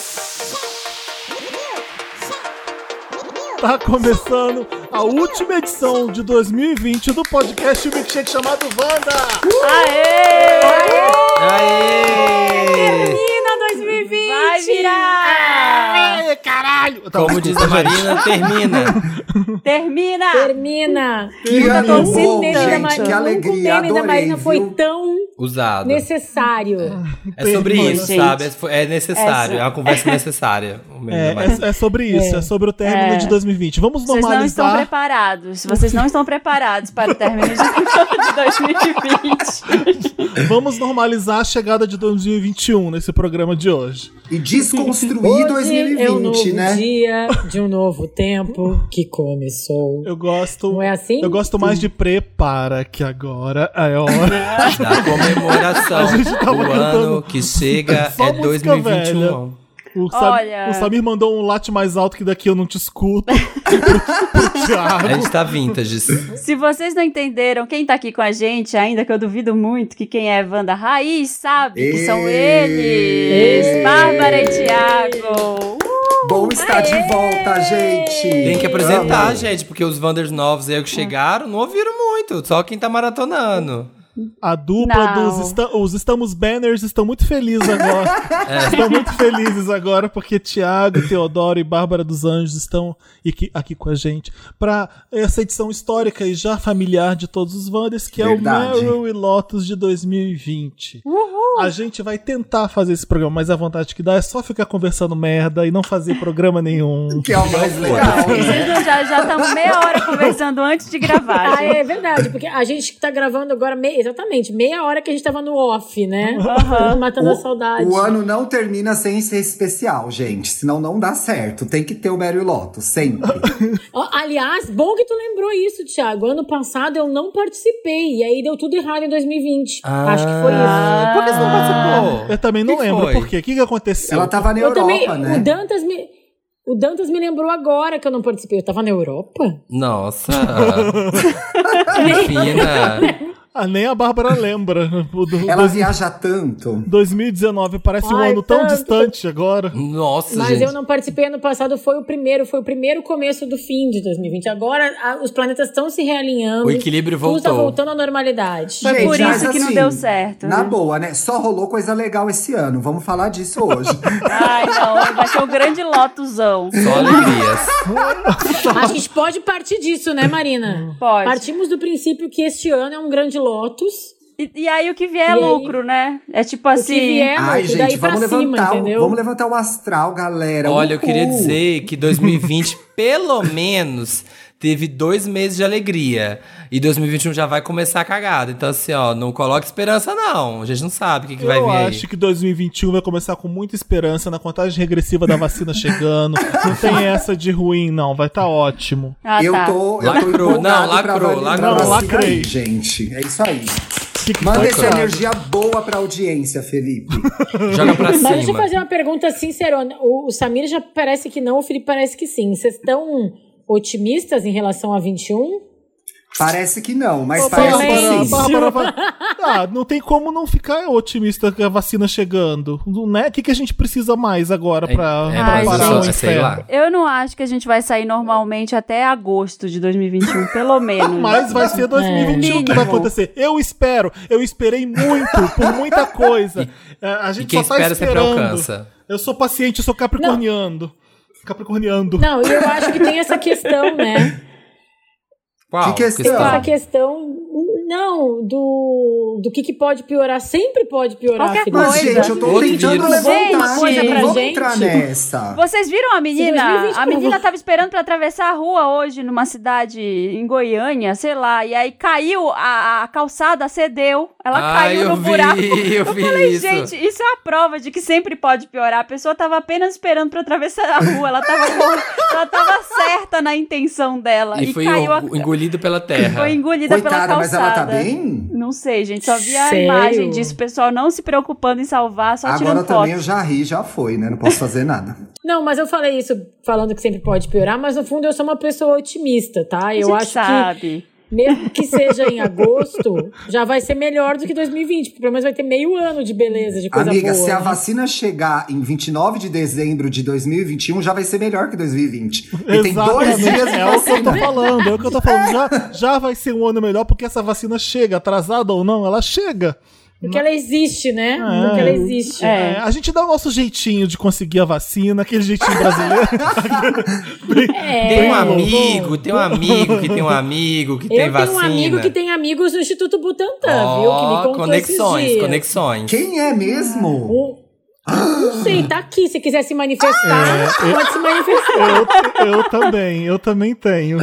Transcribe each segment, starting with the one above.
Tá começando a última edição de 2020 do podcast Milkshake chamado Wanda! Aê! Aê! Termina 2020! Vai virar! Aê, caralho! Como diz a Marina, termina! Termina! Que Nunca ano bom, meme gente, que alegria, o meme da Marina foi viu? tão Usado. necessário. É sobre isso, gente. sabe? É necessário, é uma conversa necessária. O meme da Marina. É sobre isso, é sobre o término de 2020. Vamos Vocês não estão normalizar. preparados. Vocês não estão preparados para o término de 2020. Vamos normalizar a chegada de 2021 nesse programa de hoje. E desconstruir Hoje é um 2020, novo né? dia de um novo tempo que começou. Eu gosto. Não é assim? Eu gosto mais de prepara, que agora é hora. Da comemoração A gente tava do cantando ano que chega só é música 2021. Olha. O Samir mandou um late mais alto que daqui eu não te escuto. pro Thiago. A gente tá vintage. Se vocês não entenderam, quem tá aqui com a gente, ainda que eu duvido muito que quem é Wanda Raiz sabe que são eles. Bárbara e Thiago. Bom estar de volta, gente! Tem que apresentar, Amo. gente, porque os Wanders novos aí que chegaram não ouviram muito, só quem tá maratonando. A dupla Não. os Estamos Banners estão muito felizes agora. Estão muito felizes agora porque Thiago, Teodoro e Bárbara dos Anjos estão aqui com a gente para essa edição histórica e já familiar de todos os Wanders, que Verdade. é o Meryl e Lotus de 2020. A gente vai tentar fazer esse programa, mas a vontade que dá é só ficar conversando merda e não fazer programa nenhum. Que é o mais legal, né? Vocês já estamos meia hora conversando antes de gravar, gente. É verdade, porque a gente tá gravando agora exatamente meia hora que a gente tava no off, né? Matando a saudade. O ano não termina sem ser especial, gente. Senão não dá certo. Tem que ter o Meryl e Lotus, sempre. Aliás, bom que tu lembrou isso, Thiago. Ano passado eu não participei. E aí deu tudo errado em 2020. Acho que foi isso. Por que você não participou? Eu também não Que lembro foi? por quê. O que aconteceu? Ela tava na Eu Europa, também. né? O Dantas me lembrou agora que eu não participei. Eu tava na Europa? Nossa. Que fina. Nem a Bárbara lembra. Ela viaja tanto. 2019 parece um Ai, ano tão tanto. distante agora. Nossa, Mas gente. eu não participei ano passado, foi o primeiro começo do fim de 2020. Agora os planetas estão se realinhando. O equilíbrio Tudo tá voltou. voltando à normalidade. Foi Gente, por mas isso que não assim, deu certo. Na né? boa, né? Só rolou coisa legal esse ano. Vamos falar disso hoje. Ai, não. Vai ser um grande lotusão. Só alegrias. A gente pode partir disso, né, Marina? Pode. Partimos do princípio que este ano é um grande Lotus. E aí o que vier é E aí? lucro, né? É tipo O que assim... vier, Ai, Lotus, daí gente, pra vamos cima, entendeu? vamos levantar o astral, galera. Olha, eu Uhul. queria dizer que 2020, pelo menos, teve 2 meses de alegria. E 2021 já vai começar a cagada. Então, assim, ó, não coloque esperança, não. A gente não sabe o que vai vir Eu aí. acho que 2021 vai começar com muita esperança na contagem regressiva da vacina chegando. Não tem essa de ruim, não. Vai estar ótimo. Ah, Eu tá. tô Lacrou. empolgado Não, pra lacrou, pra lacrou. vacina Lacrei. aí, gente. É isso aí. Que Manda foi, essa cara? energia boa pra audiência, Felipe. Joga pra Mas deixa eu cima. fazer uma pergunta sincerona. O Samir já parece que não, o Felipe parece que sim. Vocês estão otimistas em relação a 21? Parece que não, mas Ô, parece que Silêncio. sim. Bárbara vai... não tem como não ficar otimista com a vacina chegando. Né? O que a gente precisa mais agora pra Ai, parar gente. o sei inferno? lá. Eu não acho que a gente vai sair normalmente até agosto de 2021, pelo menos. Mas vai ser 2021 que vai Mínimo. acontecer. Eu esperei muito, por muita coisa. A E gente quem só tá espera sempre esperando. alcança. Eu sou paciente, eu sou capricorniano. Capricorniando. Não, e eu acho que tem essa questão, né? Qual? Que questão? Tem essa questão, não, do que pode piorar. Sempre pode piorar, Qualquer Felipe. Mas, coisa. gente, eu tô Outro tentando vírus. levantar. Coisa pra Vamos gente. entrar nessa. Vocês viram a menina? 2020 A menina tava esperando pra atravessar a rua hoje numa cidade em Goiânia, sei lá, e aí caiu, a calçada cedeu, ela caiu eu no vi, buraco. eu vi Falei, isso. gente, isso é a prova de que sempre pode piorar. A pessoa tava apenas esperando pra atravessar a rua, ela tava certa na intenção dela. E foi caiu engolido pela terra. Foi engolida pela Coitada, mas calçada. ela tá bem? Não sei, gente, só vi a Sério? imagem disso, o pessoal não se preocupando em salvar, só Agora tirando também foto. eu já ri, já foi, né? Não posso fazer nada. Não, mas eu falei isso falando que sempre pode piorar, mas no fundo eu sou uma pessoa otimista, tá? A Eu gente acho sabe. mesmo que seja em agosto, já vai ser melhor do que 2020, porque pelo menos vai ter meio ano de beleza, de coisa Amiga, boa. se a né? vacina chegar em 29 de dezembro de 2021, já vai ser melhor que 2020. E tem 2 dias de É o que eu tô vacina. falando, Já vai ser um ano melhor porque essa vacina chega, atrasada ou não, ela chega. Porque ela existe, né? Porque ela existe. A gente dá o nosso jeitinho de conseguir a vacina, aquele jeitinho brasileiro. Tem um amigo que tem um amigo que tem vacina. Eu tenho um amigo que tem amigos no Instituto Butantan, viu? Que me contou esses dias. Conexões. Quem é mesmo? Não sei, tá aqui. Se quiser se manifestar, pode se manifestar. Eu também tenho.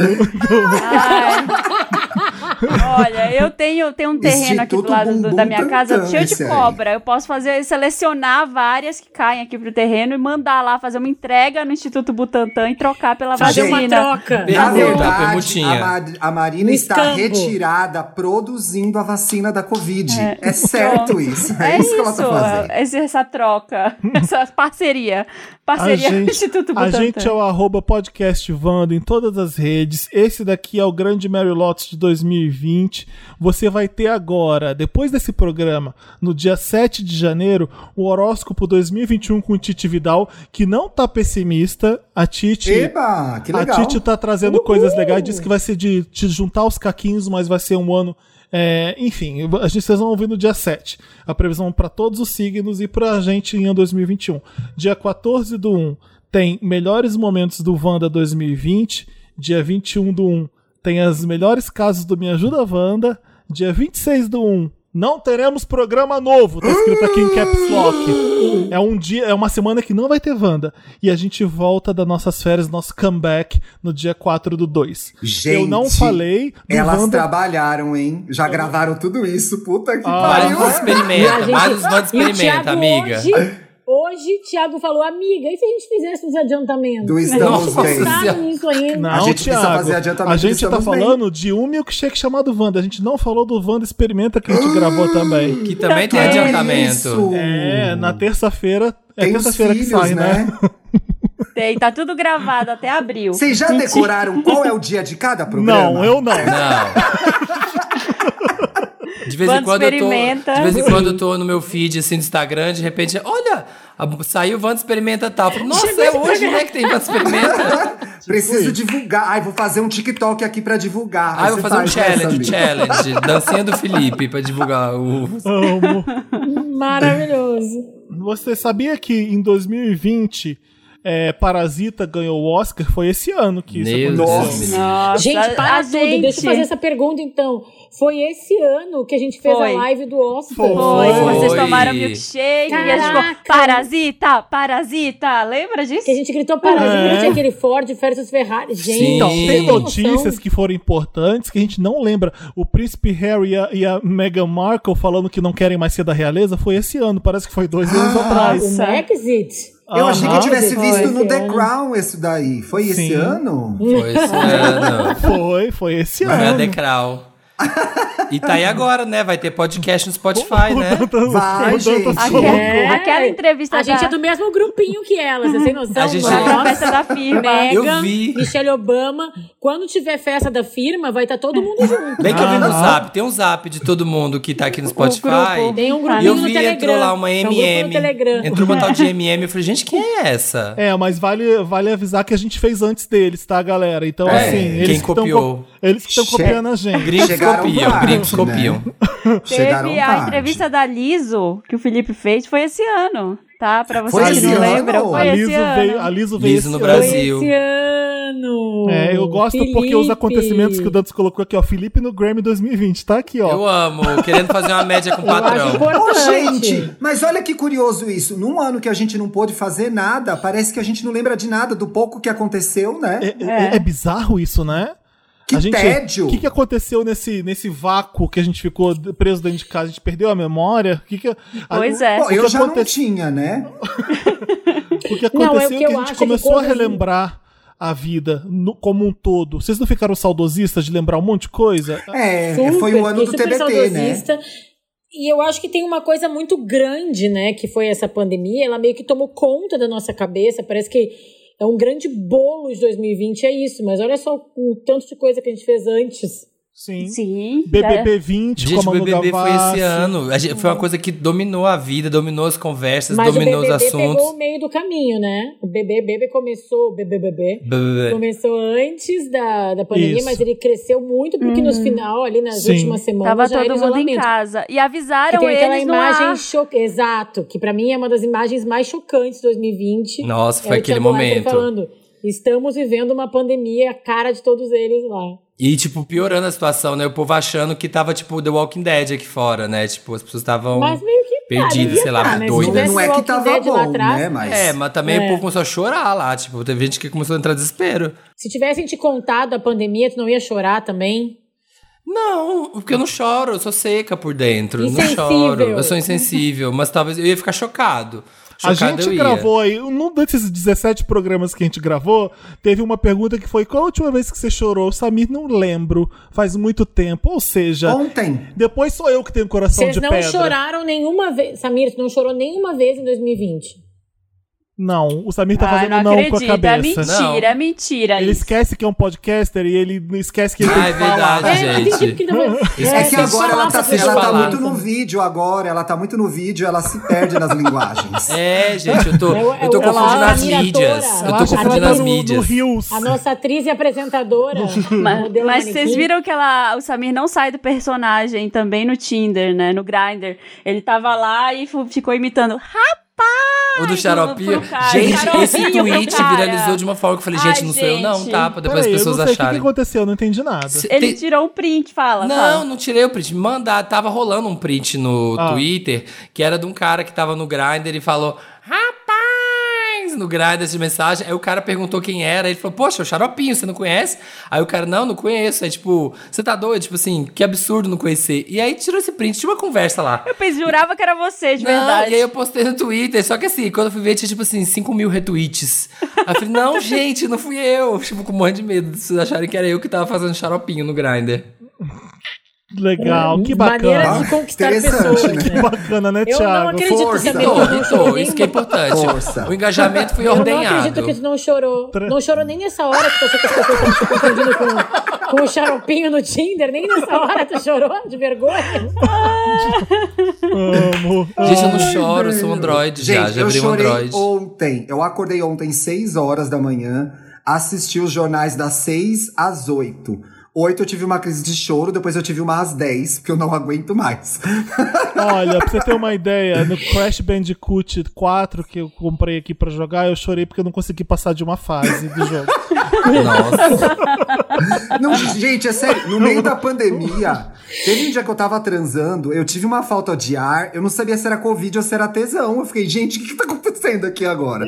Olha, eu tenho um terreno aqui do lado da minha casa cheio de cobra. Eu posso selecionar várias que caem aqui pro terreno e mandar lá fazer uma entrega no Instituto Butantan e trocar pela Fazer vacina. uma troca. Na Permuta, verdade, permutinha. a Marina No está escambo. retirada produzindo a vacina da Covid. É certo isso. É isso que ela tá fazendo. Essa troca, essa parceria com o Instituto A Butantan. gente é o @podcastvando em todas as redes. Esse daqui é o grande Mary Lotus de 2020. Você vai ter agora, depois desse programa, no dia 7 de janeiro, o horóscopo 2021 com Titi Vidal, que não tá pessimista. A Titi... Eba, que legal. A Titi tá trazendo coisas legais. Diz que vai ser de juntar os caquinhos, mas vai ser um ano... enfim, vocês vão ouvir no dia 7. A previsão para todos os signos e pra gente em 2021. Dia 14/1 tem Melhores Momentos do Wanda 2020. Dia 21/1 tem as melhores casos do Me Ajuda Wanda. Dia 26/1 não teremos programa novo, tá escrito aqui em Caps Lock. É uma semana que não vai ter Wanda. E a gente volta das nossas férias, nosso comeback, no dia 4/2. Gente, eu não falei do elas Wanda... trabalharam, hein? Já gravaram tudo isso, puta que Mais pariu. um experimenta, mais um E o experimenta, Thiago amiga. Hoje, Thiago falou, amiga, e se a gente fizesse uns adiantamentos? Do Estamos Não Bem. pensaram nisso ainda. Não, A gente precisa Thiago, fazer adiantamento a do gente tá Estamos Bem. falando de um milkshake chamado Wanda. A gente não falou do Wanda Experimenta que a gente gravou também. Que também tem É adiantamento. isso. Na terça-feira. É Tem os terça-feira que filhos, sai, né? Tem, tá tudo gravado até abril. Vocês já decoraram qual é o dia de cada programa? Não, eu não. Não. De vez em quando eu tô no meu feed assim do Instagram, de repente, olha, saiu Wanda Experimenta tal. Eu falo, nossa, é hoje, né, que tem Wanda Experimenta. Preciso divulgar. Ai, vou fazer um TikTok aqui pra divulgar. Aí eu Você vou fazer um faz essa, challenge, dancinha do Felipe pra divulgar o... Amo. Maravilhoso. Você sabia que em 2020 Parasita ganhou o Oscar? Foi esse ano que isso Meu aconteceu. Deus. Nossa, Gente, para tudo. Deixa eu fazer essa pergunta, então. Foi esse ano que a gente fez Foi. a live do Oscar? Foi, Foi. vocês tomaram milkshake e a gente ficou, Parasita, lembra disso? Que a gente gritou Parasita, tinha aquele Ford versus Ferrari. Gente, Sim. Então, tem tem notícias noção? que foram importantes que a gente não lembra. O príncipe Harry e a Meghan Markle falando que não querem mais ser da realeza foi esse ano. Parece que foi 2 anos atrás. O Brexit. Eu achei que eu tivesse Foi visto esse no The ano. Crown esse daí. Foi esse Sim. ano? Foi esse ano. Foi esse Foi a ano. Decral. E tá aí agora, né? Vai ter podcast no Spotify, né? Vai, gente. Aquela entrevista A gente é do mesmo grupinho que elas, vocês têm noção? A gente da é- festa da firma. Eu Meghan, vi. Michelle Obama. Quando tiver festa da firma, vai estar todo mundo junto. Bem que eu vi no Zap. Tem um Zap de todo mundo que tá aqui no Spotify. grupo. Tem um E grupinho eu no vi, Telegram. entrou lá uma Tem um grupo no MM. Telegram. Entrou uma tal de MM. Eu falei, gente, quem é essa? Mas vale avisar que a gente fez antes deles, tá, galera? Então, É, assim, quem eles que copiou? eles que estão copiando a gente. Gringos Chegaram copiam, tarde, gringos né? copiam. Chegaram Teve a tarde. entrevista da Liso, que o Felipe fez, foi esse ano, tá? Pra Foi vocês que não esse ano? lembram, foi A esse Liso ano. veio, a Liso veio Liso esse no ano. Brasil. Esse ano. Eu gosto porque os acontecimentos que o Dantas colocou aqui, ó, Felipe no Grammy 2020, tá aqui, ó. Eu amo, querendo fazer uma média com o Eu acho patrão. Ô, importante. gente, mas olha que curioso isso. Num ano que a gente não pôde fazer nada, parece que a gente não lembra de nada, do pouco que aconteceu, né? É bizarro isso, né? Que tédio! O que aconteceu nesse vácuo que a gente ficou preso dentro de casa? A gente perdeu a memória? Pois é. Pô, eu já não aconte- tinha, né? O que Não, aconteceu é o que é que eu a acho gente é que começou a quando- relembrar a vida como um todo. Vocês não ficaram saudosistas de lembrar um monte de coisa? Foi o ano do fiquei super TBT, né? saudosista. E eu acho que tem uma coisa muito grande, né? Que foi essa pandemia. Ela meio que tomou conta da nossa cabeça. Parece que é um grande bolo de 2020, é isso. Mas olha só o tanto de coisa que a gente fez antes. Sim. BBB 20, gente, o BBB foi esse ano. Foi uma coisa que dominou a vida, dominou as conversas, dominou os assuntos. Mas o BBB pegou o meio do caminho, né? O BBB começou antes da pandemia, mas ele cresceu muito porque no final, ali nas últimas semanas, tava todo mundo em casa. E avisaram que tem aquela eles imagem Exato, que pra mim é uma das imagens mais chocantes de 2020. Nossa, foi aquele momento. Falando, estamos vivendo uma pandemia, a cara de todos eles lá. E, tipo, piorando a situação, né? O povo achando que tava, tipo, The Walking Dead aqui fora, né? Tipo, as pessoas estavam perdidas, sei lá, doidas. Não é que tava bom, né? Mas também o povo começou a chorar lá, tipo, teve gente que começou a entrar em desespero. Se tivessem te contado a pandemia, tu não ia chorar também? Não, porque eu não choro, eu sou seca por dentro. Não choro, eu sou insensível, mas talvez eu ia ficar chocado. A gente gravou aí, num desses 17 programas que a gente gravou, teve uma pergunta que foi: qual a última vez que você chorou? Samir, não lembro, faz muito tempo, ou seja... Ontem. Depois sou eu que tenho coração de pedra. Vocês não choraram nenhuma vez, Samir, tu não chorou nenhuma vez em 2020? Não, o Samir tá fazendo não com a cabeça. É mentira. Ele esquece que é um podcaster e ele esquece que ele tem que falar. É verdade, gente. É que agora ela tá muito no vídeo agora, ela se perde nas linguagens. Gente, eu tô confundindo as mídias. Eu tô confundindo as mídias. A nossa atriz e apresentadora. Mas vocês viram que o Samir não sai do personagem também no Tinder, né? No Grindr. Ele tava lá e ficou imitando o do xaropinho. Gente, esse tweet viralizou de uma forma que eu falei, gente, não sou eu não, tá? Pra depois as pessoas acharem. O que aconteceu? Eu não entendi nada. Ele tirou um print, fala. Não tirei o print. Tava rolando um print no Twitter, que era de um cara que tava no Grindr e falou, no Grindr de mensagem, aí o cara perguntou quem era, ele falou, poxa, o Xaropinho, você não conhece? Aí o cara, não conheço, aí tipo, você tá doido? Tipo assim, que absurdo não conhecer. E aí tirou esse print, tinha uma conversa lá. Eu jurava que era você, de verdade. E aí eu postei no Twitter, só que assim, quando eu fui ver, tinha tipo assim, 5.000 retweets. Aí eu falei, não, gente, não fui eu. Tipo, com um monte de medo de vocês acharem que era eu que tava fazendo Xaropinho no Grindr. Legal, que bacana. Maneira de conquistar pessoas, né? Que bacana, né, Thiago? Eu não acredito que isso que é importante. Força. O engajamento foi ordenhado. Eu não acredito que tu não chorou. Não chorou nem nessa hora que as pessoas estão se confundindo com o xaropinho no Tinder. Nem nessa hora tu chorou de vergonha. Amo. Gente, eu não choro, eu sou Android já abri um Android. Eu acordei ontem 6 horas da manhã, assisti os jornais das 6 às 8. 8 eu tive uma crise de choro, depois eu tive uma às 10, porque eu não aguento mais. Olha, pra você ter uma ideia, no Crash Bandicoot 4, que eu comprei aqui pra jogar, eu chorei porque eu não consegui passar de uma fase do jogo. Nossa. Não, gente, é sério, no meio da pandemia, teve um dia que eu tava transando, eu tive uma falta de ar, eu não sabia se era Covid ou se era tesão. Eu fiquei, gente, o que tá acontecendo aqui agora?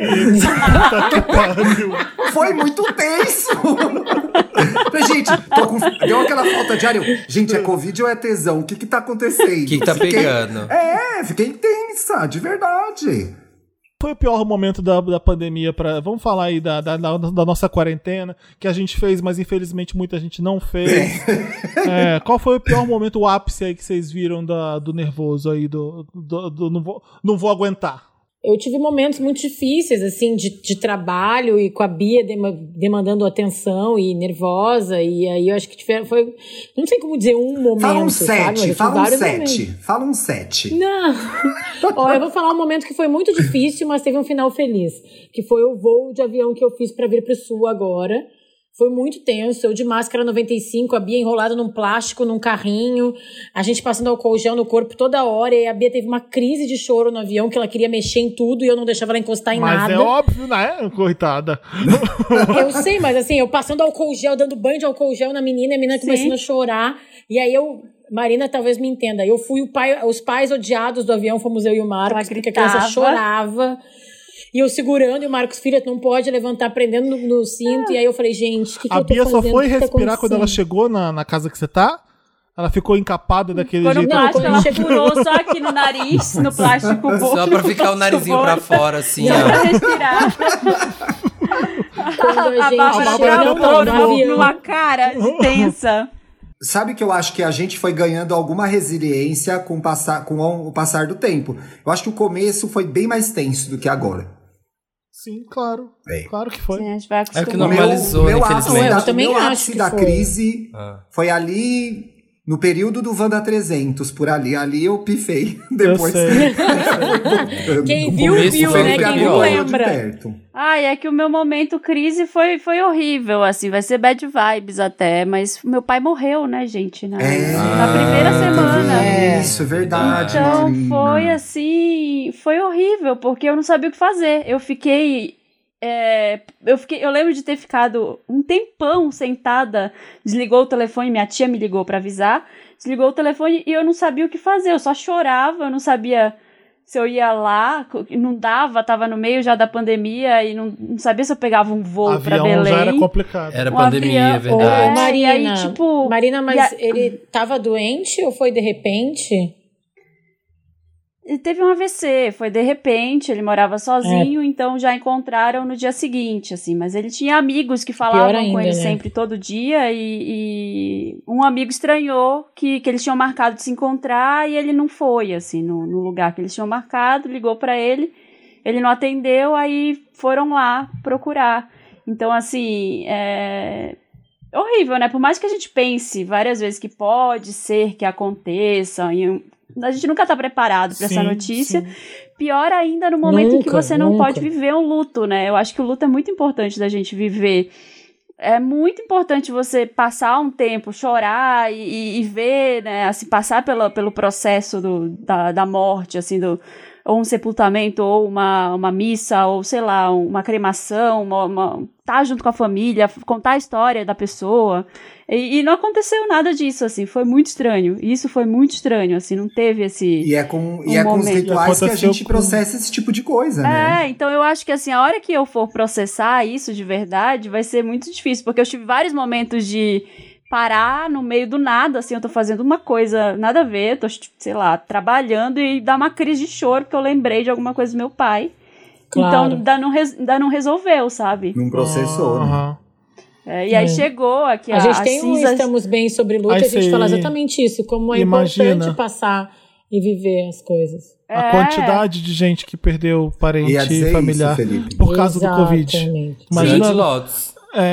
Foi muito tenso. Gente, deu aquela falta de ar. Gente, é Covid ou é tesão? O que tá acontecendo? O que tá pegando? Fiquei tensa, de verdade. Foi o pior momento da pandemia vamos falar aí da nossa quarentena, que a gente fez, mas infelizmente muita gente não fez. Qual foi o pior momento, o ápice aí que vocês viram do nervoso aí, do não vou aguentar? Eu tive momentos muito difíceis, assim, de trabalho e com a Bia demandando atenção e nervosa. E aí eu acho que foi... Não sei como dizer um momento, Fala um sete. Fala um 7. Não. Eu vou falar um momento que foi muito difícil, mas teve um final feliz. Que foi o voo de avião que eu fiz pra vir pro Sul agora. Foi muito tenso, eu de máscara 95, a Bia enrolada num plástico, num carrinho, a gente passando álcool gel no corpo toda hora, e a Bia teve uma crise de choro no avião, que ela queria mexer em tudo e eu não deixava ela encostar em nada. Mas é óbvio, né, coitada? Eu sei, mas assim, eu passando álcool gel, dando banho de álcool gel na menina, e a menina começando a chorar, e aí Marina talvez me entenda, eu fui os pais odiados do avião, fomos eu e o Marcos, porque a criança chorava. E eu segurando, e o Marcos Filho não pode levantar, prendendo no cinto. E aí eu falei, gente, o que eu tô fazendo? A Bia só foi respirar quando ela chegou na casa que você tá? Ela ficou encapada daquele jeito? Não, quando ela segurou só aqui no nariz, no plástico. Só pra ficar o narizinho pra fora, assim, ó. Pra respirar. Quando a gente numa cara tensa. Sabe que eu acho que a gente foi ganhando alguma resiliência com o passar do tempo. Eu acho que o começo foi bem mais tenso do que agora. Sim, claro. Claro que foi. Sim, a gente vai acostumar. É que normalizou, infelizmente. Meu ápice da crise foi ali... No período do Wanda 300, por ali. Ali eu pifei. Depois. Quem viu, né? Quem viu, lembra. É que o meu momento crise foi horrível, assim. Vai ser bad vibes até. Mas meu pai morreu, né, gente? Na primeira semana. Isso, é verdade. Então, Marina. foi assim... Foi horrível, porque eu não sabia o que fazer. Eu lembro de ter ficado um tempão sentada, desligou o telefone, minha tia me ligou pra avisar, desligou o telefone e eu não sabia o que fazer, eu só chorava, eu não sabia se eu ia lá, não dava, tava no meio já da pandemia e não sabia se eu pegava um voo pra Belém. Já era complicado. Era pandemia, é verdade. Marina, mas ele tava doente ou foi de repente? Ele teve um AVC, foi de repente, ele morava sozinho, então já encontraram no dia seguinte, assim, mas ele tinha amigos que falavam com ele sempre, todo dia, e um amigo estranhou que eles tinham marcado de se encontrar e ele não foi, assim, no lugar que eles tinham marcado, ligou pra ele não atendeu, aí foram lá procurar. Então, assim, horrível, né? Por mais que a gente pense várias vezes que pode ser que aconteça, a gente nunca tá preparado pra essa notícia. Sim. Pior ainda no momento em que você não pode viver um luto, né? Eu acho que o luto é muito importante da gente viver. É muito importante você passar um tempo, chorar e ver, né? Assim, passar pelo processo da morte, assim, ou um sepultamento, ou uma missa, ou sei lá, uma cremação, tá junto com a família, contar a história da pessoa. E não aconteceu nada disso, assim, foi muito estranho. Isso foi muito estranho, assim, não teve esse... E é com os rituais que a gente processa esse tipo de coisa, né? Então eu acho que, assim, a hora que eu for processar isso de verdade, vai ser muito difícil, porque eu tive vários momentos de parar no meio do nada, assim, eu tô fazendo uma coisa nada a ver, tô, sei lá, trabalhando e dar uma crise de choro, porque eu lembrei de alguma coisa do meu pai. Claro. Então, ainda não resolveu, sabe? Não processou, né? E aí chegou aqui a gente tem um Estamos Bem sobre luto, e a gente fala exatamente isso, como é importante passar e viver as coisas. A quantidade de gente que perdeu parente e familiar por causa do Covid. Imagina lotes.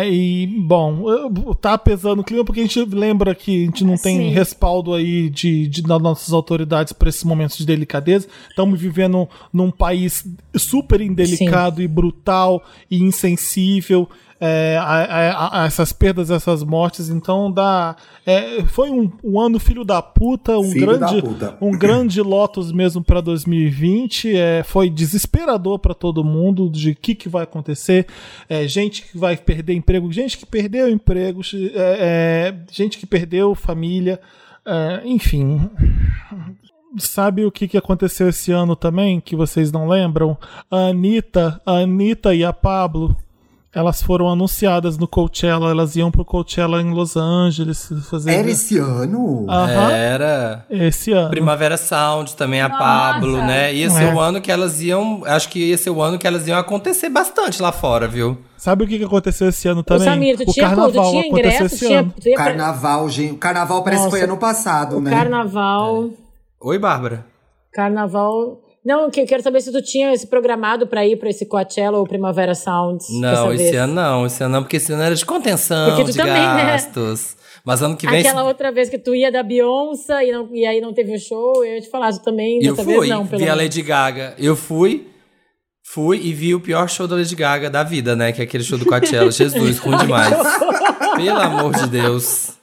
Tá pesando o clima porque a gente lembra que a gente não tem respaldo aí das nossas autoridades para esses momentos de delicadeza. Estamos vivendo num país super indelicado e brutal e insensível a essas perdas, essas mortes. Então foi um ano filho da puta, um grande Lotus mesmo para 2020. Foi desesperador para todo mundo de que vai acontecer. Gente que vai perder emprego, gente que perdeu emprego, gente que perdeu família, enfim. Sabe o que aconteceu esse ano também, que vocês não lembram? A Anitta e a Pablo, elas foram anunciadas no Coachella, elas iam pro Coachella em Los Angeles fazer... Era esse ano? Era. Esse ano. Primavera Sound também, a Pablo, né? Ia ser o ano que elas iam... Acho que ia ser o ano que elas iam acontecer bastante lá fora, viu? Sabe o que aconteceu esse ano também? Samir, o Carnaval aconteceu esse ano. Carnaval, gente. O Carnaval parece que foi ano passado, né? Carnaval... Oi, Bárbara. Carnaval... Não, eu quero saber se tu tinha esse programado pra ir pra esse Coachella ou Primavera Sounds. Não, esse ano não, porque esse ano era de contenção, porque tu de também, gastos. Né? Mas ano que vem... Aquela outra vez que tu ia da Beyoncé e aí não teve o show, eu ia te falar, tu também, dessa vez não. Vi a Lady Gaga. Eu fui e vi o pior show da Lady Gaga da vida, né? Que é aquele show do Coachella. Jesus, ruim demais. Pelo amor de Deus.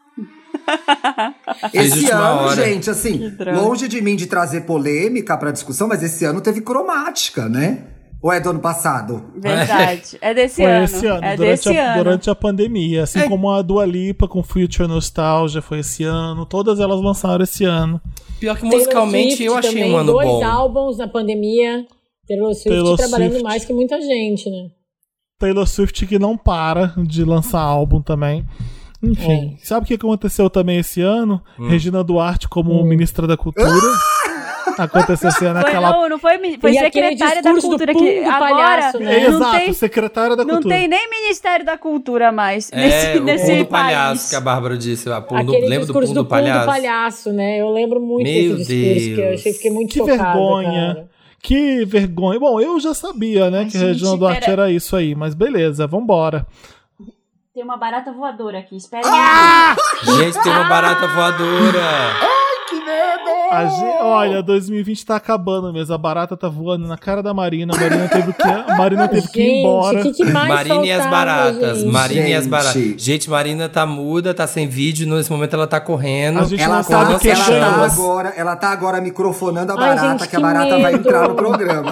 Esse ano, gente, assim, longe de mim de trazer polêmica pra discussão, mas esse ano teve cromática, né? Ou é do ano passado? Verdade, é desse ano. Esse ano, durante a pandemia. Assim como a Dua Lipa com Future Nostalgia foi esse ano. Todas elas lançaram esse ano. Pior que musicalmente eu achei também, um ano bom. 2 álbuns na pandemia. Taylor Swift trabalhando mais que muita gente, né? Taylor Swift que não para de lançar álbum também. Enfim, sabe o que aconteceu também esse ano? Regina Duarte como ministra da Cultura. Aconteceu esse ano foi secretária da Cultura que agora palhaço, né? Exato, secretária da Cultura. Não tem nem Ministério da Cultura mais nesse país. O Pum do Palhaço que a Bárbara disse. Lembra do Pum do Palhaço? Palhaço, né? Eu lembro muito desse discurso que eu fiquei muito chocada, vergonha. cara. Que vergonha. Bom, eu já sabia, né, que Regina Duarte era isso aí, mas beleza, vambora. Tem uma barata voadora aqui, espera. Gente, tem uma barata voadora. Que medo! Olha, 2020 tá acabando mesmo. A barata tá voando na cara da Marina. A Marina teve que ir embora. Que mais Marina e as baratas. Gente? Marina e as baratas. Gente, Marina tá muda, tá sem vídeo. Nesse momento ela tá correndo. A gente não sabe o que ela tá agora microfonando a barata, gente, que a barata vai entrar no programa.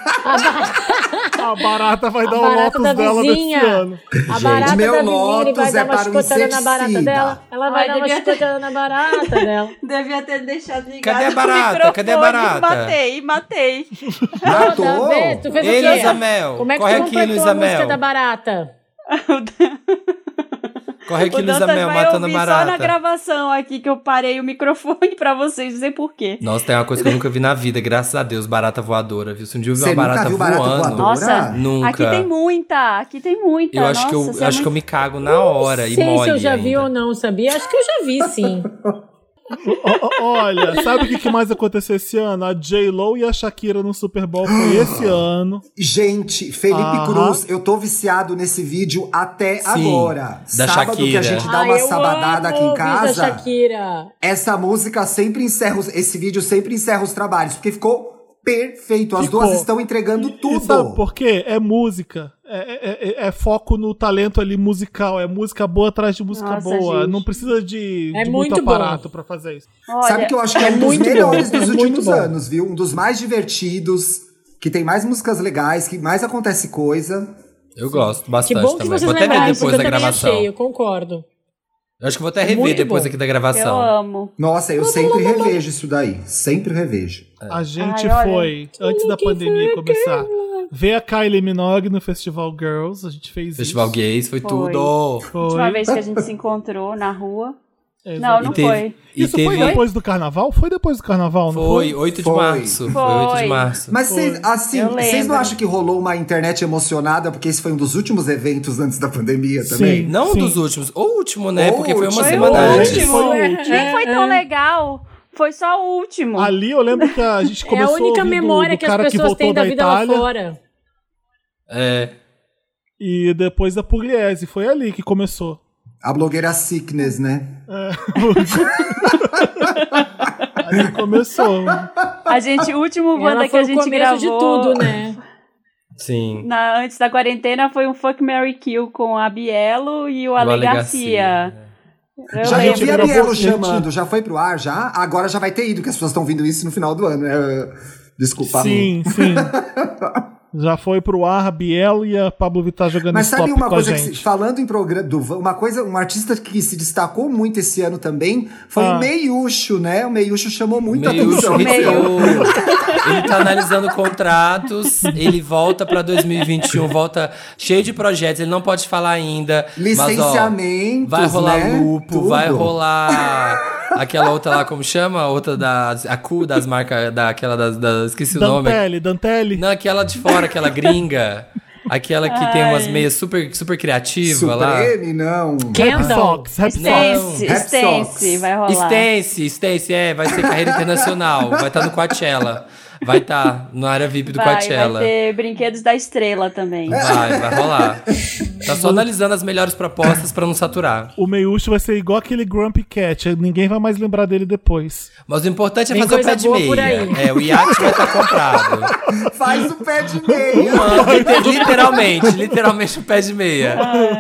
A barata vai dar o Lotus dela nesse ano. A barata meu da Vivi vai dar uma para um chicotada na barata dela. Ela vai dar uma chicotada na barata dela. Devia ter deixado ligado. Cadê a barata? Cadê a barata? Matei. Matou? Tu fez Ei, o quê? Luísamel. Como é que Corre tu aqui, completou a Luísamel. música da barata? Corre aqui, O Dantas Luísamel, matando a vai ouvir barata. só na gravação aqui que eu parei o microfone pra vocês, não sei por quê. Nossa, tem uma coisa que eu nunca vi na vida, graças a Deus, barata voadora, viu? Se um dia eu vi Você uma barata nunca viu voando... barata voadora? Nossa, Nunca. aqui tem muita. Eu acho, que eu me cago na hora e molho. Não sei se eu já vi ainda. ou não, sabia? Acho que eu já vi, sim. Olha, sabe o que mais aconteceu esse ano? A J-Lo e a Shakira no Super Bowl foi esse ano. Gente, Felipe Cruz, eu tô viciado nesse vídeo até agora. Da Sábado Shakira. que a gente dá uma sabadada aqui em casa. Shakira. Essa música sempre encerra, esse vídeo sempre encerra os trabalhos, porque ficou perfeito. As duas estão entregando tudo. E sabe por quê? É música. É foco no talento ali musical. É música boa atrás de música boa. Gente. Não precisa de muito muito aparato pra fazer isso. Olha, Sabe que eu acho que é um dos muito melhores bom, dos é últimos muito bom. anos, viu? Um dos mais divertidos, que tem mais músicas legais, que mais acontece coisa. Eu gosto bastante Que bom que também. vocês Vou até ver lembraram, porque depois eu da também gravação. achei, eu concordo. Eu acho que vou até rever Muito depois bom. aqui da eu gravação. amo. Nossa, eu sempre revejo isso daí. Sempre revejo. A gente Ai, olha. foi, antes da pandemia começar, ver a Kylie Minogue no Festival Girls. A gente fez Festival isso. Gays foi Foi. tudo. A última vez que a gente se encontrou na rua. Exatamente. Não E teve- foi. E Isso teve... foi depois do carnaval? Foi depois do carnaval, não foi? Foi, 8 de Foi. março. Foi 8 de março. Mas vocês, assim, Eu vocês não lembro. acham que rolou uma internet emocionada? Porque esse foi um dos últimos eventos antes da pandemia também? Sim. Não dos últimos, o último, né? O Porque foi uma último. semana Foi o antes. último. Foi o último. Nem foi tão legal. Foi só o último. Ali eu lembro que a gente É a começou única a ouvir memória do que as cara que pessoas voltou têm da vida Itália, lá fora. É. E depois da Pugliese. Foi ali que começou. A blogueira Sickness, né? Ali começou. A gente, o último banda Ela que foi a o gente começo gravou de tudo, né? Sim. antes da quarentena foi um Fuck, Marry, Kill com a Bielo e o Ale Garcia. Eu Já lembro. vi a gravou, Bielo gente. chamando, já foi pro ar, já? Agora já vai ter ido, que as pessoas estão vindo isso no final do ano. Desculpa. Sim, sim. Já foi pro ar a Biel e a Pablo Vittar jogando Mas stop sabe uma com a coisa gente. falando em programa, um artista que se destacou muito esse ano também foi o Meiúcho, né? O Meiúcho chamou muito a atenção. Meio. Ele tá analisando contratos, ele volta pra 2021, volta cheio de projetos, ele não pode falar ainda. Licenciamentos, mas, ó, vai rolar né? lupo, Tudo. vai rolar aquela outra lá, como chama? Outra a Cu das marcas, daquela esqueci o nome. Dantelli. Não, aquela de fora, aquela gringa. Aquela que tem umas meias super criativas lá. Supreme, não. Rap Fox. Stance, vai rolar. Stance, vai ser carreira internacional. Vai estar no Coachella. Vai estar na área VIP do Coachella. Vai ter Brinquedos da Estrela também. Vai rolar. Tá só analisando as melhores propostas pra não saturar. O Meiúcho vai ser igual aquele Grumpy Cat. Ninguém vai mais lembrar dele depois. Mas o importante é Tem fazer o coisa pé de boa por meia. aí. O iate vai estar comprado. Faz o pé de meia. Literalmente o pé de meia.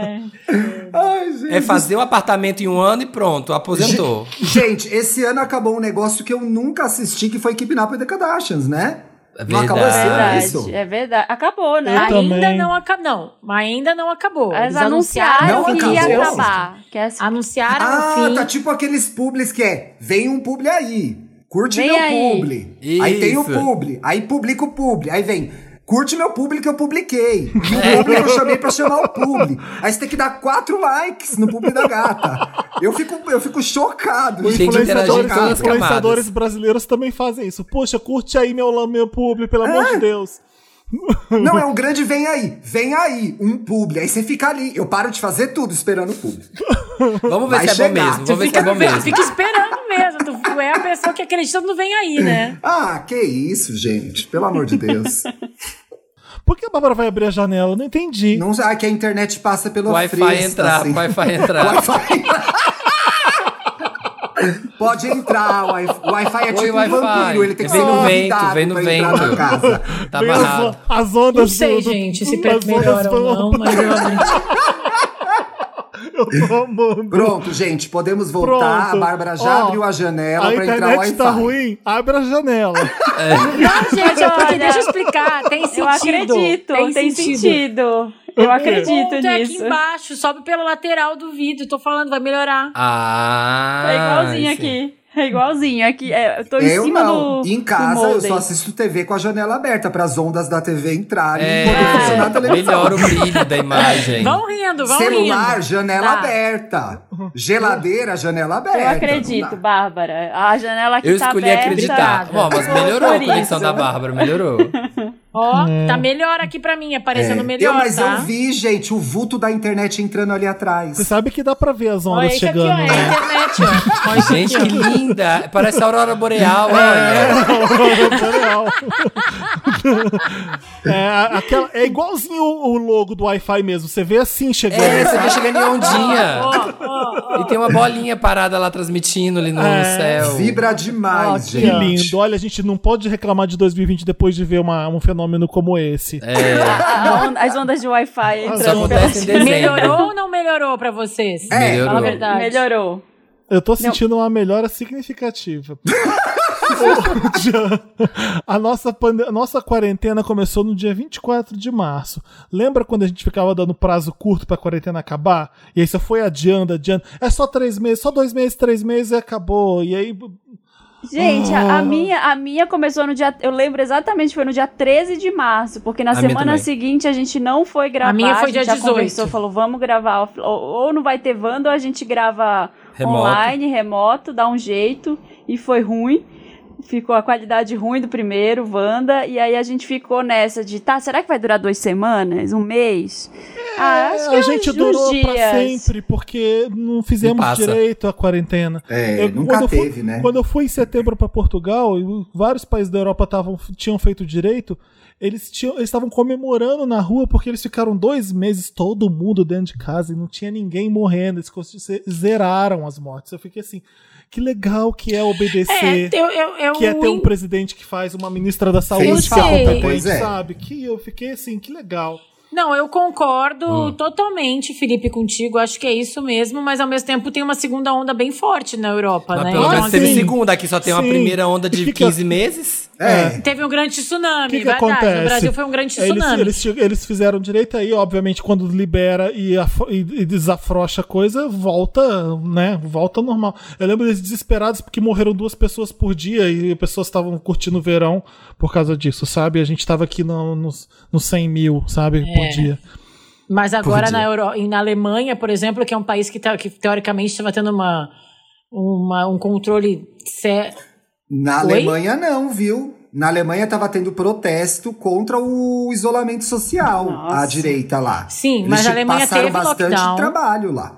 Ai, gente. É fazer um apartamento em um ano e pronto, aposentou. Gente, esse ano acabou um negócio que eu nunca assisti, que foi Keeping Up with the Kardashians, né? É Não acabou esse ano, verdade. isso? É verdade. Acabou, né? também. Ainda não acabou. Eles Eles anunciaram Não que ia acabou? acabar. Que é assim, Anunciaram Ah, no fim. tá tipo aqueles publis que vem um publi aí. Curte Vem meu aí. publi. Aí tem o Isso. publi. Aí publica o publi. Aí vem, curte meu publi que eu publiquei. O publi que eu chamei pra chamar o publi. Aí você tem que dar 4 likes no publi da gata. Eu fico chocado. Os Tem que interagir em todas as influenciadores camadas. brasileiros também fazem isso. Poxa, curte aí meu publi, pelo amor de Deus. Não, é um grande vem aí, um publi. Aí você fica ali. Eu paro de fazer tudo esperando o publi. Vamos ver Vai se é bom chegar. mesmo. Vamos ver se é bom mesmo. Fica esperando mesmo. é a pessoa que acredita no Vem Aí, né? Ah, que isso, gente. Pelo amor de Deus. Por que a Bárbara vai abrir a janela? Não entendi. Não, que a internet passa pelo Wi-Fi entrar, assim. Wi-Fi entrar. Pode entrar, o Wi-Fi é tipo Wi-Fi. um vampiro, ele tem que ser vem no vento. Na casa. Tá amarrado. As ondas não sei, gente, se melhora ou não, mas eu abri. Eu tô amando. Pronto, gente, podemos voltar. Pronto. A Bárbara já abriu a janela pra entrar o Wi-Fi. A internet tá ruim, abre a janela. Não, gente, porque deixa eu explicar, tem sentido. Eu acredito, tem sentido. Eu acredito nisso. É aqui embaixo, sobe pela lateral do vídeo. Tô falando, vai melhorar. É igualzinho aqui. É igualzinho. Aqui, eu tô em cima do. Em casa, eu só assisto TV com a janela aberta, pras ondas da TV entrarem e poder funcionar a televisão. Melhora o brilho da imagem. Vão rindo. Celular, janela aberta. Geladeira, janela aberta. Eu acredito, Bárbara. A janela aqui tá aberta. Eu escolhi acreditar. Bom, mas melhorou a conexão da Bárbara, melhorou. Ó, tá melhor aqui pra mim, aparecendo melhor, mas tá? eu vi, gente, o vulto da internet entrando ali atrás. Você sabe que dá pra ver as ondas chegando, aqui, ó, né? É a internet, ó. Gente, que linda! Parece a Aurora Boreal, olha. Aurora Boreal. É igualzinho o logo do Wi-Fi mesmo. Você vê assim chegando. Você vê chegando em ondinha. E tem uma bolinha parada lá transmitindo ali no céu. Vibra demais, gente. Que lindo. Olha, a gente não pode reclamar de 2020 depois de ver um fenômeno como esse. As ondas de Wi-Fi entrando pela... Melhorou ou não melhorou pra vocês? Melhorou. Fala a verdade. Melhorou. Eu tô sentindo uma melhora significativa. A nossa quarentena começou no dia 24 de março. Lembra quando a gente ficava dando prazo curto pra quarentena acabar? E aí só foi adiando. É só 3 meses, só 2 meses, 3 meses e acabou. E aí... Gente, a minha começou no dia... Eu lembro exatamente, foi no dia 13 de março, porque na semana seguinte a gente não foi gravar. A minha foi dia 18. Conversou, falou, vamos gravar, ou não vai ter Wanda, ou a gente grava online, remoto, dá um jeito, e foi ruim. Ficou a qualidade ruim do primeiro, Wanda, e aí a gente ficou nessa de, será que vai durar 2 semanas, 1 mês? Acho que a gente durou pra sempre, porque não fizemos direito a quarentena. Nunca teve, né? Quando eu fui em setembro pra Portugal, vários países da Europa tinham feito direito, eles estavam comemorando na rua porque eles ficaram 2 meses, todo mundo dentro de casa, e não tinha ninguém morrendo, eles zeraram as mortes. Eu fiquei assim... Que legal que é obedecer, que é ter um presidente que faz uma ministra da saúde que é competente, sabe? Que eu fiquei assim, que legal. Não, eu concordo totalmente, Felipe, contigo. Acho que é isso mesmo, mas ao mesmo tempo tem uma segunda onda bem forte na Europa, né? Pelo menos teve segunda, aqui só tem uma primeira onda de 15 meses. Teve um grande tsunami, que verdade. acontece? No Brasil foi um grande tsunami. Eles fizeram direito aí, obviamente, quando libera e desafrouxa a coisa, volta, né? Volta normal. Eu lembro deles desesperados porque morreram 2 pessoas por dia e as pessoas estavam curtindo o verão por causa disso, sabe? A gente tava aqui nos 100 mil, sabe? Por dia. Mas agora na Alemanha, por exemplo, que é um país que teoricamente estava tendo um controle... Na Alemanha não, viu? Na Alemanha estava tendo protesto contra o isolamento social, a direita lá. Sim, mas a Alemanha teve lockdown. Passaram bastante trabalho lá.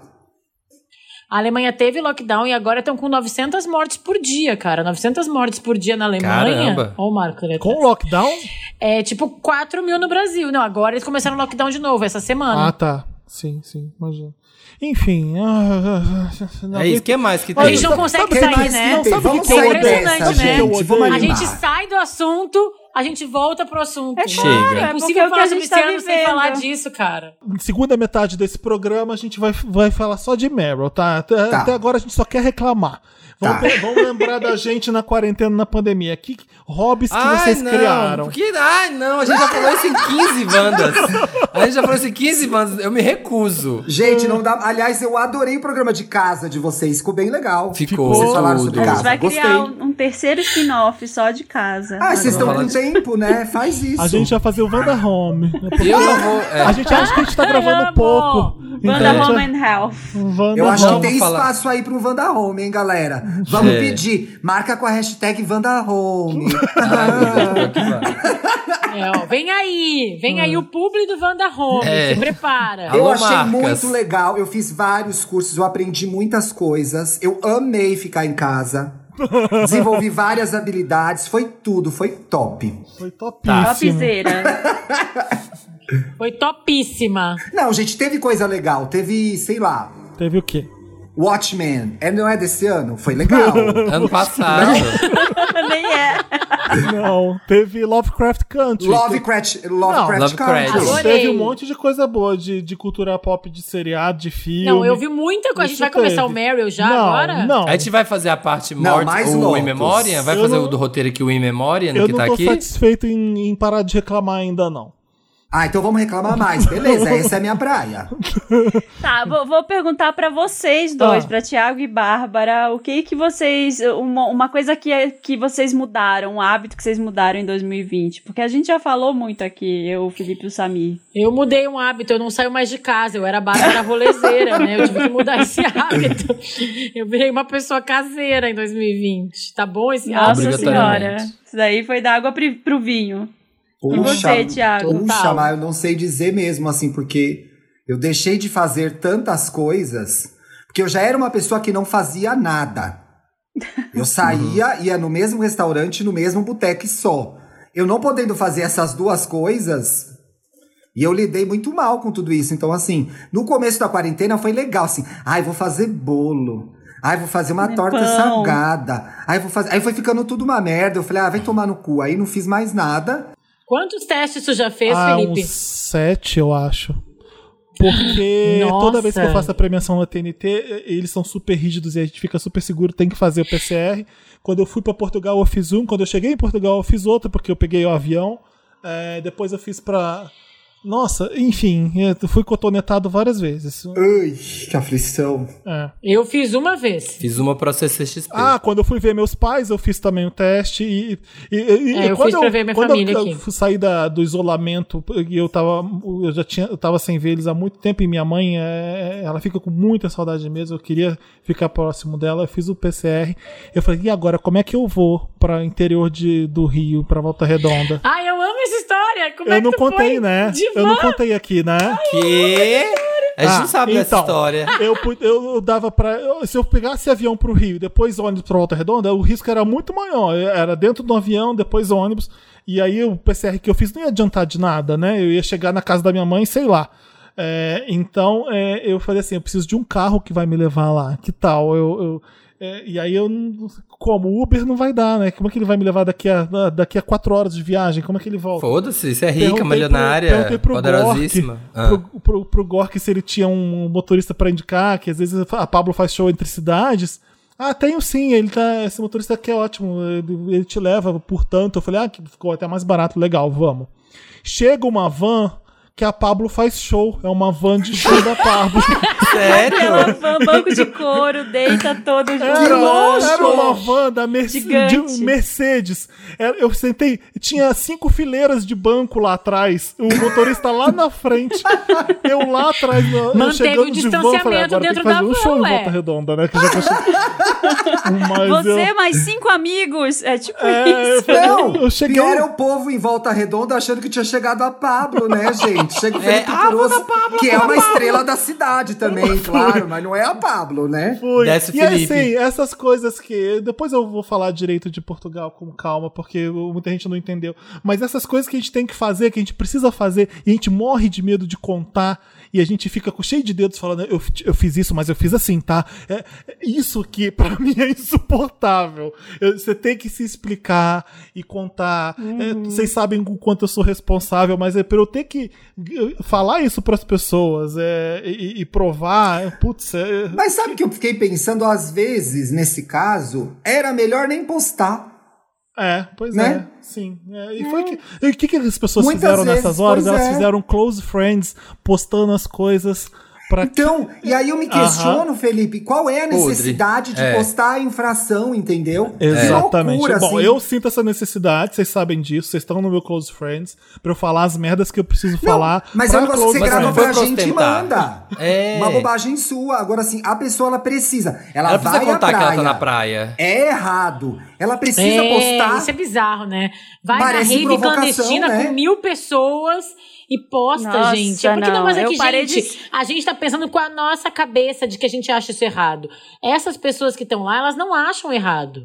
A Alemanha teve lockdown e agora estão com 900 mortes por dia, cara. 900 mortes por dia na Alemanha. Caramba! Ó, o Marco. Com lockdown? É tipo 4 mil no Brasil. Não, agora eles começaram o lockdown de novo, essa semana. Ah, tá. Sim, imagino. Enfim. O que mais que tem? A gente não consegue sair, né? Vamos sair dessa, gente. Vamos a gente sai do assunto, a gente volta pro assunto. Chega. É impossível falar sobre esse ano sem falar disso, cara. Segunda metade desse programa, a gente vai falar só de Meryl, tá? Até agora a gente só quer reclamar. Vamos lembrar da gente na quarentena, na pandemia. Que hobbies que vocês criaram? Não, a gente já falou isso em 15 Wandas. A gente já falou isso em 15 Wandas. Eu me recuso. Gente, não dá... Aliás, eu adorei o programa de casa de vocês. Ficou bem legal. Ficou. Vocês falaram sobre casa. A gente vai criar um terceiro spin-off só de casa. Vocês estão com tempo, né? Faz isso. A gente vai fazer o Wanda Home. Eu não vou... A gente acha que a gente tá gravando pouco. Wanda Home and Health. Eu acho que tem espaço aí pro Wanda Home, hein, galera? Vamos pedir. Marca com a hashtag Wanda Home. Vem aí o publi do Wanda Home. Se prepara. Eu achei muito legal. Eu fiz vários cursos, eu aprendi muitas coisas. Eu amei ficar em casa. Desenvolvi várias habilidades, foi tudo, foi top. Foi topíssimo. Topzera. Foi topíssima. Não, gente, teve coisa legal. Teve, sei lá... Teve o quê? Watchmen. Não é desse ano? Foi legal. Ano passado. Nem é. Não, teve Lovecraft Country. Lovecraft Country. Adorei. Teve um monte de coisa boa de cultura pop, de seriado, de filme. Não, eu vi muita coisa. A gente vai começar o Meryl já agora? Não. A gente vai fazer a parte mais o Lotus. In Memoriam? Vai fazer o do roteiro aqui, o In Memoriam, que tá aqui? Eu não tô satisfeito em parar de reclamar ainda, não. Ah, então vamos reclamar mais. Beleza, essa é a minha praia. Tá, vou perguntar pra vocês dois, pra Thiago e Bárbara, o que vocês... Uma coisa que vocês mudaram, um hábito que vocês mudaram em 2020. Porque a gente já falou muito aqui, eu, o Felipe e o Samir. Eu mudei um hábito, eu não saio mais de casa. Eu era Bárbara rolezeira, né? Eu tive que mudar esse hábito. Eu virei uma pessoa caseira em 2020. Tá bom esse hábito? Nossa Senhora. Isso daí foi da água pro vinho. E você, Thiago? Puxa, mas eu não sei dizer mesmo, assim, porque eu deixei de fazer tantas coisas, porque eu já era uma pessoa que não fazia nada. Eu saía, ia no mesmo restaurante, no mesmo boteco e só. Eu não podendo fazer essas duas coisas, e eu lidei muito mal com tudo isso. Então, assim, no começo da quarentena foi legal, assim, vou fazer bolo. Vou fazer uma torta salgada. Aí foi ficando tudo uma merda. Eu falei, vai tomar no cu. Aí não fiz mais nada. Quantos testes tu já fez, Felipe? Uns 7, eu acho. Porque toda vez que eu faço a premiação na TNT, eles são super rígidos e a gente fica super seguro, tem que fazer o PCR. Quando eu fui pra Portugal, eu fiz um. Quando eu cheguei em Portugal, eu fiz outro, porque eu peguei o avião. Depois eu fiz pra... Nossa, enfim, eu fui cotonetado várias vezes. Ui, que aflição. Eu fiz uma vez. Fiz uma pra CCXP. Quando eu fui ver meus pais, eu fiz também o teste. Eu fiz pra ver minha família aqui. Quando eu saí do isolamento, e eu tava sem ver eles há muito tempo, e minha mãe, ela fica com muita saudade mesmo, eu queria ficar próximo dela, eu fiz o PCR. Eu falei, e agora, como é que eu vou pra interior do Rio, pra Volta Redonda? Eu amo essa história. Como eu é que não tu contei, foi? né? Eu não contei aqui, né? Que? A gente não sabe dessa história. Eu dava pra... Se eu pegasse avião pro Rio, depois ônibus pra Volta Redonda, o risco era muito maior. Era dentro do avião, depois ônibus. E aí o PCR que eu fiz não ia adiantar de nada, né? Eu ia chegar na casa da minha mãe, sei lá. Então, eu falei assim, eu preciso de um carro que vai me levar lá. Que tal? E aí como Uber não vai dar, né? Como é que ele vai me levar daqui a 4 horas de viagem? Como é que ele volta? Foda-se, você é rica, milionária, poderosíssima. Pro Gork se ele tinha um motorista pra indicar, que às vezes a Pablo faz show entre cidades. Tenho sim, esse motorista aqui é ótimo, ele te leva por tanto. Eu falei, que ficou até mais barato, legal, vamos. Chega uma van que a Pablo faz show. É uma van de show da Pablo. Sério? Aquela van, banco de couro, deita todo junto. Era uma van da Mercedes. Eu sentei, tinha 5 fileiras de banco lá atrás. O motorista lá na frente. Eu lá atrás. Manteve o distanciamento dentro da van, um show em Volta Redonda, né? Que já Você mais 5 amigos. É tipo isso. Não, pior é o povo em Volta Redonda achando que tinha chegado a Pablo, né, gente? Chega o Felipe Cruz, que é uma estrela da cidade também, claro, mas não é a Pablo, né? Desce, e Felipe. assim, essas coisas que... Depois eu vou falar direito de Portugal com calma, porque muita gente não entendeu. Mas essas coisas que a gente tem que fazer, que a gente precisa fazer, e a gente morre de medo de contar, e a gente fica cheio de dedos falando, eu fiz isso, mas eu fiz assim, tá? Isso que pra mim é insuportável. Você tem que se explicar e contar. Vocês sabem o quanto eu sou responsável, mas pra eu ter que falar isso pras pessoas e provar, Mas sabe que eu fiquei pensando, às vezes, nesse caso, era melhor nem postar. Pois né? Sim. E foi o que as pessoas Muitas fizeram vezes, nessas horas? pois Elas fizeram close friends, postando as coisas. Então, e aí eu me questiono, Felipe, qual é a necessidade de postar a infração, entendeu? Exatamente. Loucura, Bom, assim. eu sinto essa necessidade, vocês sabem disso, vocês estão no meu Close Friends, pra eu falar as merdas que eu preciso falar. Mas é um negócio que você grava pra gente e manda. É. Uma bobagem sua. Agora, assim, a pessoa, ela precisa. Ela vai precisa contar à praia. que ela tá na praia. É errado. Ela precisa postar. Isso é bizarro, né? Vai Parece na rave provocação, clandestina né? com 1000 pessoas e posta, Nossa, gente. Porque não, mas é que, parei gente, a gente tá pensando com a nossa cabeça de que a gente acha isso errado. Essas pessoas que estão lá, elas não acham errado.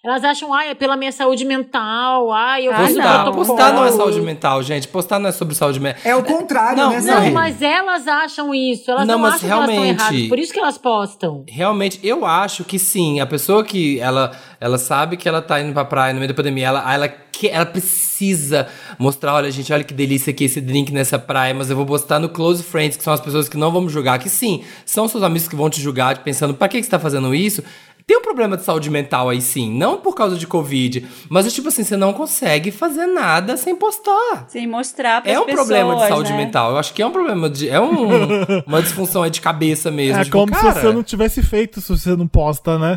Elas acham, é pela minha saúde mental, eu postar não é saúde mental, gente. Postar não é sobre saúde mental. É o contrário, né? Não, mas elas acham isso. Elas não acham realmente, que elas estão erradas. Por isso que elas postam. Realmente, eu acho que sim. A pessoa que ela sabe que ela tá indo pra praia no meio da pandemia, ela precisa mostrar, olha, gente, olha que delícia aqui esse drink nessa praia, mas eu vou postar no Close Friends, que são as pessoas que não vão me julgar, que sim, são seus amigos que vão te julgar, pensando, pra que você tá fazendo isso? Tem um problema de saúde mental aí, sim. Não por causa de Covid. Mas, tipo assim, você não consegue fazer nada sem postar. Sem mostrar pras pessoas, problema de saúde mental. Eu acho que é um problema de... uma disfunção aí de cabeça mesmo. É tipo, como se você não tivesse feito se você não posta, né?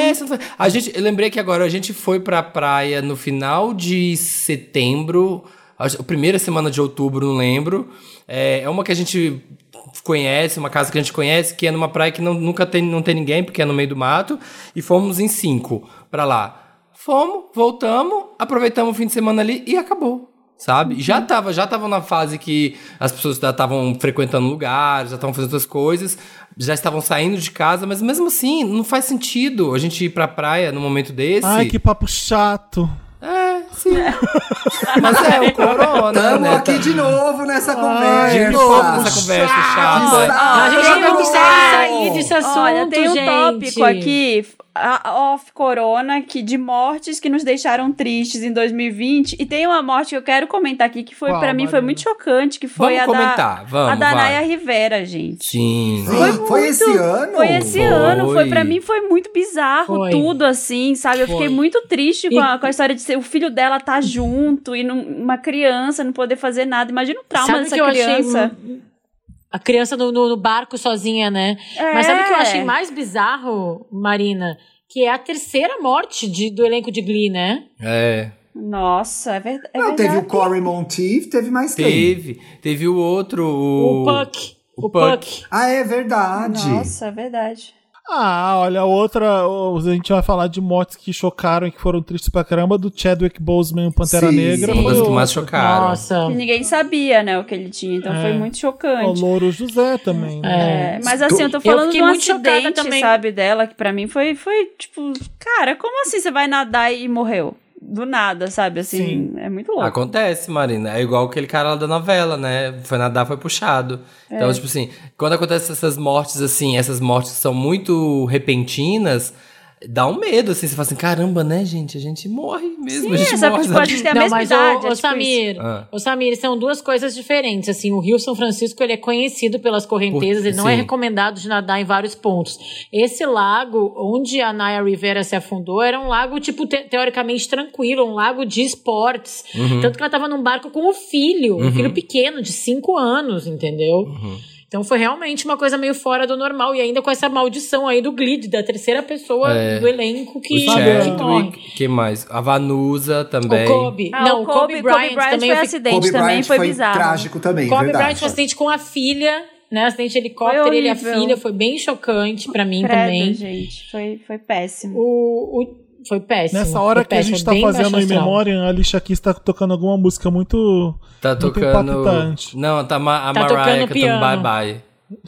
Eu lembrei que agora a gente foi pra praia no final de setembro. A primeira semana de outubro, não lembro. É uma que a gente... conhece, uma casa que a gente conhece, que é numa praia que não tem ninguém, porque é no meio do mato, e fomos em 5 pra lá. Fomos, voltamos, aproveitamos o fim de semana ali e acabou, sabe? Já estavam na fase que as pessoas já estavam frequentando lugares, já estavam fazendo outras coisas, já estavam saindo de casa, mas mesmo assim, não faz sentido a gente ir pra praia num momento desse. Ai, que papo chato. Sim. Mas o corona, Tamo aqui de novo nessa conversa. De novo nessa conversa chata. A gente não consegue sair desse assunto, Olha, tem um gente. tópico aqui, off-corona, de mortes que nos deixaram tristes em 2020. E tem uma morte que eu quero comentar aqui, que foi, pra mim, foi muito chocante, que foi a da Naya Rivera, gente. Sim. Foi esse ano? Foi esse ano. Pra mim, foi muito bizarro tudo, assim, sabe? Eu fiquei muito triste com a história de ser o filho dela tá junto e uma criança não poder fazer nada. Imagina o trauma dessa criança. A criança no barco sozinha, né? Mas sabe o que eu achei mais bizarro, Marina? Que é a terceira morte do elenco de Glee, né? Nossa, é verdade. Teve o Cory Monteith, teve mais quem? Teve o outro... O Puck. O Puck. Ah, é verdade. Nossa, é verdade. Olha, outra, a gente vai falar de mortes que chocaram e que foram tristes pra caramba, do Chadwick Boseman, o Pantera Negra. Sim. Foi que mais chocaram. Nossa. Que ninguém sabia, né, o que ele tinha, então foi muito chocante. O Louro José também. Mas assim, eu tô falando de um acidente, também. sabe, dela, que pra mim foi tipo, cara, como assim você vai nadar e morreu? Do nada, sabe? Assim, é muito louco. Acontece, Marina. É igual aquele cara lá da novela, né? Foi nadar, foi puxado. Então, tipo assim, quando acontecem essas mortes, assim, essas mortes que são muito repentinas, dá um medo, assim. Você fala assim, caramba, né, gente? A gente morre mesmo. Sim, a gente morre. Tipo, a gente tem a mesma idade. Samir, são duas coisas diferentes. Assim, o Rio São Francisco, ele é conhecido pelas correntezas, ele não é recomendado de nadar em vários pontos. Esse lago, onde a Naya Rivera se afundou, era um lago, tipo, teoricamente tranquilo, um lago de esportes. Tanto que ela tava num barco com o filho, um filho pequeno, de 5 anos, entendeu? Então foi realmente uma coisa meio fora do normal. E ainda com essa maldição aí do Glee, da terceira pessoa do elenco que morre. Quem mais? A Vanusa também. O Kobe. Não, o Kobe Bryant também foi acidente, Kobe também Bryant foi bizarro. Trágico também, Kobe verdade. Bryant foi acidente com a filha, né? Acidente de helicóptero, ele e a filha. Foi bem chocante pra mim também. Gente, foi péssimo. Foi péssimo. Nessa hora que a gente tá fazendo em memória, a Alicia Keys tá tocando alguma música muito impactante. Não, tá a Mariah cantando Bye Bye.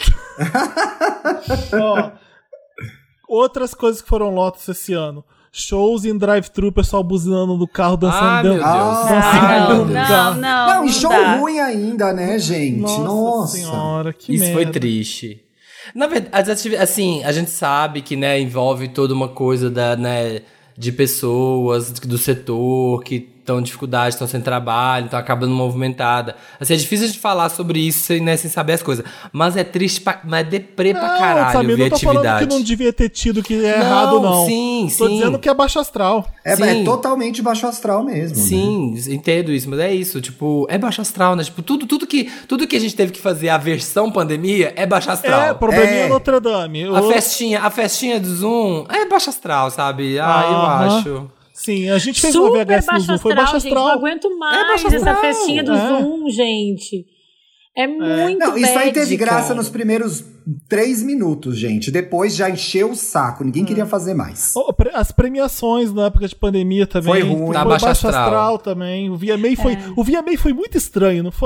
Outras coisas que foram lotas esse ano. Shows em drive-thru, pessoal buzinando no carro, dançando. Não, e show ruim ainda, né, gente? Nossa senhora, que isso merda. foi triste. Na verdade, assim, a gente sabe que, né, envolve toda uma coisa de pessoas do setor que estão em dificuldade, estão sem trabalho, estão acabando movimentada. Assim, é difícil de falar sobre isso sem saber as coisas. Mas é triste, mas é deprê pra caralho ver atividade. Não tô falando que não devia ter tido, que é errado, não. Sim. Tô dizendo que é baixo astral. É totalmente baixo astral mesmo. Sim, né? Entendo isso, mas é isso. Tipo, é baixo astral, né? Tipo, tudo que a gente teve que fazer a versão pandemia é baixo astral. Probleminha Notre Dame. A festinha do Zoom é baixo astral, sabe? Eu acho. Sim, a gente fez uma VHS no Zoom, foi baixo astral. Gente, não aguento mais essa festinha do Zoom, gente. É muito isso aí teve graça nos primeiros 3 minutos, gente. Depois já encheu o saco, ninguém queria fazer mais. As premiações na época de pandemia também. Foi ruim. Foi baixo astral também. O VMA foi muito estranho, não foi?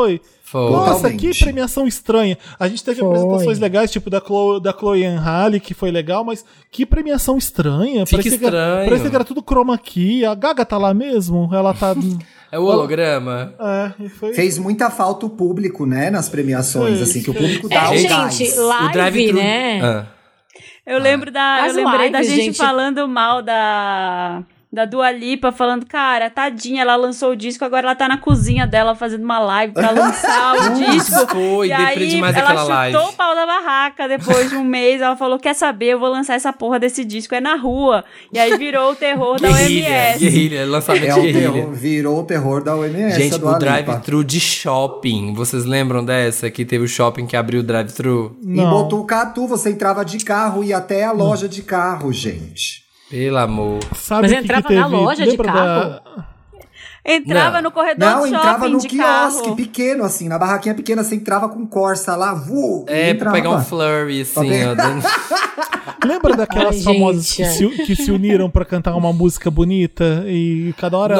Nossa, que premiação estranha. A gente teve apresentações legais, tipo da Chloe Halle, que foi legal, mas que premiação estranha. Parecia que era tudo chroma key. A Gaga tá lá mesmo? Ela tá... É o holograma. Fez muita falta o público, né, nas premiações, assim, que o público dá o gás. Gente, live, né? Eu lembrei da gente falando mal da Dua Lipa, falando, cara, tadinha, ela lançou o disco, agora ela tá na cozinha dela fazendo uma live pra lançar o disco. Foi, e aí ela chutou o pau da barraca depois de um mês, ela falou, quer saber, eu vou lançar essa porra desse disco, é na rua. E aí virou o terror da OMS. Guerrilha, lançamento de guerrilha. Virou o terror da OMS. Gente, o drive-thru de shopping, vocês lembram dessa? Que teve o shopping que abriu o drive-thru? Em Botucatu, você entrava de carro e ia até a loja de carro, gente. Pelo amor. Mas entrava na loja de carro? Entrava no corredor do shopping entrava no de quiosque carro. pequeno, assim, na barraquinha pequena, você entrava com Corsa lá, pra pegar um flurry, assim, ó. Lembra daquelas famosas que se uniram pra cantar uma música bonita e cada hora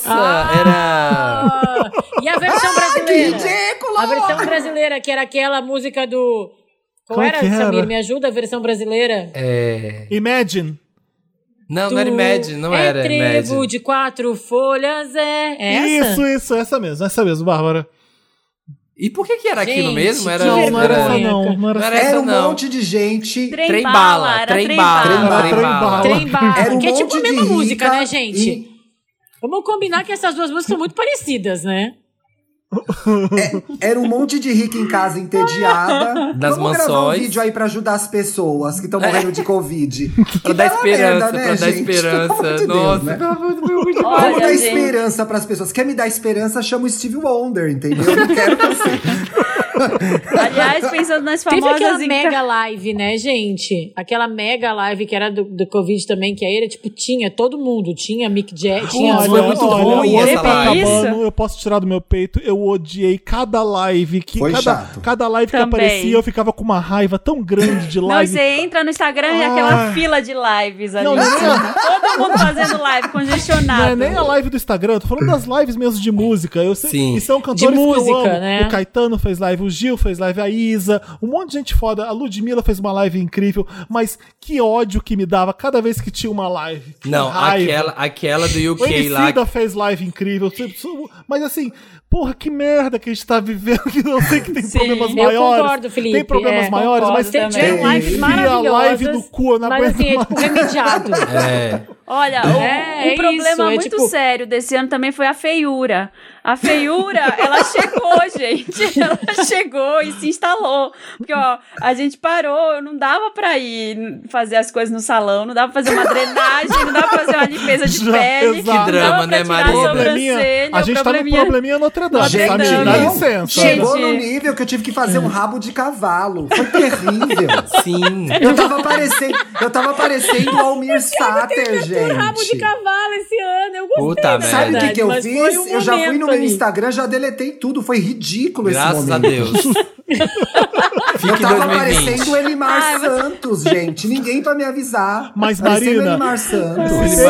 era E a versão brasileira? Ridículo! A versão brasileira, que era aquela música do... Qual era, Samir? Me ajuda, a versão brasileira? Imagine. Não era Imagine, não era trevo Imagine. de 4 folhas, essa? Isso, essa mesmo, Bárbara. E por que era aquilo mesmo? Não era essa não. Um monte de gente... Trem bala. Era um que é tipo monte a mesma de música, né, gente? Vamos combinar que essas duas músicas são muito parecidas, né? Era um monte de rica em casa entediada. Das Vamos mansões. gravar um vídeo aí pra ajudar as pessoas que estão morrendo de Covid. Pra dar esperança, merda, né, pra dar gente? esperança. De Nossa, Deus, né? Vamos dar esperança pras pessoas. Quer me dar esperança, chama o Steve Wonder, entendeu? Eu não quero você. Aliás, pensando nas famosas... Teve aquela mega live, né, gente? Aquela mega live que era do Covid também, que aí era tipo, tinha todo mundo. Tinha Mick Jagger, tinha... Foi muito ruim essa live. Eu posso tirar do meu peito, eu odiei cada live. Cada live que também aparecia, eu ficava com uma raiva tão grande de live. Não, você entra no Instagram e aquela fila de lives ali. Todo mundo fazendo live, congestionado. Não é nem a live do Instagram, eu tô falando das lives mesmo de música. Eu sei, Sim. E são cantores de música, que eu amo. Né? O Caetano fez live, o Gil fez live, a Isa, um monte de gente foda. A Ludmilla fez uma live incrível, mas que ódio que me dava cada vez que tinha uma live. Não, aquela do UK o Emicida lá. O fez live incrível, mas assim, porra, que merda que a gente tá vivendo, que eu sei que tem problemas maiores. Eu concordo, Felipe. Tem problemas maiores, mas tem lives maravilhosas. A live do cu, eu não mas aguento assim, é tipo remediado. Olha, o problema muito sério desse ano também foi a feiura. A feiura, ela chegou, gente. Ela chegou e se instalou. Porque, ó, a gente parou, não dava pra ir fazer as coisas no salão, não dava pra fazer uma drenagem, não dava pra fazer uma limpeza de pele. Que drama, né, Maria? A gente tá no probleminha Notre Dame. Gente, dá licença. Chegou no nível que eu tive que fazer um rabo de cavalo. Foi terrível. Sim. Eu tava parecendo o Almir Sater, gente. Um rabo de cavalo esse ano, eu gostei. Puta Sabe o que eu fiz? Um eu já fui no meu Instagram, já deletei tudo. Foi ridículo esse momento. Graças a Deus. Eu tava parecendo o Elimar Santos, gente. Ninguém pra me avisar. Mas, Marina, o Elimar Santos.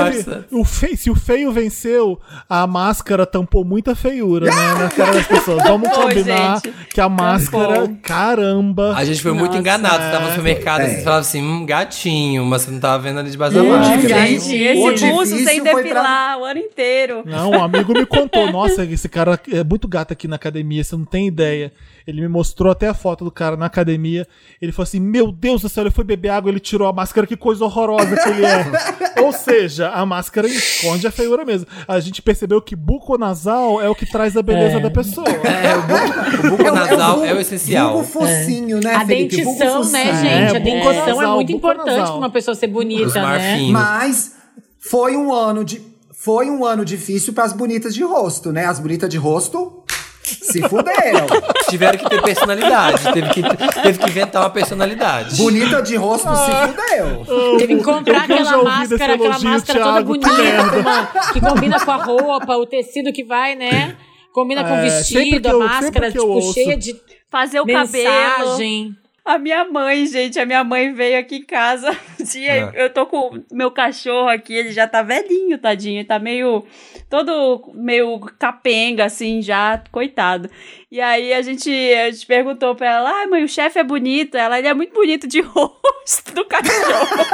Se o feio venceu, a máscara tampou muita feiura, né, na cara das pessoas. Vamos combinar que a máscara, caramba. A gente foi muito enganado. Você tava no supermercado, você falava assim, gatinho, mas você não tava vendo ali debaixo da máscara. Gente, esse buço sem depilar o ano inteiro. Não, um amigo me contou, nossa, esse cara é muito gato aqui na academia, você não tem ideia. Ele me mostrou até a foto do cara na academia. Ele falou assim, meu Deus do céu, ele foi beber água, ele tirou a máscara, que coisa horrorosa que ele é. Ou seja, a máscara esconde a feiura mesmo. A gente percebeu que buco-nasal é o que traz a beleza da pessoa. O buco-nasal é o essencial. Buco focinho, né, a Felipe? dentição, né, gente? A dentição é muito importante pra uma pessoa ser bonita, né? Mas foi um ano difícil pras bonitas de rosto, né? As bonitas de rosto... se fuderam. Tiveram que ter personalidade. Teve que inventar uma personalidade. Bonita de rosto se fudeu. Teve que comprar aquela máscara toda bonita, que combina com a roupa, o tecido que vai, né? Combina com o vestido, a máscara, tipo, cheia de fazer o cabelo. A minha mãe, gente, veio aqui em casa. Eu tô com meu cachorro aqui, ele já tá velhinho, tadinho. Ele tá todo meio capenga, assim, já, coitado. E aí a gente perguntou pra ela, mãe, o chefe é bonito? Ele é muito bonito de rosto do cachorro.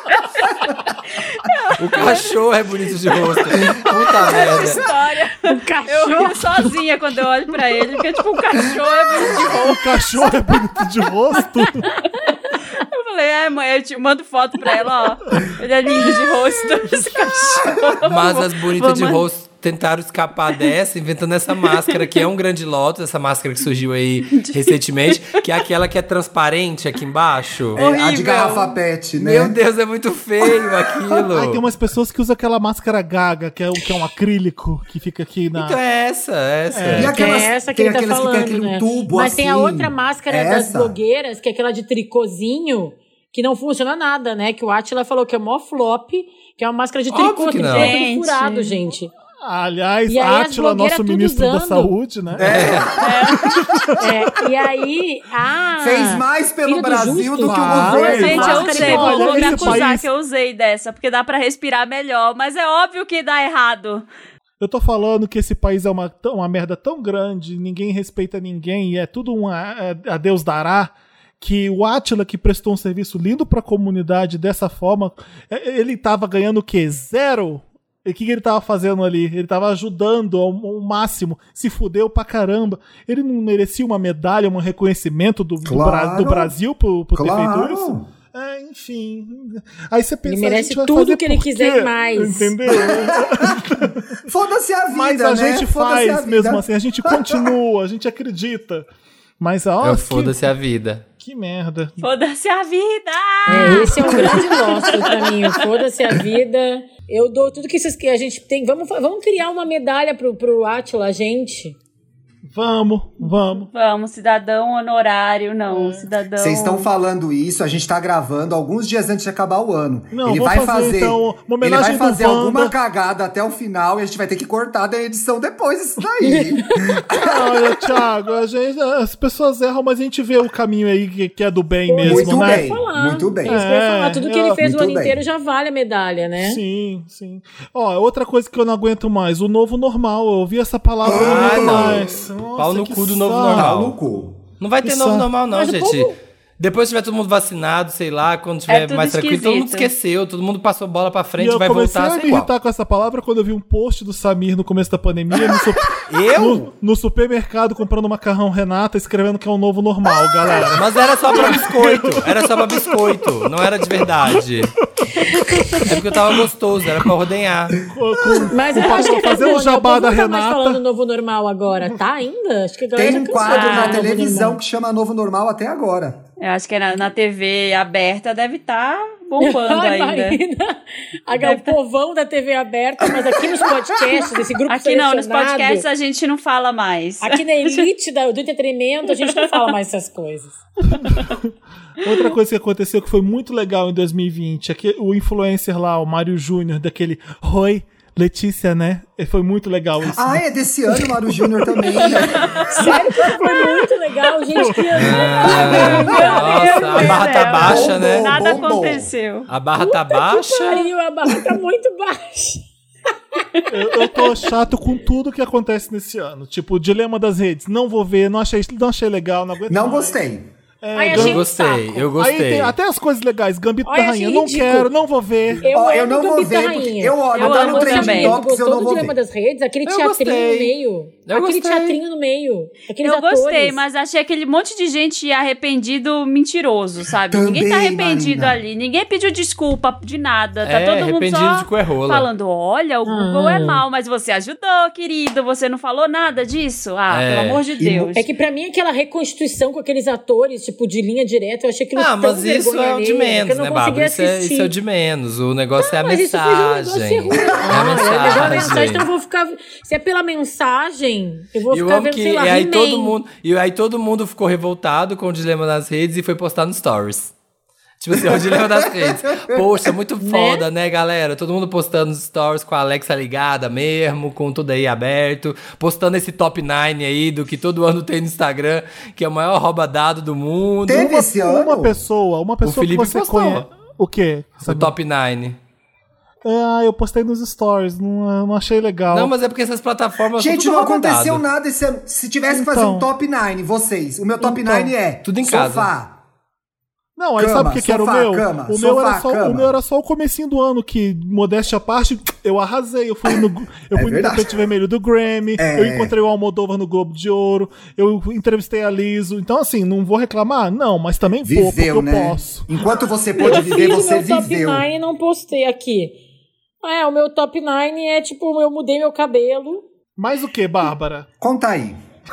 O cachorro é bonito de rosto. Puta merda. História. O cachorro. Eu rio sozinha quando eu olho pra ele, porque tipo, o cachorro é bonito de rosto. O cachorro é bonito de rosto? Eu falei, mãe, eu te mando foto pra ela, ó. Ele é lindo de rosto, esse cachorro. Mas as bonitas de rosto tentaram escapar dessa, inventando essa máscara, que é um grande lotus, essa máscara que surgiu aí recentemente, que é aquela que é transparente aqui embaixo. A de garrafa pet, né? Meu Deus, é muito feio aquilo. Ai, tem umas pessoas que usam aquela máscara gaga, que é um acrílico, que fica aqui na... Então é essa. E aquelas, é essa que ele tá falando, que tem aquele tubo Mas assim. tem a outra máscara das blogueiras, que é aquela de tricôzinho, que não funciona nada, né? Que o Átila falou que é mó flop, que é uma máscara de tricô, que não é tudo furado, gente. Aliás, Átila, nosso ministro da Saúde, né? E aí, fez mais pelo Brasil do que o governo. Gente, eu usei, vou me acusar que eu usei dessa, porque dá pra respirar melhor, mas é óbvio que dá errado. Eu tô falando que esse país é uma merda tão grande, ninguém respeita ninguém, e é tudo a Deus dará, que o Átila, que prestou um serviço lindo pra comunidade dessa forma, ele tava ganhando o quê? 0? E o que ele tava fazendo ali? Ele tava ajudando ao máximo. Se fudeu pra caramba. Ele não merecia uma medalha, um reconhecimento do Brasil por ter feito isso? Enfim. Aí você pensa, ele merece tudo que ele quiser mais. Entendeu? Foda-se a vida, mas a gente faz mesmo assim. A gente continua, a gente acredita. Mas foda-se a vida. Que merda. Foda-se a vida! Esse é um grande lost pra mim. Foda-se a vida. Eu dou tudo que a gente tem. Vamos criar uma medalha pro Átila, gente. Vamos, cidadão honorário, não, cidadão... Vocês estão falando isso, a gente tá gravando alguns dias antes de acabar o ano. Não, ele vai fazer então, uma homenagem ele vai fazer alguma cagada até o final e a gente vai ter que cortar da edição depois isso daí. Olha, Thiago, as pessoas erram, mas a gente vê o caminho aí que é do bem mesmo, muito né? Bem, muito bem. Isso que eu ia falar, tudo que ele fez o ano inteiro já vale a medalha, né? Sim. Outra coisa que eu não aguento mais, o novo normal, eu ouvi essa palavra muito mais. Nossa, pau no cu do novo normal. Pau no cu. Não vai ter novo normal, não, gente. Depois que tiver todo mundo vacinado, sei lá, quando tiver mais tranquilo, todo mundo esqueceu, todo mundo passou bola pra frente, vai voltar a ser igual. Eu comecei a me irritar com essa palavra quando eu vi um post do Samir no começo da pandemia, no supermercado, comprando macarrão Renata, escrevendo que é um novo normal, galera. Mas era só pra biscoito, não era de verdade. É porque eu tava gostoso, era pra ordenhar. Mas eu acho que fazendo o jabá da Renata. Mais falando novo normal agora, tá ainda? Acho que a galera tem um quadro na televisão que chama Novo Normal até agora. Eu acho que na TV aberta deve estar bombando ainda. O povão da TV aberta, mas aqui nos podcasts, esse grupo aqui não, nos podcasts a gente não fala mais. Aqui na elite do entretenimento, a gente não fala mais essas coisas. Outra coisa que aconteceu que foi muito legal em 2020 é que o influencer lá, o Mário Júnior, daquele Oi, Letícia, né? Foi muito legal isso. É desse ano o Mário Júnior também, né? Sério que foi muito legal, gente. Que nossa, a barra tá baixa, né? Nada aconteceu. A barra tá baixa? A barra tá muito baixa. Eu tô chato com tudo que acontece nesse ano. Tipo, o dilema das redes. Não vou ver, não achei legal, não aguento mais. Gostei. Eu gostei. Aí tem até as coisas legais. Gambito da Rainha, não quero, não vou ver. Eu não vou ver, porque eu tá no Trending Topics, eu não vou ver. Dilema das redes, aquele teatrinho no meio. Teatrinho no meio. Eu gostei, mas achei aquele monte de gente arrependido mentiroso, sabe? Também, ninguém tá arrependido ali, ninguém pediu desculpa de nada. Tá todo mundo só falando, olha, o Google é mal, mas você ajudou, querido, você não falou nada disso? Pelo amor de Deus. É que pra mim aquela reconstituição com aqueles atores, tipo, de linha direta, eu achei aquilo tão mas isso é o de menos, né, Bárbara? Isso é o de menos. O negócio é a mensagem. É a mensagem, então eu vou ficar... Se é pela mensagem, eu vou ficar vendo, sei lá, E aí todo mundo ficou revoltado com o dilema das redes e foi postar no Stories. Tipo assim, o dilema das redes. Poxa, muito foda, né, galera? Todo mundo postando nos stories com a Alexa ligada mesmo, com tudo aí aberto. Postando esse top 9 aí do que todo ano tem no Instagram, que é o maior rouba-dado do mundo. Teve esse ano? Uma pessoa o Felipe que você conhece. O quê? O top 9. Eu postei nos stories, não achei legal. Não, mas é porque essas plataformas... Gente, não aconteceu nada esse ano. Se tivesse que fazer um top 9, vocês, o meu top 9 é tudo em sofá. casa. Não, aí sabe o que era o meu? Cama, o meu era só o comecinho do ano, que, modéstia à parte, eu arrasei. Eu fui no tapete vermelho do Grammy, eu encontrei o Almodóvar no Globo de Ouro, eu entrevistei a Liso. Então, assim, não vou reclamar? Não, mas também vou, porque eu posso. Enquanto você pôde viver, você viveu. Eu fiz o meu top 9 e não postei aqui. O meu top 9 é tipo, eu mudei meu cabelo. Mais o que, Bárbara? Conta aí.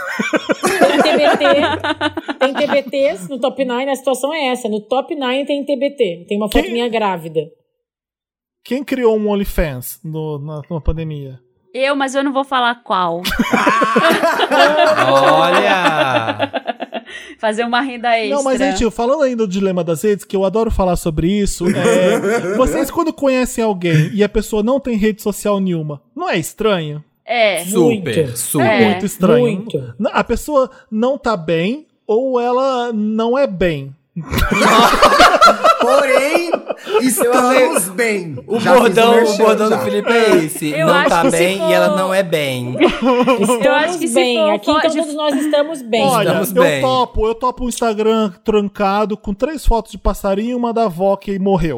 Tem TBTs no top 9, a situação é essa. No top 9 tem TBT. Tem uma foto minha grávida. Quem criou um OnlyFans na pandemia? Mas eu não vou falar qual. Olha! Fazer uma renda extra. Não, mas, gente, falando ainda do dilema das redes, que eu adoro falar sobre isso, vocês quando conhecem alguém e a pessoa não tem rede social nenhuma, não é estranho? Super. É muito estranho. Muito. A pessoa não tá bem ou ela não é bem. Porém, estamos bem. O bordão do Felipe é esse. Não tá bem e ela não é bem. Eu acho que bem. Aqui então todos nós estamos bem. Olha, eu topo um Instagram trancado com 3 fotos de passarinho e uma da avó que morreu.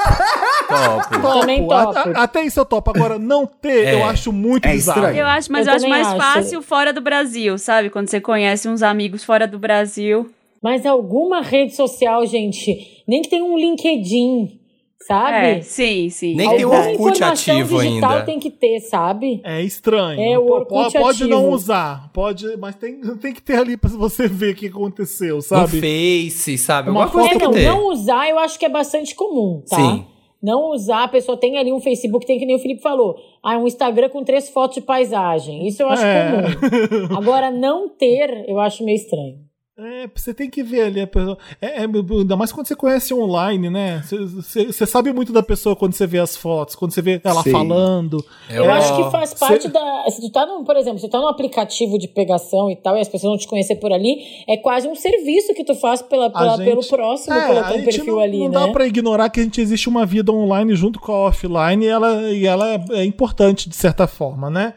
Também topo. Até isso eu topo. Agora, não ter, eu acho muito bizarro. Estranho. Eu acho mais fácil fora do Brasil, sabe? Quando você conhece uns amigos fora do Brasil. Mas alguma rede social, gente, nem que tenha um LinkedIn, sabe? Sim. Nem que tenha o Orkut ativo ainda. Tem que ter, sabe? É estranho. O Orkut pode ativo. não usar, mas tem que ter ali pra você ver o que aconteceu, sabe? No Face, sabe? Uma foto tem que ter. Não usar eu acho que é bastante comum, tá? Sim. Não usar, a pessoa tem ali um Facebook, tem que nem o Felipe falou. Um Instagram com 3 fotos de paisagem. Isso eu acho comum. Agora, não ter, eu acho meio estranho. Você tem que ver ali a pessoa. Ainda mais quando você conhece online, né? Você sabe muito da pessoa quando você vê as fotos, quando você vê ela falando. Eu acho que faz parte da. Se tu tá por exemplo, se tu tá num aplicativo de pegação e tal, e as pessoas vão te conhecer por ali, é quase um serviço que tu faz pelo próximo, colocando um perfil ali, não né? Não dá pra ignorar que a gente existe uma vida online junto com a offline e ela é importante de certa forma, né?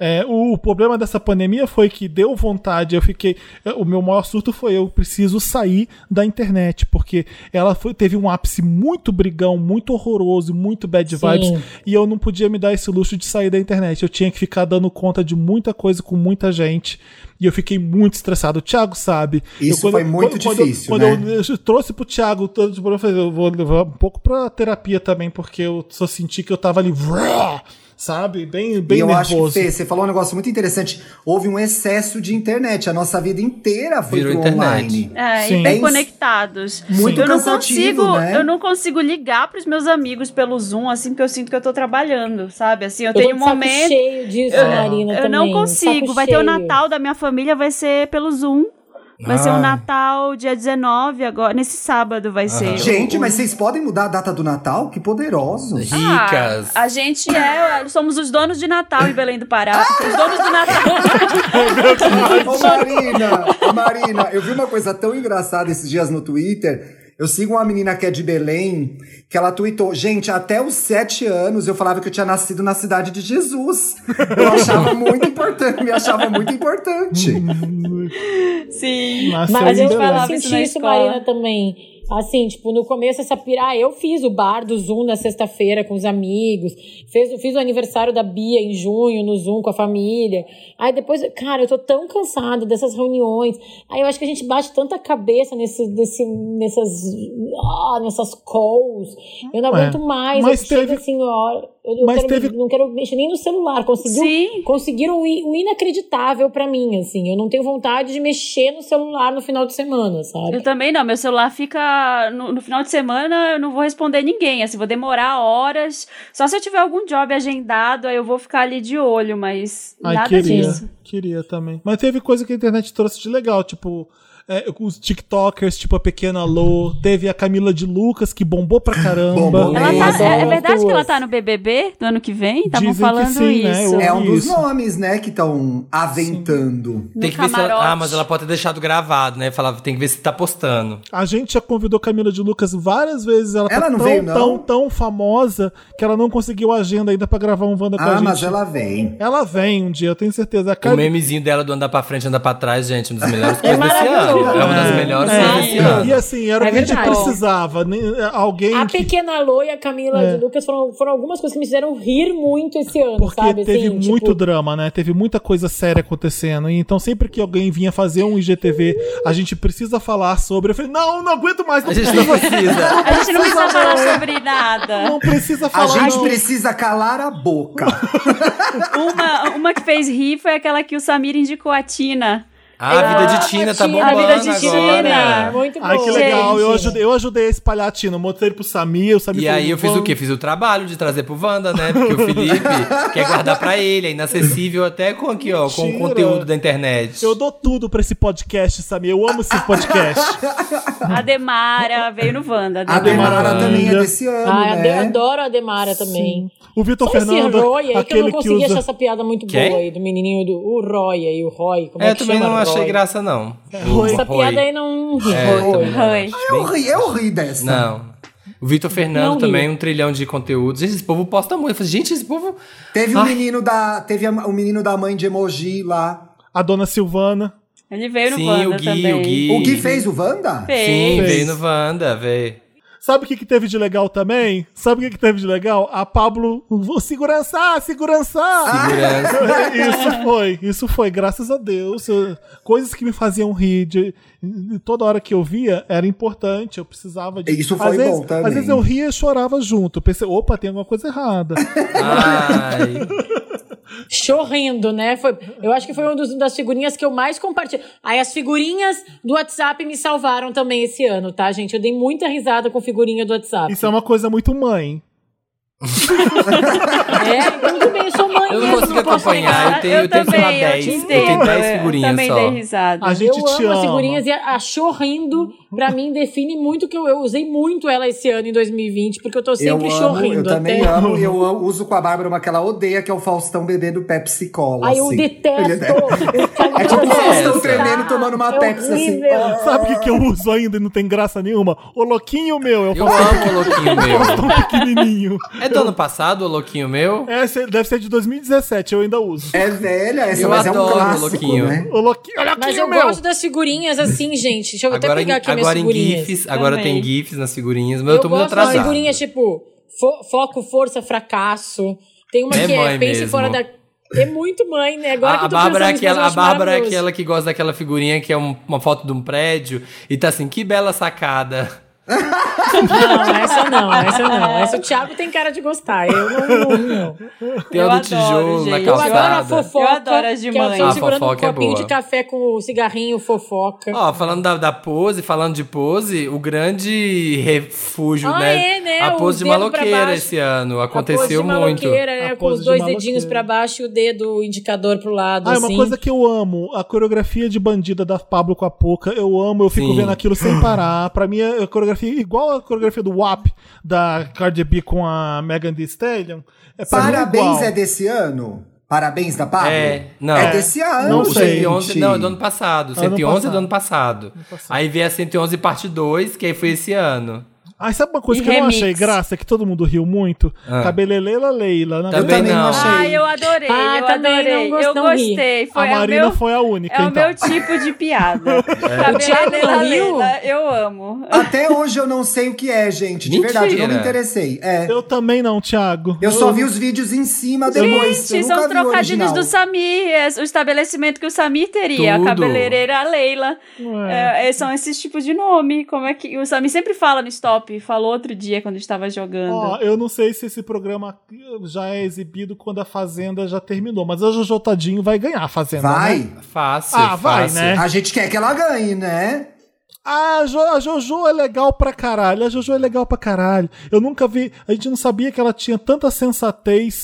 O problema dessa pandemia foi que deu vontade, o meu maior surto foi eu preciso sair da internet, porque ela teve um ápice muito brigão, muito horroroso, muito bad vibes, e eu não podia me dar esse luxo de sair da internet, eu tinha que ficar dando conta de muita coisa com muita gente, e eu fiquei muito estressado. O Thiago sabe. Isso foi muito difícil, quando eu trouxe pro Thiago, eu vou levar um pouco pra terapia também, porque eu só senti que eu tava ali... Sabe? Bem nervoso. E eu acho que, Fê, você falou um negócio muito interessante. Houve um excesso de internet. A nossa vida inteira foi pro online. E bem conectados. Muito cansativo, né? Eu não consigo ligar pros meus amigos pelo Zoom, assim, porque eu sinto que eu tô trabalhando, sabe? Assim, eu tenho um momento... cheio disso, Marina, eu não consigo. Vai ter o Natal da minha família, vai ser pelo Zoom. Vai ser o Natal, dia 19, agora, nesse sábado vai ser. Gente, mas vocês podem mudar a data do Natal? Que poderosos. Ricas. A gente somos os donos de Natal em Belém do Pará. Os donos do Natal. Marina, eu vi uma coisa tão engraçada esses dias no Twitter. Eu sigo uma menina que é de Belém, que ela tweetou, gente, até os 7 anos eu falava que eu tinha nascido na cidade de Jesus. Eu achava muito importante, me achava muito importante. Sim. Mas eu senti isso, Marina, também. Assim, tipo, no começo essa eu fiz o bar do Zoom na sexta-feira com os amigos, fiz o aniversário da Bia em junho no Zoom com a família. Aí depois, cara, eu tô tão cansada dessas reuniões. Aí eu acho que a gente bate tanta cabeça nessas calls. Eu não aguento mais. Mas chego assim, não quero mexer nem no celular. Conseguiram o inacreditável pra mim, assim. Eu não tenho vontade de mexer no celular no final de semana, sabe? Eu também não. Meu celular fica... No final de semana eu não vou responder ninguém, assim, vou demorar horas, só se eu tiver algum job agendado, aí eu vou ficar ali de olho, mas nada disso. Queria também. Mas teve coisa que a internet trouxe de legal, tipo, os TikTokers, tipo a Pequena Lô, teve a Camila de Lucas, que bombou pra caramba. É verdade que ela tá no BBB do ano que vem? Estavam falando que sim, isso. Né? É um dos nomes, né, que estão aventando. Tem que ver se ela, mas ela pode ter deixado gravado, né? Falava, tem que ver se tá postando. A gente já convidou Camila de Lucas várias vezes. Ela tá não veio, tão famosa que ela não conseguiu a agenda ainda pra gravar um Wanda com a gente. Mas ela vem. Ela vem um dia, eu tenho certeza. O memezinho dela do andar pra frente, andar pra trás, gente, uma das melhores coisas desse ano. É uma das melhores coisas desse ano. E assim, era o que a gente precisava. Alguém a Pequena Lô e a Camila de Lucas foram algumas coisas que me fizeram rir muito esse ano, porque sabe? Teve muito drama, né? Teve muita coisa séria acontecendo. E então, sempre que alguém vinha fazer um IGTV, a gente precisa falar sobre. Eu falei, não aguento mais. A gente não precisa. A gente não precisa falar sobre nada. Não precisa falar. A gente precisa calar a boca. Uma que fez rir foi aquela que o Samir indicou, a Tina. A Vida de Tina tá bombando agora. A Vida de Tina, muito bom. Ai, que legal. Eu ajudei a espalhar a Tina. Eu mostrei pro Samir, o Samir. E aí eu fiz o quê? Fiz o trabalho de trazer pro Wanda, né? Porque o Felipe quer guardar pra ele. É inacessível até com aqui, ó, com o conteúdo da internet. Eu dou tudo pra esse podcast, Samir. Eu amo esse podcast. A Demara veio no Wanda. A Demara também é desse ano, né? Eu adoro a Demara também. Sim. O Vitor Fernando, esse Roy aí, aquele que eu não consegui usa... achar essa piada muito boa aí, do menininho o Roy aí, o Roy, como é que chama? Eu também não achei graça, não. Essa piada aí não ri. Eu ri dessa. Não. O Vitor Fernando também, 1 trilhão de conteúdos. Gente, esse povo posta muito. Eu falei, gente, esse povo... Teve o menino da mãe de emoji lá. A dona Silvana. Ele veio no Wanda também. O Gui fez o Wanda? Sim, veio no Wanda, veio. Sabe o que teve de legal também? Sabe o que teve de legal? A Pablo... Segurança! Isso foi, graças a Deus. Coisas que me faziam rir. Toda hora que eu via, era importante. Eu precisava de... Isso foi bom também. Às vezes eu ria e chorava junto. Eu pensei, opa, tem alguma coisa errada. Ai... Chorrindo, né? Eu acho que foi uma das figurinhas que eu mais compartilhei. Aí as figurinhas do WhatsApp me salvaram também esse ano, tá, gente? Eu dei muita risada com figurinha do WhatsApp. Isso é uma coisa muito mãe. Tudo bem, eu sou mãe. Eu não consigo acompanhar, eu tenho sei lá 10. Eu tenho 10 figurinhas também só. Dei risada. A gente eu te amo ama. as figurinhas e a chorrindo, pra mim, define muito que eu usei muito ela esse ano, em 2020, porque eu tô sempre chorrindo. Eu também amo, eu uso com a Bárbara uma que ela odeia, que é o Faustão bebendo Pepsi Cola. Ai, eu detesto. É tipo o Faustão tremendo, tomando uma Pepsi assim. Sabe o que eu uso ainda e não tem graça nenhuma? O louquinho meu. Eu amo o louquinho meu. Faustão pequenininho. É do ano passado, o louquinho meu? Deve ser de 2017, eu ainda uso. É velha, mas é um clássico, o louquinho. Né? O louquinho mas eu gosto das figurinhas assim, gente. Deixa eu até pegar aqui minhas figurinhas. Agora tem GIFs nas figurinhas, mas eu tô muito atrasado. Eu gosto das figurinhas tipo foco, força, fracasso. Tem uma que é pense fora da... É muito mãe, né? Agora que eu tô Bárbara a Bárbara é aquela que gosta daquela figurinha que é uma foto de um prédio e tá assim, que bela sacada. Não, essa não. Essa o Thiago tem cara de gostar. Eu não. Tem a do tijolo na calçada. Eu adoro a fofoca. Eu adoro as de mãe. Eu segurando um copinho de café com o cigarrinho, fofoca. Falando da pose, falando de pose, o grande refúgio, né? A pose de maloqueira esse ano. Aconteceu muito. Com os dois dedinhos pra baixo e o dedo indicador pro lado, assim. Uma coisa que eu amo, a coreografia de Bandida da Pablo com a Poca, eu amo, eu fico vendo aquilo sem parar. Pra mim, a coreografia igual a coreografia do WAP da Cardi B com a Megan Thee Stallion. Parabéns, é desse ano? Parabéns da Pablo? Não. É desse ano. Não sei. 111, não, é do ano passado. 111 é do ano passado. Aí veio a 111 parte 2, que aí foi esse ano. Sabe uma coisa que eu não achei graça, que todo mundo riu muito? Cabelelela Leila. Também não. Eu adorei, eu adorei. Eu gostei. A Marina foi a única, o meu tipo de piada. Cabelelela Leila, eu amo. Até hoje eu não sei o que é, gente. De verdade, eu não me interessei. Eu também não, Thiago. Eu só vi os vídeos em cima depois. Gente, são trocadilhos do Samir. O estabelecimento que o Samir teria. A cabeleireira Leila. São esses tipos de nome. Como é que... O Samir sempre fala no Stop. Falou outro dia quando estava jogando. Eu não sei se esse programa já é exibido quando a Fazenda já terminou, mas a Jojo Todinho vai ganhar a Fazenda. Vai? Né? Fácil. Vai, né? A gente quer que ela ganhe, né? A Jojo é legal pra caralho. Eu nunca vi. A gente não sabia que ela tinha tanta sensatez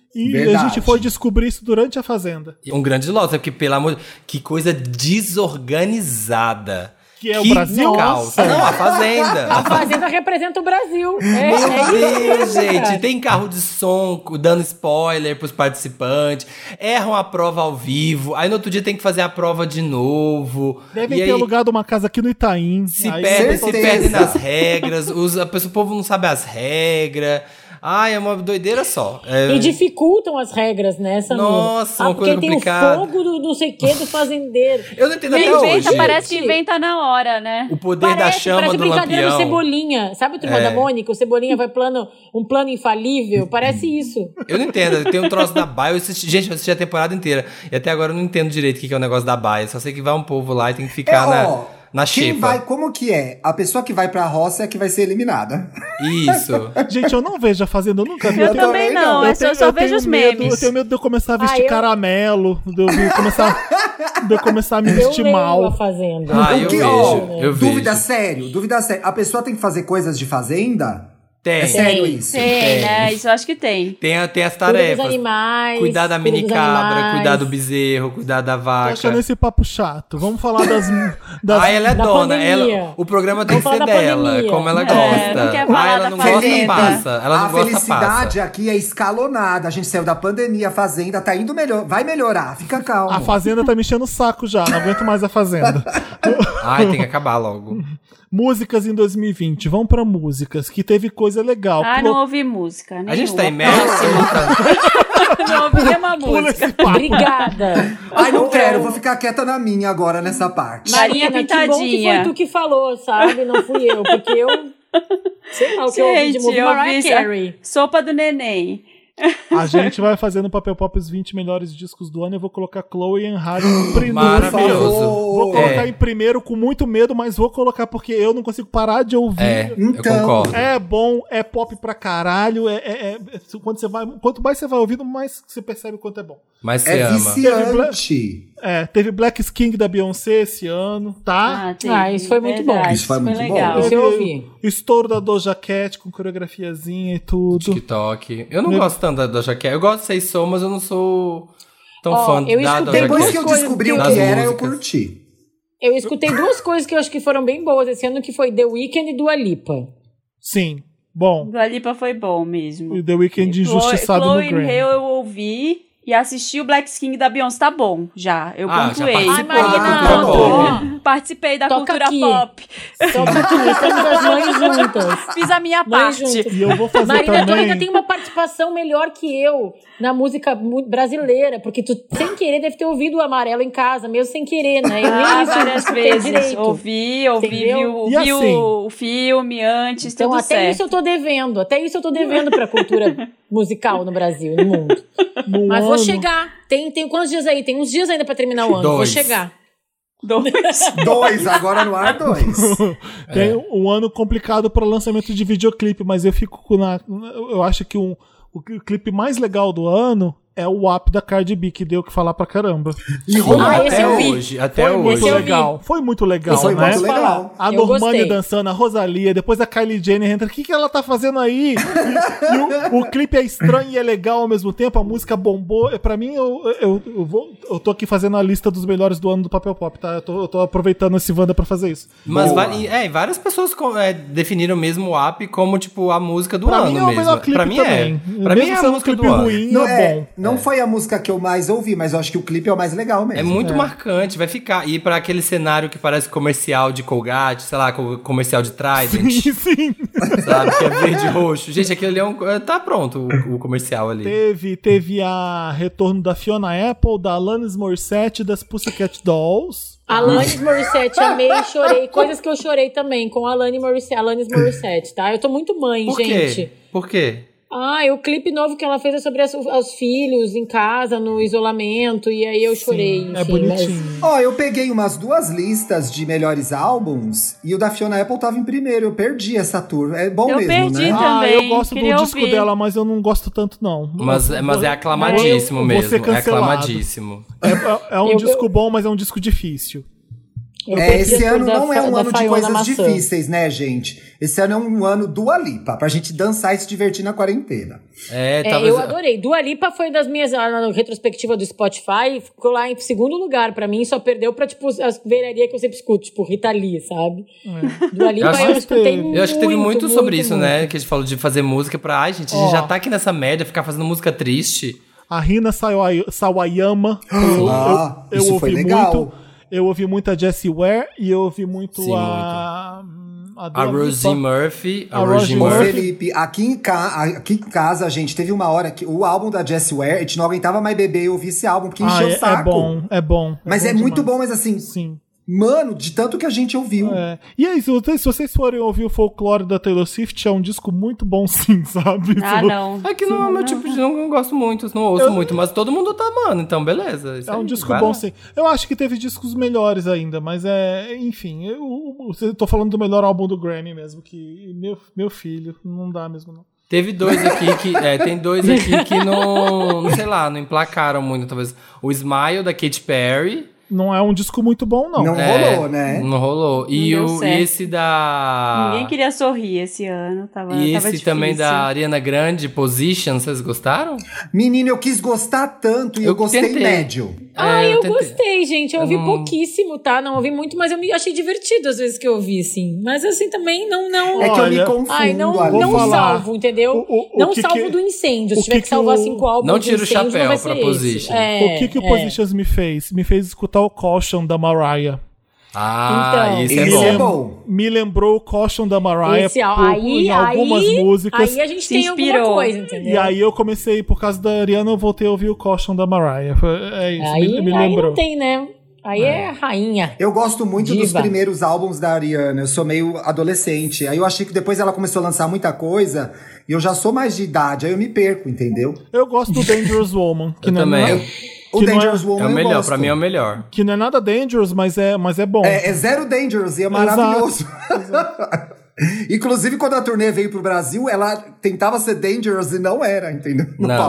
E a gente foi descobrir isso durante a Fazenda. Um grande lote, porque pelo amor... Que coisa desorganizada. Que é o Brasil? Nossa. Não, a Fazenda. A Fazenda representa o Brasil. Meu Deus, gente. Tem carro de som dando spoiler pros participantes. Erram a prova ao vivo. Aí no outro dia tem que fazer a prova de novo. Devem ter alugado uma casa aqui no Itaim. Se perdem nas regras. O povo não sabe as regras. Ai, é uma doideira só. E dificultam as regras, né? Nossa, uma coisa complicada. Porque tem o fogo do não sei o que do fazendeiro. Eu não entendo até hoje. Parece que inventa na hora, né? O poder da chama do brincadeira lampião. do Cebolinha. Sabe o Turma da Mônica? O Cebolinha vai um plano infalível. Parece isso. Eu não entendo. Tem um troço da baia. Gente, eu assisti a temporada inteira. E até agora eu não entendo direito o que é o negócio da baia. Só sei que vai um povo lá e tem que ficar na xepa. Como que é? A pessoa que vai pra roça é a que vai ser eliminada. Isso. Gente, eu não vejo a Fazenda, eu nunca vi. Eu também não, eu só vejo os memes. Eu tenho medo de eu começar a vestir caramelo, de eu começar a me vestir mal. A Fazenda. Eu vejo. Dúvida sério. A pessoa tem que fazer coisas de Fazenda? Tem. É sério isso? Tem, né? Isso eu acho que tem. Tem as tarefas. Cuidar dos animais. Cuidar da mini cabra, cuidar do bezerro, cuidar da vaca. Tô achando esse papo chato. Vamos falar das ela é dona. O programa tem que ser dela, pandemia. Como ela gosta. Não quer falar ela não gosta, passa. Ela não gosta, felicidade aqui é escalonada. A gente saiu da pandemia, a Fazenda tá indo melhor. Vai melhorar, fica calmo. A Fazenda tá me enchendo o saco já, não aguento mais a Fazenda. Ai, tem que acabar logo. Músicas em 2020. Vamos pra músicas, que teve coisa legal. Não ouvi música nenhuma. A gente tá imerso. Não ouvi nenhuma música. Obrigada. Ai, não quero. Vou ficar quieta na minha agora, nessa parte. Marina Pintadinha. Que bom que foi tu que falou, sabe? Não fui eu. Porque eu... Sei lá o que eu ouvi de música. Mariah Carey. Sopa do Neném. A gente vai fazer no Papel Pop os 20 melhores discos do ano. Eu vou colocar Chloe e Harry em primeiro. Maravilhoso. Vou colocar em primeiro com muito medo, mas vou colocar porque eu não consigo parar de ouvir. Eu concordo. É bom, é pop pra caralho. Quanto mais você vai ouvindo, mais você percebe o quanto é bom. Mas você ama. Viciante. Teve Black King da Beyoncé esse ano, tá? Isso foi muito bom. Isso foi muito legal. bom. Isso eu ouvi. Estouro da Doja Cat com coreografiazinha e tudo. TikTok. Eu não gosto tanto da Doja Cat. Eu gosto de Sei Som, mas eu não sou tão fã da Doja Cat. Depois que eu descobri o que era, eu curti. Eu escutei duas coisas que eu acho que foram bem boas esse ano, que foi The Weeknd e Dua Lipa. Sim, bom. Dua Lipa foi bom mesmo. E The Weeknd injustiçado no Grammy. Chloe eu ouvi e assisti o Black King da Beyoncé, tá bom, já. Eu pontuei. Participei da cultura pop. Toca aqui, estamos as mães juntas. Fiz a minha parte. E eu vou fazer Marina, também... tu ainda tem uma participação melhor que eu na música brasileira, porque tu, sem querer, deve ter ouvido o Amarelo em casa, mesmo sem querer, né? Eu nem várias vezes. Direito. Ouvi, vi o filme antes, então, tudo até certo. Isso eu tô devendo. Até isso eu tô devendo pra cultura musical no Brasil, no mundo. Mas vou chegar. Tem quantos dias aí? Tem uns dias ainda pra terminar o ano. 2. Vou chegar. 2, agora no ar 2. Tem um ano complicado para lançamento de videoclipe, mas eu fico eu acho que o clipe mais legal do ano é o WAP da Cardi B, que deu o que falar pra caramba. Até hoje. Foi muito legal, Foi né? muito legal. A Normani dançando, a Rosalia, depois a Kylie Jenner entra. O que ela tá fazendo aí? E o clipe é estranho e é legal ao mesmo tempo, a música bombou. Pra mim, eu tô aqui fazendo a lista dos melhores do ano do Papel Pop, tá? Eu tô aproveitando esse Wanda pra fazer isso. Mas várias pessoas definiram mesmo o WAP como, tipo, a música do ano mesmo. Pra mim é. Pra mim é a música do ano. Ruim, não foi a música que eu mais ouvi, mas eu acho que o clipe é o mais legal mesmo. É muito marcante, vai ficar. E pra aquele cenário que parece comercial de Colgate, sei lá, comercial de Trident. Sim. Sabe, que é verde e roxo. Gente, aquele tá pronto o comercial ali. Teve a retorno da Fiona Apple, da Alanis Morissette, das Pussycat Dolls. Alanis Morissette, amei, chorei. Coisas que eu chorei também com a Alanis Morissette, tá? Eu tô muito mãe, gente. Por quê? O clipe novo que ela fez é sobre os filhos em casa, no isolamento, e aí eu chorei. Enfim, é bonitinho. Eu peguei umas 2 listas de melhores álbuns e o da Fiona Apple tava em primeiro. Eu perdi essa tour. É bom mesmo, perdi né? também. Eu gosto do disco dela, mas eu não gosto tanto, não. Mas é aclamadíssimo mesmo. É aclamadíssimo. É um disco bom, mas é um disco difícil. Esse ano não é um ano de coisas difíceis, né, gente? Esse ano é um ano Dua Lipa, pra gente dançar e se divertir na quarentena. Eu adorei. Dua Lipa foi das minhas, na retrospectiva do Spotify, ficou lá em segundo lugar pra mim, só perdeu pra, tipo, as velharias que eu sempre escuto, tipo, Rita Lee, sabe? Dua Lipa eu escutei muito. Eu acho que teve muito sobre isso, né? Que a gente falou de fazer música pra... Ai, gente, a gente já tá aqui nessa merda, ficar fazendo música triste. A Rina Sawayama, eu isso ouvi foi legal. muito. Eu ouvi muito a Jessie Ware e eu ouvi muito a Rosie Murphy. Ô, Felipe, aqui em casa, a gente teve uma hora que o álbum da Jessie Ware, a gente não aguentava mais beber e ouvir esse álbum, porque encheu o saco. É bom. Mas é muito bom, mas assim... Sim. Mano, de tanto que a gente ouviu. E aí, se vocês forem ouvir o Folklore da Taylor Swift, é um disco muito bom sim, sabe? Não. É que não é meu tipo de... Não gosto muito, não ouço muito, mas todo mundo tá amando, então beleza. É um disco bom sim. Eu acho que teve discos melhores ainda, mas enfim, eu tô falando do melhor álbum do Grammy mesmo, que meu filho, não dá mesmo não. Teve dois aqui que... tem dois aqui que não sei lá, não emplacaram muito, talvez. O Smile, da Katy Perry... Não é um disco muito bom, não. Não rolou, né? Não rolou. E esse da... Ninguém queria sorrir esse ano. E esse difícil. também da Ariana Grande, Position, vocês gostaram? Menino, eu quis gostar tanto e eu gostei médio. Eu gostei, gente. Eu ouvi pouquíssimo, tá? Não ouvi muito, mas eu me achei divertido às vezes que eu ouvi, assim. Mas assim, também não... É que eu me confundo. Não salvo, entendeu? Não salvo do incêndio. Se tiver que salvar 5 álbuns não tira o chapéu pra Position. O que o Positions me fez? Me fez escutar o Caution da Mariah. Então, esse é bom. Me lembrou o Caution da Mariah em algumas músicas. Aí a gente tem alguma coisa, entendeu? E aí eu comecei, por causa da Ariana, eu voltei a ouvir o Caution da Mariah. É isso, me lembrou. Aí não tem, né? Aí é rainha. Eu gosto muito dos primeiros álbuns da Ariana. Eu sou meio adolescente. Aí eu achei que depois ela começou a lançar muita coisa. E eu já sou mais de idade. Aí eu me perco, entendeu? Eu gosto do Dangerous Woman. Que não também. O Dangerous Woman é o melhor, pra mim é o melhor. Que não é nada dangerous, mas é bom. É zero dangerous e é maravilhoso. Exato. Inclusive, quando a turnê veio pro Brasil, ela tentava ser dangerous e não era, entendeu?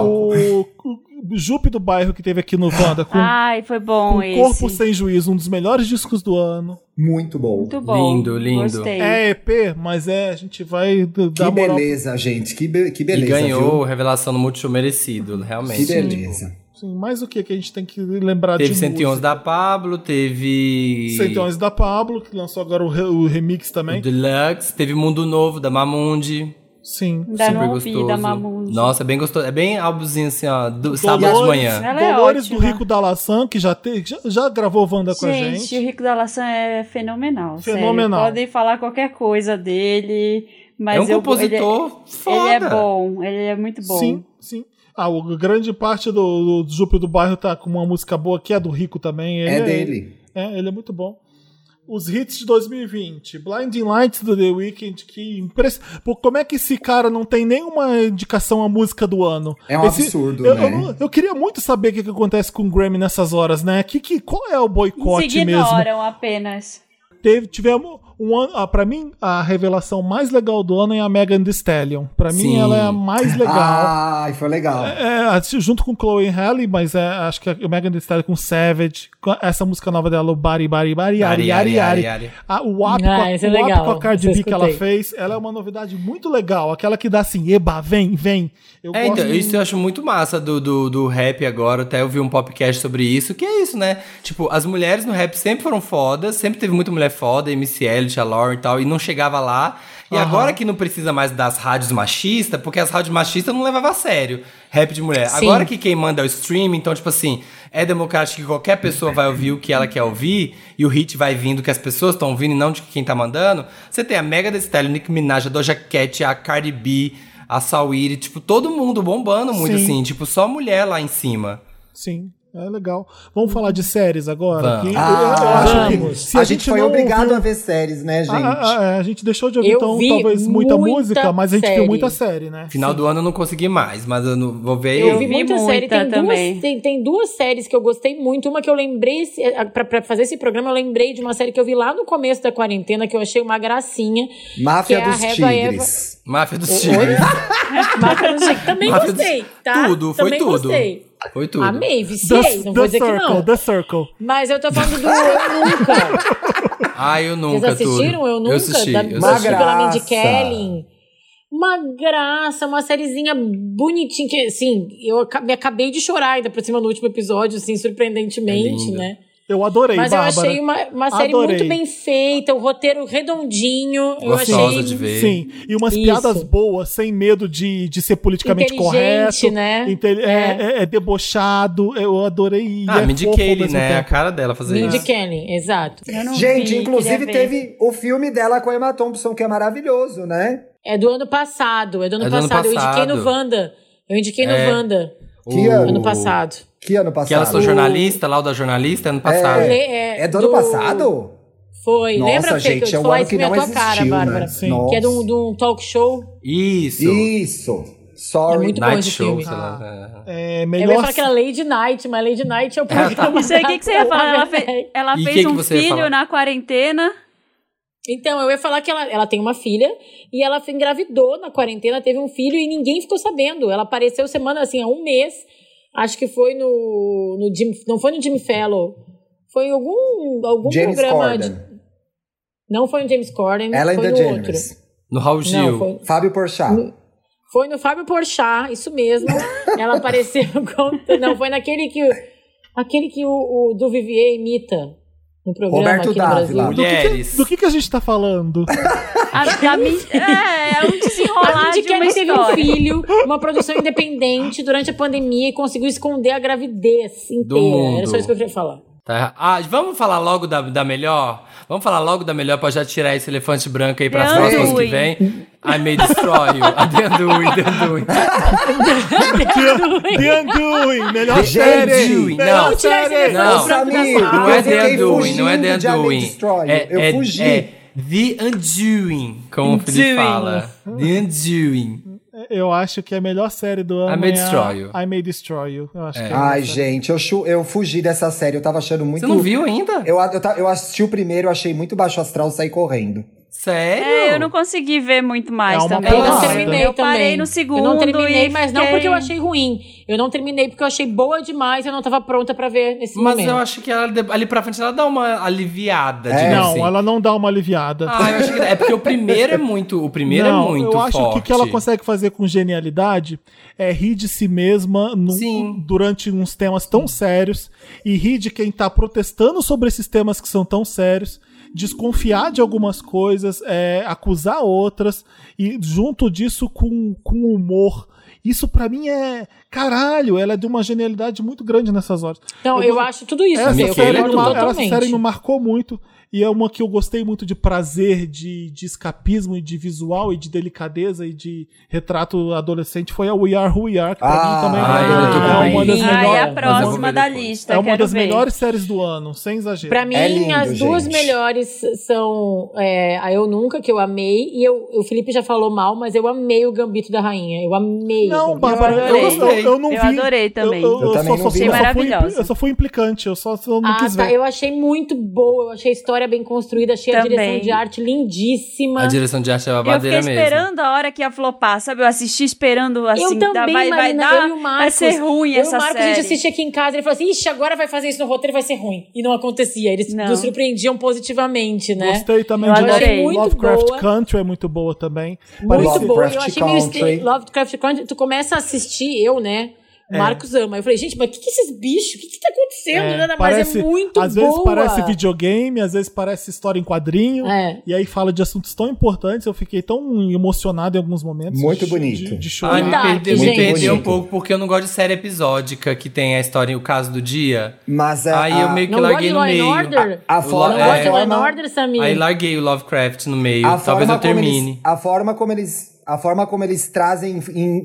O Jupe do Bairro que teve aqui no Wanda. Foi bom com esse. Corpo Sem Juízo, um dos melhores discos do ano. Muito bom. Muito bom. Lindo. Gostei. É EP, mas a gente vai dar Que beleza, gente. Que beleza, e ganhou revelação no Multishow merecido, realmente. Que beleza. Sim, mas o que a gente tem que lembrar teve de música? Teve 111 da Pablo, teve... 111 da Pablo, que lançou agora o remix também. O Deluxe, teve Mundo Novo, da Mamundi. Sim. Super gostoso. Da Mamundi. Nossa, é bem gostoso. É bem álbumzinho assim, ó, sábado de manhã. Dolores do Rico da Laçã, que já gravou Wanda com a gente. Gente, o Rico da Laçã é fenomenal. Fenomenal. Sério. Podem falar qualquer coisa dele, mas é um compositor foda. Ele é bom, ele é muito bom. Sim. A grande parte do Jupe do Bairro tá com uma música boa, que é do Rico também. Ele dele. Ele é muito bom. Os hits de 2020. Blinding Lights do The Weeknd, que como é que esse cara não tem nenhuma indicação à música do ano? É um absurdo, né? Eu queria muito saber o que acontece com o Grammy nessas horas, né? Qual é o boicote mesmo? Ignoram apenas. Tivemos pra mim, a revelação mais legal do ano é a Megan Thee Stallion. Pra mim, ela é a mais legal. Foi legal. Junto com Chloe Halle, mas acho que a Megan Thee Stallion com Savage, com essa música nova dela, o Bari. O WAP com a Cardi B que ela fez, ela é uma novidade muito legal. Aquela que dá assim, eba, vem. Isso eu acho muito massa do rap agora. Até eu vi um podcast sobre isso, que é isso, né? Tipo, as mulheres no rap sempre foram fodas, sempre teve muita mulher foda, MCL, Tia Lauren e tal, e não chegava lá. E agora que não precisa mais das rádios machistas, porque as rádios machistas não levavam a sério rap de mulher. Sim. Agora que quem manda é o streaming, então, tipo assim, é democrático que qualquer pessoa vai ouvir o que ela quer ouvir, e o hit vai vindo que as pessoas estão ouvindo e não de quem tá mandando. Você tem a Megan Thee Stallion, Nicki Minaj, a Doja Cat, a Cardi B, a Saweetie, tipo, todo mundo bombando muito, assim, tipo, só mulher lá em cima. Sim. É legal. Vamos falar de séries agora? Vamos. Eu acho que se a gente foi obrigado a ver séries, né, gente? A gente deixou de ouvir, então, talvez muita música, mas a gente viu muita série, né? Final do ano eu não consegui mais, mas eu não, vou ver. Eu vi muita série. Tem duas séries que eu gostei muito. Uma que eu lembrei, pra fazer esse programa, eu lembrei de uma série que eu vi lá no começo da quarentena, que eu achei uma gracinha. Máfia dos Tigres. Máfia dos Tigres. Máfia dos Tigres. Também gostei, tá? Foi tudo. Gostei. Foi tudo. Amei, viciei, não vou dizer que não. The Circle. Mas eu tô falando do Eu Nunca. Eu nunca. Vocês assistiram? Eu nunca. Eu assisti. Pela Mindy Kaling. Uma graça, uma sériezinha bonitinha. Que, assim, eu me acabei de chorar ainda por cima no último episódio, assim, surpreendentemente, né? Eu adorei, mas Bárbara. Eu achei uma série muito bem feita, o roteiro redondinho. Gostosa eu achei de ver. Sim, e umas piadas boas, sem medo de ser politicamente correto. Né? É debochado. Eu adorei. Mindy Kaling, né? A cara dela fazer isso. Mindy Kaling, exato. Gente, inclusive teve o filme dela com a Emma Thompson, que é maravilhoso, né? É do ano passado. Eu indiquei no Wanda. Que ano? Ano passado. Que ano passado? Que ela sou jornalista, lá o da jornalista, ano passado. É do ano passado? Foi. Nossa, Lembra, gente, que eu é um ano isso que não tua existiu, cara, Bárbara? né? Sim. Que é de um talk show. Isso. Sorry. É muito Night bom esse show, filme. sei lá. Melhor... Eu ia falar que era Lady Night, mas Lady Night é o programa. Não sei o que você ia falar. Ela fez um filho na quarentena. Então, eu ia falar que ela tem uma filha e ela engravidou na quarentena, teve um filho e ninguém ficou sabendo. Ela apareceu há um mês. Acho que foi no Jim, não foi no Jimmy Fallon, foi em algum James programa. Corden. Não foi no James Corden, Ellen foi no DeGeneres. outro. No Raul Gil. Não, Fábio Porchat. Foi no Fábio Porchat, isso mesmo. Ela apareceu não, foi naquele que o do Vivier imita no programa Roberto aqui no Brasil. Mulheres. Do que a gente tá falando? É um desenrolar de uma teve história. Um filho, uma produção independente durante a pandemia e conseguiu esconder a gravidez inteira. Era só isso que eu queria falar. Tá. Vamos falar logo da melhor? Vamos falar logo da melhor pra já tirar esse elefante branco aí pras próximas que vem? I May Destroy You. A The Undoing. The Undoing, melhor Gente, série. Não, série. Não é The Undoing, não é The Undoing. Eu fugi. É The Undoing, como o Felipe fala. The Undoing. Eu acho que a melhor série do ano I May Destroy You. I May Destroy You. Eu acho que Ai, gente, eu fugi dessa série. Eu tava achando muito... Você não viu ainda? Eu assisti o primeiro, achei muito baixo astral, saí correndo. Sério? Eu não consegui ver muito mais uma também. Eu não terminei Eu parei no segundo. Eu não terminei, e mas não porque eu achei ruim. Eu não terminei porque eu achei boa demais e eu não tava pronta pra ver nesse momento. Mas eu acho que ela, ali pra frente ela dá uma aliviada, digamos Não, assim. ela não dá uma aliviada. Eu acho que é porque o primeiro é muito eu acho forte. que o que ela consegue fazer com genialidade é rir de si mesma durante uns temas tão sérios e rir de quem tá protestando sobre esses temas que são tão sérios, desconfiar de algumas coisas, acusar outras e junto disso com humor. Isso pra mim caralho, ela é de uma genialidade muito grande nessas horas. Então, eu acho tudo isso. Essa totalmente. série me marcou muito. E é uma que eu gostei muito de prazer, de escapismo, e de visual, e de delicadeza, e de retrato adolescente. Foi a We Are Who We Are, que pra mim também é uma das melhores. É a próxima da lista. É uma das melhores séries do ano, sem exagero. Pra mim, as duas melhores são a Eu Nunca, que eu amei. E o Felipe já falou mal, mas eu amei o Gambito da Rainha. Eu amei. Não, Bárbara, eu não vi. Eu adorei também. Eu também não vi. Maravilhosa. Eu só fui implicante, eu só não quis ver. Eu achei muito boa, eu achei a história bem construída, achei a direção de arte lindíssima. A direção de arte é babadeira mesmo. Eu fiquei esperando a hora que ia flopar, sabe? Eu assisti esperando assim, eu também, vai ser ruim essa série. O Marcos, a gente assiste aqui em casa, ele falou assim, ixi, agora vai fazer isso no roteiro, vai ser ruim. E não acontecia, eles nos surpreendiam positivamente, né? Gostei também de Lovecraft Country, é muito boa também. Muito boa, eu achei meio Lovecraft Country, tu começa a assistir, Marcos ama. Eu falei, gente, mas o que esses bichos? O que tá acontecendo? Mas é muito boa. Às vezes parece videogame, às vezes parece história em quadrinho. E aí fala de assuntos tão importantes. Eu fiquei tão emocionado em alguns momentos. Muito bonito. De chorar. Me perdeu um pouco, porque eu não gosto de série episódica que tem a história, o caso do dia. Mas aí eu meio que larguei no meio. Não gosta de Law & Order, Samir? Aí larguei o Lovecraft no meio. Talvez eu termine. A forma como eles trazem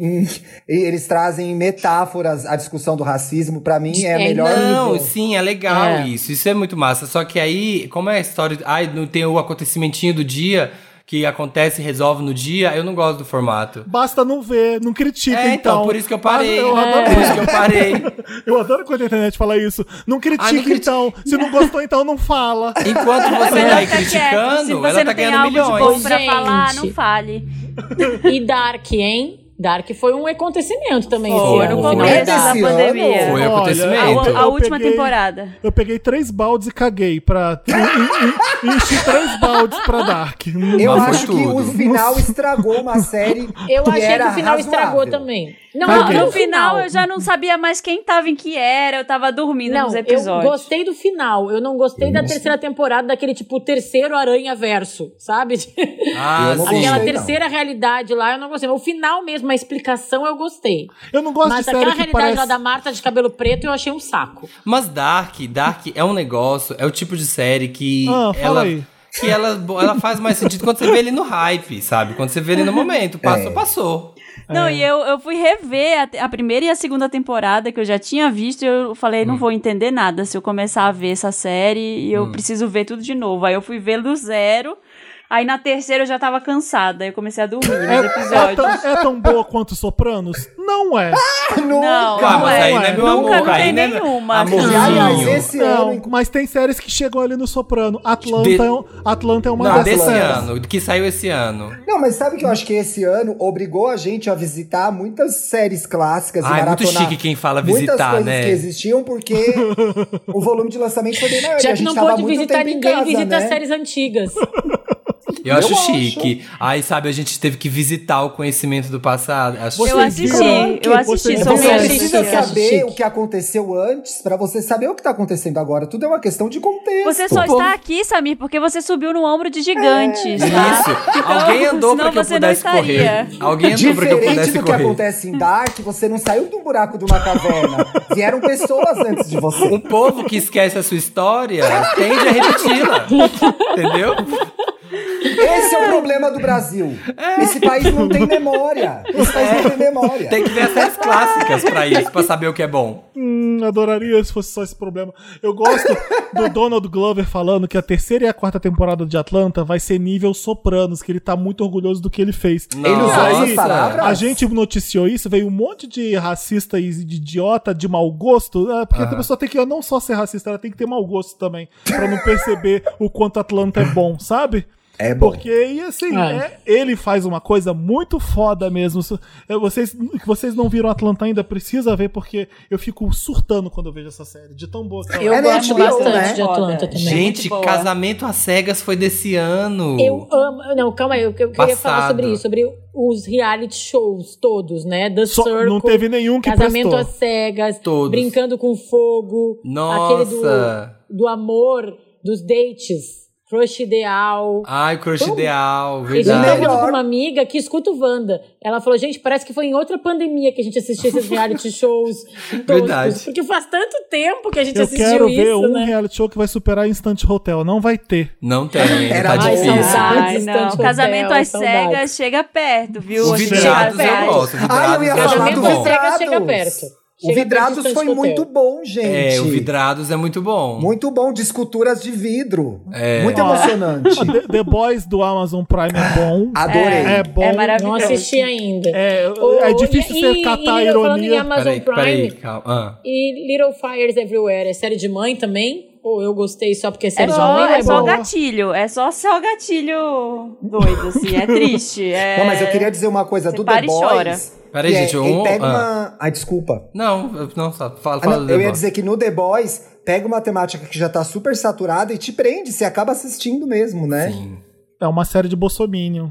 eles trazem metáforas à discussão do racismo, pra mim é a melhor nível. Sim, é legal isso. Isso é muito massa. Só que aí, como é a história... não tem o acontecimentinho do dia que acontece e resolve no dia, eu não gosto do formato. Basta não ver, não critica, então. Por isso que eu parei. Por isso que eu parei. Eu adoro quando a internet fala isso. Não critica, então. Se não gostou, então não fala. Enquanto você tá aí criticando, ela tá ganhando milhões. Se você não tem algo de bom pra falar, não fale. E Dark, hein? Dark foi um acontecimento também. Foi no começo da pandemia. Foi um acontecimento. A última temporada. Eu peguei 3 baldes e caguei pra enchi 3 baldes pra Dark. Eu acho que o final estragou uma série. Eu achei era que o final razoável. estragou também. No final eu já não sabia mais quem tava em que era, eu tava dormindo nos episódios. Eu gostei do final, eu não gostei da terceira temporada, daquele tipo terceiro Aranha-verso, sabe? Aquela terceira realidade lá, eu não gostei. O final mesmo, a explicação, eu gostei. Eu não gosto de série aquela que realidade lá da Marta de cabelo preto, eu achei um saco. Mas Dark é um negócio, é o tipo de série que ela faz mais sentido quando você vê ele no hype, sabe? Quando você vê ele no momento, passou. Não, e eu fui rever a primeira e a segunda temporada que eu já tinha visto e eu falei, não vou entender nada se eu começar a ver essa série e eu preciso ver tudo de novo. Aí eu fui ver do zero, aí na terceira eu já tava cansada, aí eu comecei a dormir nos episódios. É tão boa quanto Sopranos? Não é. Não, mas aí não é meu amor. Nunca tem nenhuma. Mas tem séries que chegam ali no Soprano. Atlanta é uma desse ano, que saiu esse ano. Não, mas sabe que eu acho que esse ano obrigou a gente a visitar muitas séries clássicas e maratonar. É muito chique quem fala visitar, muitas coisas que existiam, porque o volume de lançamento foi bem maior. Já a que gente não tava pôde muito visitar tempo em ninguém, casa, visita né? as séries antigas. Eu acho chique. Aí, sabe, a gente teve que visitar o conhecimento do passado. Eu assisti. Você precisa saber o que aconteceu antes pra você saber o que tá acontecendo agora. Tudo é uma questão de contexto. Você só está aqui, Samir, porque você subiu no ombro de gigantes, tá? Isso. Alguém andou pra que eu pudesse correr. Alguém andou pra que eu pudesse correr. Diferente do que acontece em Dark, você não saiu de um buraco de uma caverna. Vieram pessoas antes de você. Um povo que esquece a sua história tende a repeti-la. Entendeu? Esse é o problema do Brasil. Esse país não tem memória. Tem que ver as séries clássicas pra isso, pra saber o que é bom. Adoraria se fosse só esse problema. Eu gosto do Donald Glover falando que a terceira e a quarta temporada de Atlanta vai ser nível Sopranos, que ele tá muito orgulhoso do que ele fez. Ele usou essas palavras? A gente noticiou isso, veio um monte de racista e de idiota de mau gosto, porque a pessoa tem que não só ser racista, ela tem que ter mau gosto também, pra não perceber o quanto Atlanta é bom, sabe? É bom. Porque, e assim, ele faz uma coisa muito foda mesmo. Vocês não viram Atlanta ainda, precisa ver, porque eu fico surtando quando eu vejo essa série. De tão boa que eu gosto bastante de Atlanta também. Gente, Casamento às Cegas foi desse ano. Eu amo. Não, calma aí, eu queria falar sobre isso, sobre os reality shows todos, né? The Circle. Não teve nenhum que Casamento prestou. às Cegas. Todos. Brincando com Fogo. Nossa. Aquele do amor, dos dates. Crush Ideal. Ai, Crush Ideal, Eu verdade. tava com uma amiga que escuta o Wanda. Ela falou, gente, parece que foi em outra pandemia que a gente assistiu esses reality shows. Verdade. Porque faz tanto tempo que a gente assistiu isso, isso, Eu quero ver né? um reality show que vai superar Instant Hotel. Não vai ter. Não tem, tá difícil. Ai, não. Casamento às Cegas chega perto, viu? O Vidrados eu gosto. Eu ia falar do Casamento às Cegas chega perto. O Vidrados foi muito bom, gente. O Vidrados é muito bom. Muito bom, de esculturas de vidro. Muito emocionante. The Boys do Amazon Prime é bom. Adorei. É bom. É maravilhoso. Não assisti ainda. É difícil você catar a ironia. Falando em Amazon Prime, Peraí, calma. E Little Fires Everywhere, é série de mãe também? Ou eu gostei só porque é série de só, mãe? É só gatilho. É só gatilho doido, assim. É triste. Não, mas eu queria dizer uma coisa do The Boys. Peraí, gente, pega uma... Ai, desculpa. Não, só fala do The Boys. Eu ia dizer que no The Boys, pega uma temática que já tá super saturada e te prende, você acaba assistindo mesmo, né? Sim. É uma série de Bolsominion.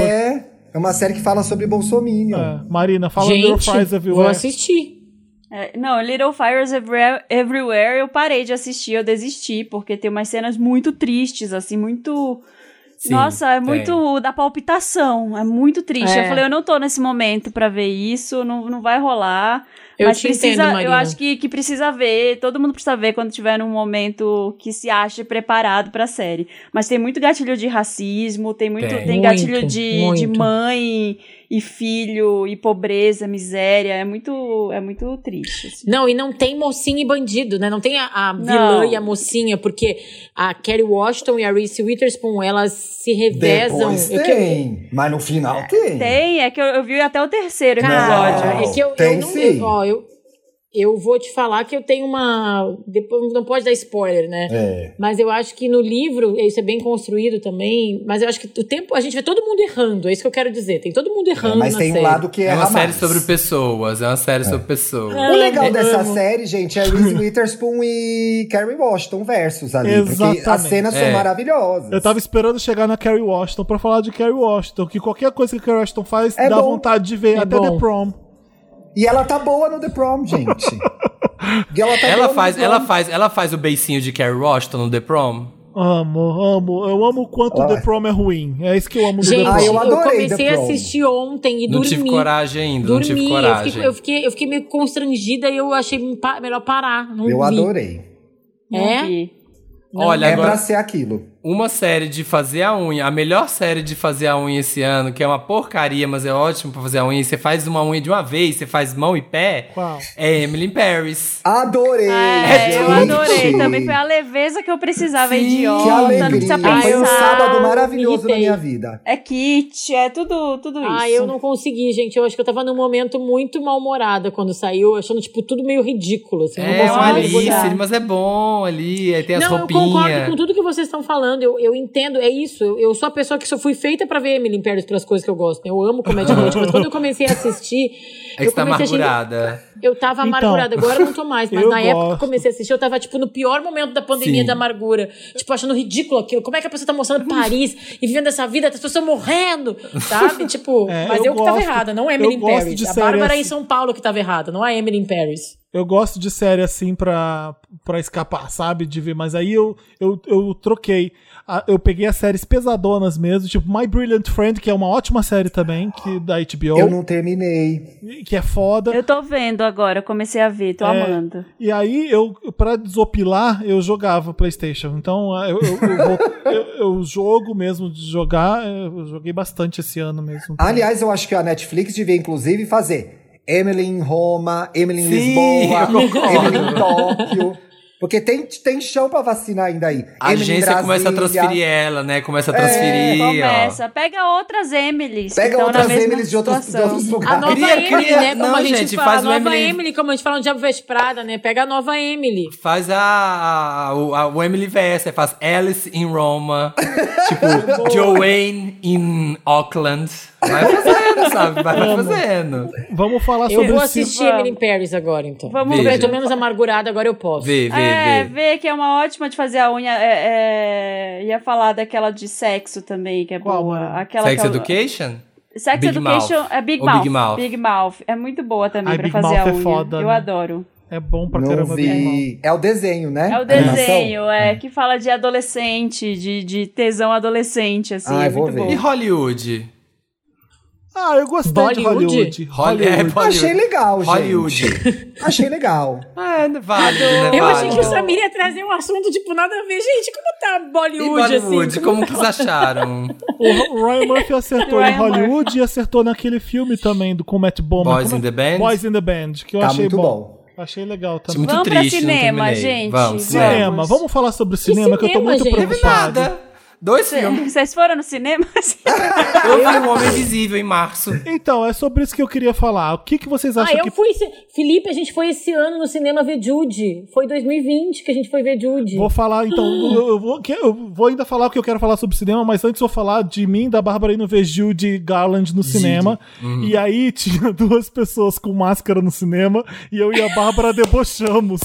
É uma série que fala sobre Bolsominion. Marina, fala do Little Fires Everywhere. Vou assistir. Não, Little Fires Everywhere eu parei de assistir, eu desisti, porque tem umas cenas muito tristes, assim, muito... Sim, nossa, é muito da palpitação, é muito triste. Eu falei, eu não tô nesse momento pra ver isso, não vai rolar. Mas precisa, entendo, eu acho que precisa ver, todo mundo precisa ver quando tiver num momento que se ache preparado pra série. Mas tem muito gatilho de racismo, tem gatilho de mãe e filho, e pobreza, miséria, é muito triste. Assim. Não, e não tem mocinho e bandido, né? Não tem a vilã e a mocinha, porque a Kerry Washington e a Reese Witherspoon, elas se revezam. Depois tem, mas no final tem. Tem, é que eu vi até o terceiro episódio. É que tem sim. Eu vou te falar que eu tenho uma... Depois não pode dar spoiler, né? Mas eu acho que no livro, isso é bem construído também, mas eu acho que o tempo... A gente vê todo mundo errando, é isso que eu quero dizer. Tem todo mundo errando mas tem um lado que é uma série sobre pessoas, O legal dessa série, gente, é Reese Witherspoon e Kerry Washington versus ali. Exatamente. Porque as cenas são maravilhosas. Eu tava esperando chegar na Kerry Washington pra falar de Kerry Washington, que qualquer coisa que a Kerry Washington faz dá vontade de ver, até The Prom. E ela tá boa no The Prom, gente. Ela faz o beicinho de Kerry Washington no The Prom? Amo. Eu amo o quanto The Prom é ruim. É isso que eu amo do The Prom. Eu comecei a assistir ontem e dormi. Não tive coragem ainda, não tive coragem. Eu fiquei meio constrangida e eu achei melhor parar. Eu adorei. Olha, agora, pra ser aquilo. Uma série de fazer a unha, a melhor série de fazer a unha esse ano, que é uma porcaria, mas é ótimo pra fazer a unha. Você faz uma unha de uma vez, você faz mão e pé. Qual? É Emily in Paris. Adorei! Eu adorei. Também foi a leveza que eu precisava. Idiota. Que alegria. Foi um sábado maravilhoso na minha vida. É kit, é tudo isso. Eu não consegui, gente. Eu acho que eu tava num momento muito mal-humorada quando saiu, achando, tudo meio ridículo. Assim, uma Alice, mas é bom ali, aí tem as roupinhas. Eu concordo com tudo que vocês estão falando. Eu entendo, é isso. Eu sou a pessoa que só fui feita pra ver Emily in Paris pelas coisas que eu gosto. Eu amo comédia romântica, mas quando eu comecei a assistir... Você tá amargurada. Eu tava amargurada, agora eu não tô mais. Mas na época que eu comecei a assistir, eu tava, no pior momento da pandemia da amargura. Achando ridículo aquilo. Como é que a pessoa tá mostrando Paris e vivendo essa vida, as pessoas morrendo, sabe? Mas eu que tava errada, não Emily in Paris. A Bárbara em São Paulo que tava errada, não a Emily in Paris. Eu gosto de série assim pra escapar, sabe? De ver. Mas aí eu troquei. Eu peguei as séries pesadonas mesmo, tipo My Brilliant Friend, que é uma ótima série também, da HBO. Eu não terminei. Que é foda. Eu tô vendo agora, eu comecei a ver, tô amando. E aí, pra desopilar, eu jogava PlayStation. Então, eu jogo mesmo de jogar, eu joguei bastante esse ano mesmo. Aliás, eu acho que a Netflix devia, inclusive, fazer Emily em Roma, Emily em Lisboa, Emily em Tóquio. Porque tem chão pra vacinar ainda aí. A agência começa a transferir ela, né? Começa a transferir. Começa. Pega outras Emilys. Pega outras Emilys de outros lugares. A nova Emily, né? Como a gente fala. Faz a nova Emily, como a gente fala no Diabo Veste Prada, né? Pega a nova Emily. Faz o Emily Versa. Faz Alice em Roma. Tipo, Joanne em Auckland. Vai fazendo, sabe? Vai fazendo. Vamos falar sobre isso. Eu vou assistir Emily in Paris agora, então. Vamos ver. Eu tô menos amargurada, agora eu posso. Vê que é uma ótima de fazer a unha. Ia falar daquela de sexo também, que é boa. Aquela Sex Education? Sex Big Education Mouth. É Big Mouth. Big Mouth. É muito boa também pra Big fazer Mouth a unha. É foda, eu adoro. É bom pra não caramba. Vi. É o desenho, né? É o desenho, que fala de adolescente, de tesão adolescente, assim. É muito bom. E Hollywood? Eu gostei de Hollywood. Achei legal, gente. Hollywood. Achei legal. Válido, né? Eu achei que o Samir ia trazer um assunto, nada a ver. Gente, como tá Bollywood, assim? Como que vocês acharam? O Ryan Murphy acertou em Hollywood e acertou naquele filme também com o Matt Bomer. Boys in the Band? Boys in the Band, que eu achei muito bom. Achei legal também. Muito Vamos triste, pra cinema, gente. Cinema. Vamos falar sobre cinema, que eu tô muito preocupado. Nada. 2 filmes. Vocês foram no cinema? Eu vi O Homem Invisível em março. Então, é sobre isso que eu queria falar. O que vocês acham que... Felipe, a gente foi esse ano no cinema ver Judy. Foi 2020 que a gente foi ver Judy. Vou falar, então... Eu vou ainda falar o que eu quero falar sobre cinema, mas antes vou falar de mim, da Bárbara, indo ver Judy Garland no cinema. E aí tinha 2 pessoas com máscara no cinema e eu e a Bárbara debochamos.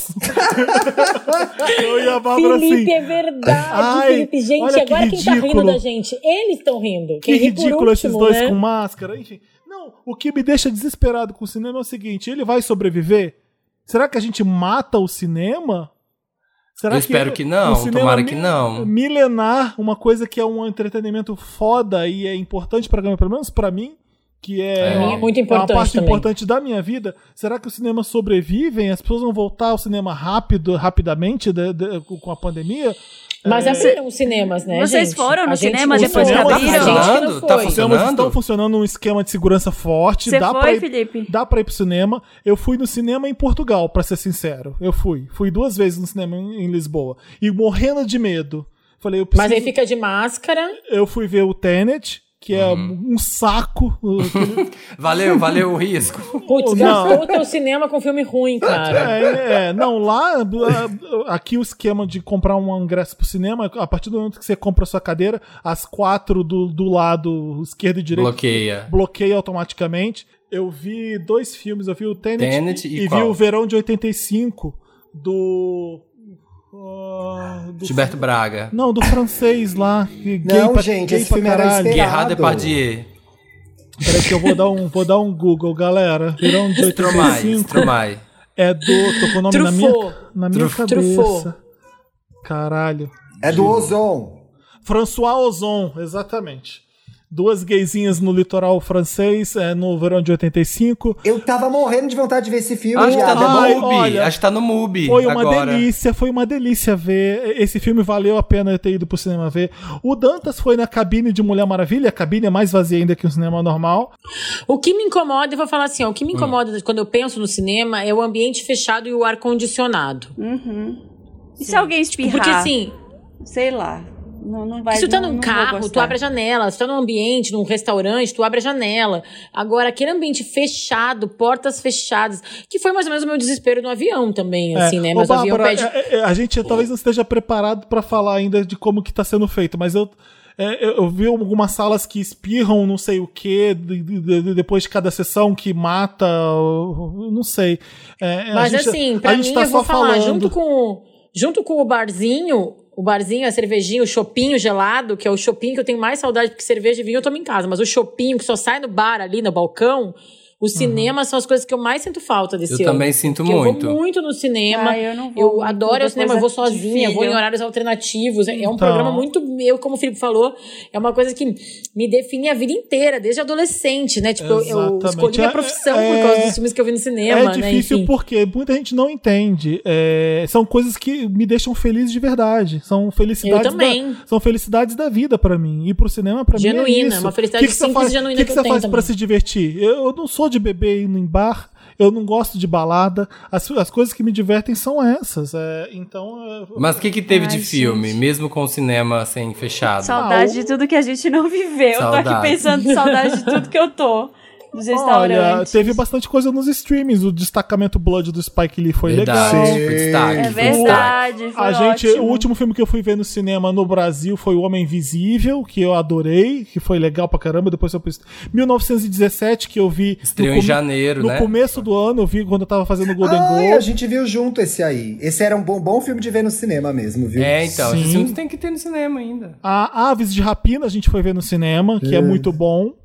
Eu e a Bárbara Felipe, assim... é verdade, Felipe. Gente, agora quem tá rindo da gente? Eles estão rindo. Que ridículo esses dois com máscara. Enfim, não, o que me deixa desesperado com o cinema é o seguinte: ele vai sobreviver? Será que a gente mata o cinema? Eu espero que não, tomara que não. Milenar, uma coisa que é um entretenimento foda e é importante pelo menos pra mim, que é muito importante, uma parte também. importante da minha vida. Será que os cinemas sobrevivem? As pessoas vão voltar ao cinema rapidamente com a pandemia? Mas abriram os cinemas, né, Vocês gente? foram no cinema depois que abriram? Tá funcionando? Estão funcionando um esquema de segurança forte. Você foi, Felipe? Dá pra ir pro cinema. Eu fui no cinema em Portugal, pra ser sincero. Eu fui. Fui 2 vezes no cinema em Lisboa. E morrendo de medo. Falei, Mas aí fica de máscara. Eu fui ver o Tenet, que é um saco. Valeu o risco. Putz, gastou o teu cinema com filme ruim, cara. Não, aqui o esquema de comprar um ingresso pro cinema, a partir do momento que você compra a sua cadeira, as 4 do lado esquerdo e direito bloqueia automaticamente. Eu vi 2 filmes, eu vi o Tenet e vi o Verão de 85 do Gilberto Braga. Não, do francês lá. Esse filme era esperado. Gerard Depardieu. Peraí que eu vou dar um Google, galera. Verão de 85. Stromae. Tô com o nome na minha cabeça. Caralho. É do Ozon. François Ozon, exatamente. 2 gaysinhas no litoral francês, no verão de 85. Eu tava morrendo de vontade de ver esse filme. Acho que tá no MUBI. Acho que tá no MUBI. Foi uma delícia ver. Esse filme valeu a pena eu ter ido pro cinema ver. O Dantas foi na cabine de Mulher Maravilha, a cabine é mais vazia ainda que um cinema normal. O que me incomoda, eu vou falar assim, o que me incomoda quando eu penso no cinema é o ambiente fechado e o ar-condicionado. E se alguém espirrar? Porque assim... Sei lá. Não vai, se tu tá num carro, tu abre a janela. Se tu tá num ambiente, num restaurante, tu abre a janela. Agora, aquele ambiente fechado, portas fechadas, que foi mais ou menos o meu desespero no avião também, assim, né? Mas Bárbara, o avião pede... a gente talvez não esteja preparado pra falar ainda de como que tá sendo feito, mas eu vi algumas salas que espirram não sei o que depois de cada sessão, que mata, não sei. Mas assim, pra mim, eu vou falar, junto com o barzinho, a cervejinha, o chopinho gelado, que é o chopinho que eu tenho mais saudade, porque cerveja e vinho eu tomo em casa, mas o chopinho que só sai no bar ali, no balcão, os cinemas são as coisas que eu mais sinto falta desse ano. Eu também sinto muito. Eu vou muito no cinema. Eu adoro o cinema, eu vou sozinha, vou em horários alternativos. É um programa muito meu, como o Felipe falou, é uma coisa que me define a vida inteira, desde adolescente, né? Tipo, eu escolhi minha profissão por causa dos filmes que eu vi no cinema, né? É difícil, né? porque muita gente não entende. São coisas que me deixam feliz de verdade. São felicidades, são felicidades da vida pra mim. Ir pro cinema pra mim é isso. Uma felicidade simples e genuína que eu tenho. O que você faz pra se divertir? Eu não sou de beber indo em bar, eu não gosto de balada, as coisas que me divertem são essas. Mas o que teve de filme, gente, mesmo com o cinema assim, fechado? Saudade de tudo que a gente não viveu. Saudade. Eu tô aqui pensando saudade de tudo que eu tô. Dos restaurantes. Olha, teve bastante coisa nos streamings. O destacamento Blood do Spike Lee foi legal. É verdade, foi ótimo. O último filme que eu fui ver no cinema no Brasil foi O Homem Invisível, que eu adorei, que foi legal pra caramba. Depois eu 1917, que eu vi... Estreou em janeiro, né? No começo do ano, eu vi quando eu tava fazendo o Golden Globe. A gente viu junto esse aí. Esse era um bom filme de ver no cinema mesmo, viu? Então, esse filme tem que ter no cinema ainda. A Aves de Rapina a gente foi ver no cinema, que é muito bom.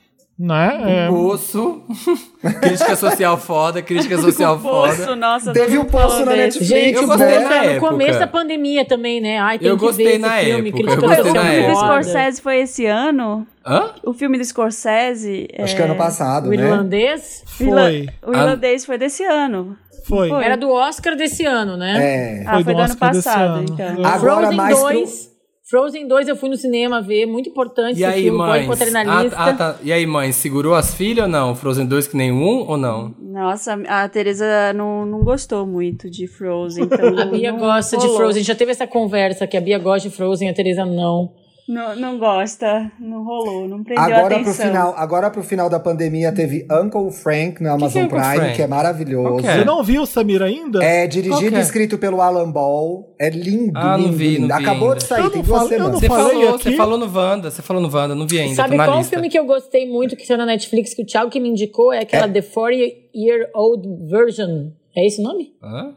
Né? Poço. Crítica social foda. Poço, nossa. Teve um Poço na Netflix. Gente, eu gostei na época. No começo da pandemia também, né? Ai, tem eu que gostei ver na esse filme. Época. O filme do Scorsese foi esse ano? Hã? O filme do Scorsese... Acho que ano passado, né? O irlandês? Foi. O irlandês foi desse ano. Foi. Era do Oscar desse ano, né? Foi do ano passado, então. Agora Frozen mais 2... Frozen 2 eu fui no cinema ver, muito importante esse filme, mães? Tá. E aí, mãe, segurou as filhas ou não? Frozen 2 que nem um ou não? Nossa, a Teresa não gostou muito de Frozen. Então a Bia gosta de Frozen, já teve essa conversa que a Bia gosta de Frozen, a Teresa não. Não gosta, não rolou, não prendeu atenção. Agora pro final da pandemia teve Uncle Frank no Amazon Prime, que é maravilhoso. Você não viu, Samir, ainda? É dirigido e escrito pelo Alan Ball. É lindo, não vi. Acabou de sair, tem 2 semanas. Você falou no Wanda, não vi ainda. Sabe qual filme que eu gostei muito, que saiu na Netflix, que o Thiago que me indicou? É aquela The 40-Year-Old Version. É esse o nome?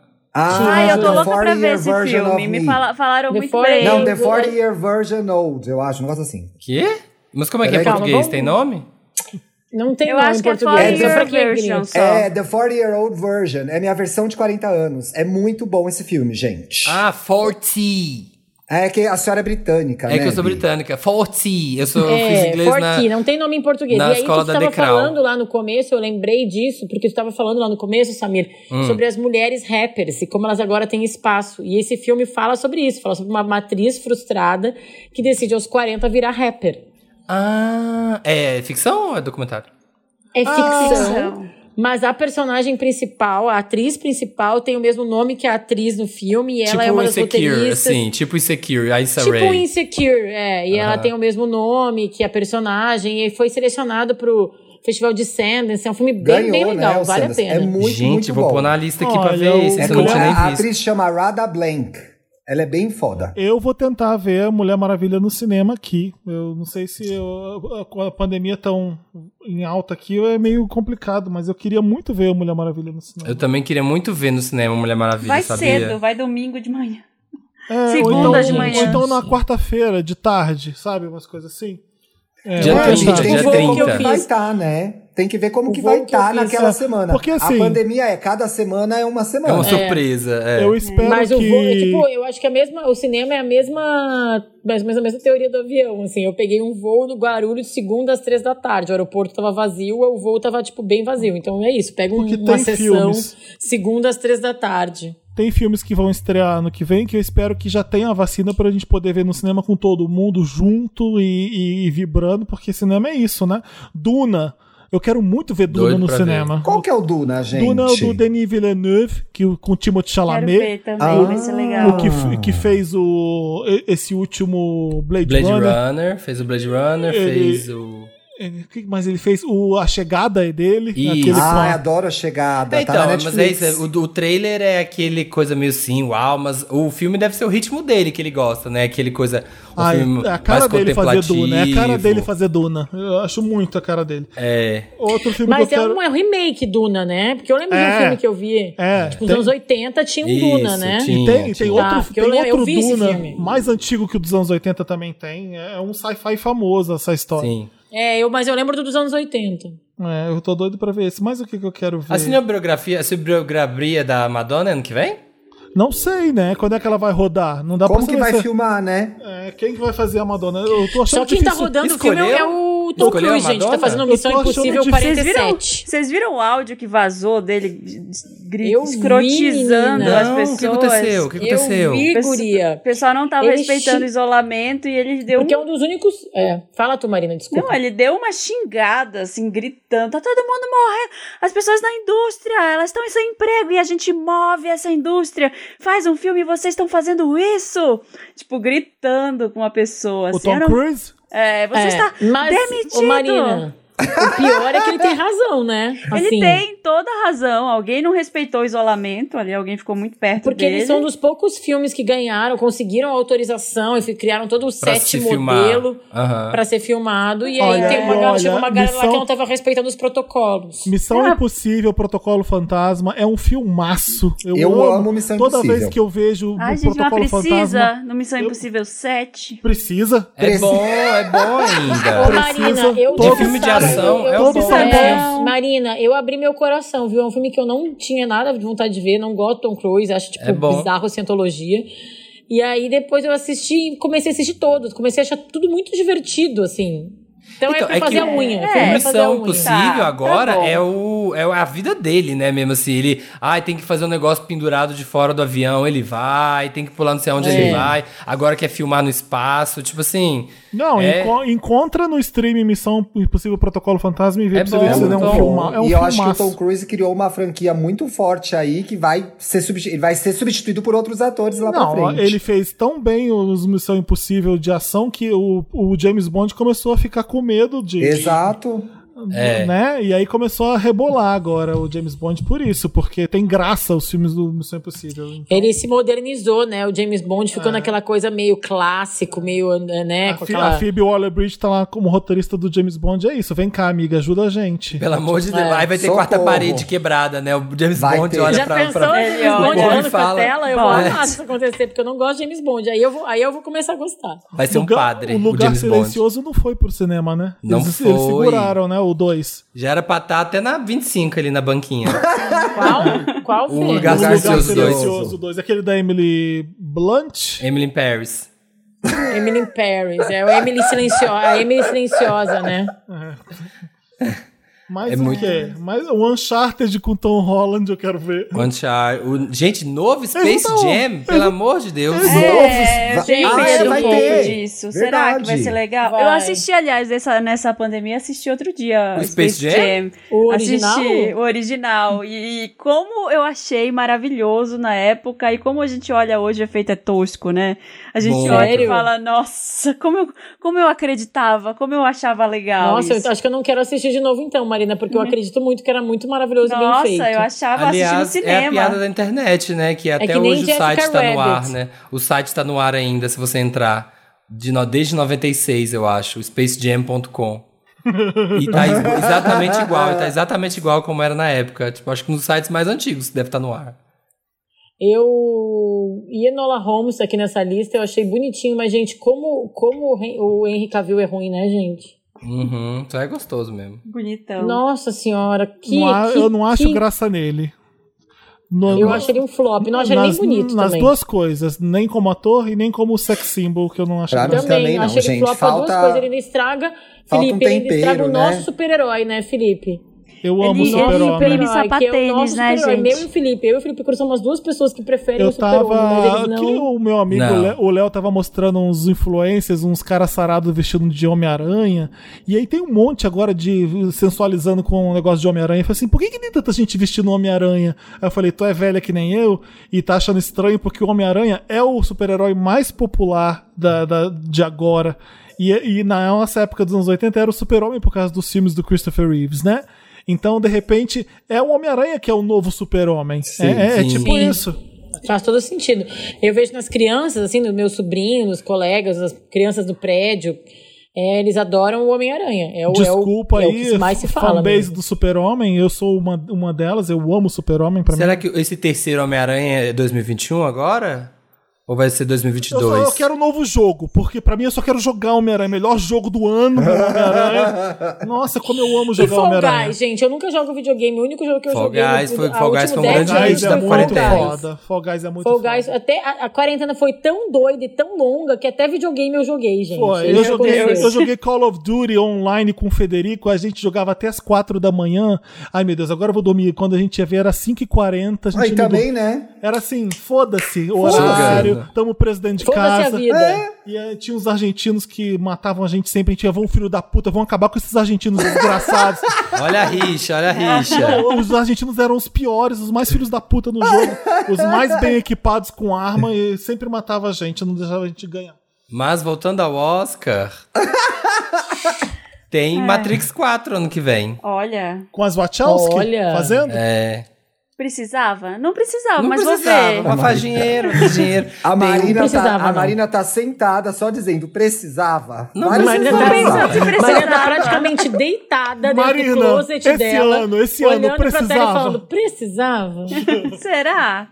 Eu tô louca pra ver esse filme. Me falaram muito bem. Não, The 40-Year Version Old, eu acho, um negócio assim. Quê? Mas como é que é em português? Tem nome? Não tem eu nome acho em que português. É The 40-Year-Old Version. É minha versão de 40 anos. É muito bom esse filme, gente. 40. É que a senhora é britânica, né? É que eu sou britânica. 40. Eu fiz inglês 40, não tem nome em português. Na e aí escola tu da estava Decral. falando lá no começo, eu lembrei disso, porque tu estava falando lá no começo, Samir, sobre as mulheres rappers e como elas agora têm espaço. E esse filme fala sobre isso, fala sobre uma matriz frustrada que decide aos 40 virar rapper. É ficção ou é documentário? É ficção. Mas a personagem principal, a atriz principal, tem o mesmo nome que a atriz no filme. E ela tipo é uma das Insecure, roteiristas. assim, tipo Insecure, a Issa Rae. Tipo Insecure, E ela tem o mesmo nome que a personagem. E foi selecionado pro Festival de Sundance. É um filme bem legal, né, vale a pena. É muito, Gente, muito vou bom. pôr na lista aqui pra ver esse. A atriz chama Radha Blank. Ela é bem foda. Eu vou tentar ver a Mulher Maravilha no cinema aqui. Eu não sei se a pandemia tão em alta aqui é meio complicado, mas eu queria muito ver a Mulher Maravilha no cinema. Eu também queria muito ver no cinema a Mulher Maravilha, vai sabia? cedo, vai domingo de manhã. Segunda de manhã. Ou então na quarta-feira, de tarde, sabe? Umas coisas assim. Dia 30, tem dia que ver como 30. que vai estar, né? Tem que ver como que vai estar naquela semana. Porque, assim, a pandemia cada semana é uma semana. É uma surpresa. Eu espero Mas que... eu acho que o cinema é mais ou menos a mesma teoria do avião, assim. Eu peguei um voo no Guarulhos segunda às 3 da tarde. O aeroporto tava vazio, o voo tava, bem vazio. Então é isso, pega uma sessão segunda às 3 da tarde. Tem filmes que vão estrear ano que vem que eu espero que já tenha a vacina pra gente poder ver no cinema com todo mundo junto e vibrando, porque cinema é isso, né? Duna. Eu quero muito ver Duna no cinema. Qual que é o Duna, gente? Duna é o do Denis Villeneuve, com o Timothée Chalamet. Quero ver também, vai ser legal. Que fez esse último Blade Runner. Fez o Blade Runner, fez o... O que mais ele fez? A Chegada é dele. Adoro A Chegada. Então, tá na Netflix. mas é isso. O trailer é aquele coisa meio assim, uau, mas o filme deve ser o ritmo dele que ele gosta, né? Aquele coisa... filme a cara mais dele fazer Duna. É a cara dele fazer Duna. Eu acho muito a cara dele. Outro filme mas que eu quero... um remake Duna, né? Porque eu lembro de um filme que eu vi. Nos anos 80 tinha um Duna, né? E tem outro Duna filme. mais antigo que o dos anos 80 também tem. É um sci-fi famoso essa história. Sim. Mas eu lembro dos anos 80. Eu tô doido pra ver esse. Mas o que eu quero ver? A cinebiografia da Madonna ano que vem? Não sei, né? Quando é que ela vai rodar? Não dá Como pra que vai filmar, né? Quem que vai fazer a Madonna? Eu tô achando Só quem difícil. tá rodando o filme é o Tom Cruise, gente. Tá fazendo Missão Impossível 47. Vocês viram o áudio que vazou dele escrotizando as pessoas? O que aconteceu? Eu vi, guria. O pessoal não tava respeitando o isolamento e ele deu... Porque é um dos únicos... Fala tu, Marina, desculpa. Não, ele deu uma xingada, assim, gritando. Tá todo mundo morrendo. As pessoas na indústria, elas estão sem emprego e a gente move essa indústria. Faz um filme e vocês estão fazendo isso. Tipo, gritando com uma pessoa. O Tom Cruise? Você está demitido. Ô, Marina, o pior é que ele tem razão, né? Ele tem toda a razão. Alguém não respeitou o isolamento ali, alguém ficou muito perto porque dele. Eles são dos poucos filmes que conseguiram a autorização e criaram todo o set modelo pra ser filmado. E aí tem uma galera lá que não tava respeitando os protocolos. Missão Impossível, Protocolo Fantasma, é um filmaço. Eu amo Missão Impossível. Toda vez que eu vejo o Protocolo Fantasma... no Missão Impossível 7. Precisa? É bom ainda. Ô, Marina, de filme de ação, Marina, eu abri meu coração, viu? É um filme que eu não tinha nada de vontade de ver, não gosto de Tom Cruise, acho, bizarro a cientologia. E aí, depois eu comecei a assistir todos, comecei a achar tudo muito divertido, assim. Então é pra fazer a unha. Missão Impossível agora é a vida dele, né? Mesmo assim, ele tem que fazer um negócio pendurado de fora do avião, ele vai, tem que pular não sei onde ele vai, agora quer filmar no espaço, tipo assim... Não, encontra no streaming Missão Impossível Protocolo Fantasma e vê pra você ver se é um filme. E eu acho que o Tom Cruise criou uma franquia muito forte aí que vai ser substituído por outros atores lá pra frente. Ele fez tão bem os Missão Impossível de ação que o James Bond começou a ficar com medo de... Exato. Né? E aí começou a rebolar agora o James Bond por isso, porque tem graça os filmes do Missão Impossível. Então... Ele se modernizou, né? O James Bond ficou naquela coisa meio clássico, meio, né? A Phoebe Waller-Bridge tá lá como roteirista do James Bond, é isso, vem cá, amiga, ajuda a gente. Pelo amor de Deus, aí vai ter quarta parede quebrada, né? O James Bond olha pra James Bond fala, tela, eu vou amar isso acontecer, porque eu não gosto de James Bond, aí eu vou começar a gostar. Vai ser um padre, o Lugar Silencioso não foi pro cinema, né? Eles seguraram, né? O 2. Já era pra estar até na 25 ali na banquinha. Qual o Lugar Silencioso 2. Aquele da Emily Blunt? Emily in Paris. Emily in Paris. É o Emily Silenciosa, a Emily Silenciosa, né? Mais o quê? Mais o Uncharted com Tom Holland, eu quero ver. Gente, novo Space Jam, pelo amor de Deus. Eu tenho medo um pouco disso. Verdade. Será que vai ser legal? Eu assisti, aliás, nessa pandemia, assisti outro dia o Space Jam. O original? Assisti o original. E como eu achei maravilhoso na época, e como a gente olha hoje, o efeito é tosco, né? A gente olha e fala, nossa, como eu acreditava, como eu achava legal. Nossa, eu acho que eu não quero assistir de novo então, Marina, porque eu acredito muito que era muito maravilhoso e bem feito. Nossa, eu achava assistindo no cinema. É a piada da internet, né? Que até hoje o site tá no ar, né? O site tá no ar ainda, se você entrar. Desde 96, eu acho. spacejam.com. E tá exatamente igual como era na época. Tipo, acho que nos sites mais antigos deve estar no ar. E Enola Holmes aqui nessa lista, eu achei bonitinho, mas, gente, como o Henry Cavill é ruim, né, gente? Só é gostoso mesmo. Bonitão. Nossa senhora, eu não acho graça nele. Eu acho ele um flop, não acho ele nem bonito nas também. Duas coisas, nem como ator e nem como sex symbol, que eu não acho graça. Também não, acho ele flop as duas coisas, ele não estraga. Felipe, ele estraga o nosso super-herói, né, Felipe? Eu amo o Super-Homem. Felipe Sapatênis, né, gente? Eu e o Felipe Cruz somos as duas pessoas que preferem o Super-Homem, mas eles não... Aqui o meu amigo, o Léo, tava mostrando uns influencers, uns caras sarados vestindo de Homem-Aranha, e aí tem um monte agora de sensualizando com um negócio de Homem-Aranha. Eu falei assim, por que tem tanta gente vestindo Homem-Aranha? Aí eu falei, tu é velha que nem eu, e tá achando estranho porque o Homem-Aranha é o super-herói mais popular de agora. E na nossa época dos anos 80 era o Super-Homem por causa dos filmes do Christopher Reeves, né? Então, de repente, é o Homem-Aranha que é o novo Super-Homem. É tipo isso. Faz todo sentido. Eu vejo nas crianças, assim, nos meus sobrinhos, nos colegas, as crianças do prédio, eles adoram o Homem-Aranha. Desculpa aí, o que mais se fala. Fanbase do Super-Homem, eu sou uma delas, eu amo o Super-Homem. Será que esse terceiro Homem-Aranha é 2021 agora? Ou vai ser 2022? Eu quero um novo jogo, porque pra mim eu só quero jogar Homem-Aranha. Melhor jogo do ano, Homem-Aranha. Nossa, como eu amo jogar Homem-Aranha. Fall Guys, gente, eu nunca jogo videogame. O único jogo que eu joguei... Fall Guys foi um grande hit da quarentena. Fall Guys é muito foda. Fall Guys, até a quarentena foi tão doida e tão longa que até videogame eu joguei, gente. Eu joguei Call of Duty online com o Federico, a gente jogava até as 4 da manhã. Ai, meu Deus, agora eu vou dormir. Quando a gente ia ver, era 5h40. Aí também, né? Era assim, foda-se o horário. Tamo preso dentro de casa. A vida. E tinha uns argentinos que matavam a gente sempre. A gente ia, vão filho da puta, vão acabar com esses argentinos desgraçados. Olha a rixa. Os argentinos eram os piores, os mais filhos da puta no jogo. Os mais bem equipados com arma e sempre matava a gente, não deixava a gente ganhar. Mas voltando ao Oscar... tem Matrix 4 ano que vem. Olha. Com as Wachowski fazendo? Precisava? Não precisava, mas vou ver. Mas faz dinheiro. A Marina tá sentada só dizendo, precisava. Marina tá praticamente deitada dentro do closet dela. Esse ano olhando precisava. Pra tela e falando, precisava? Será?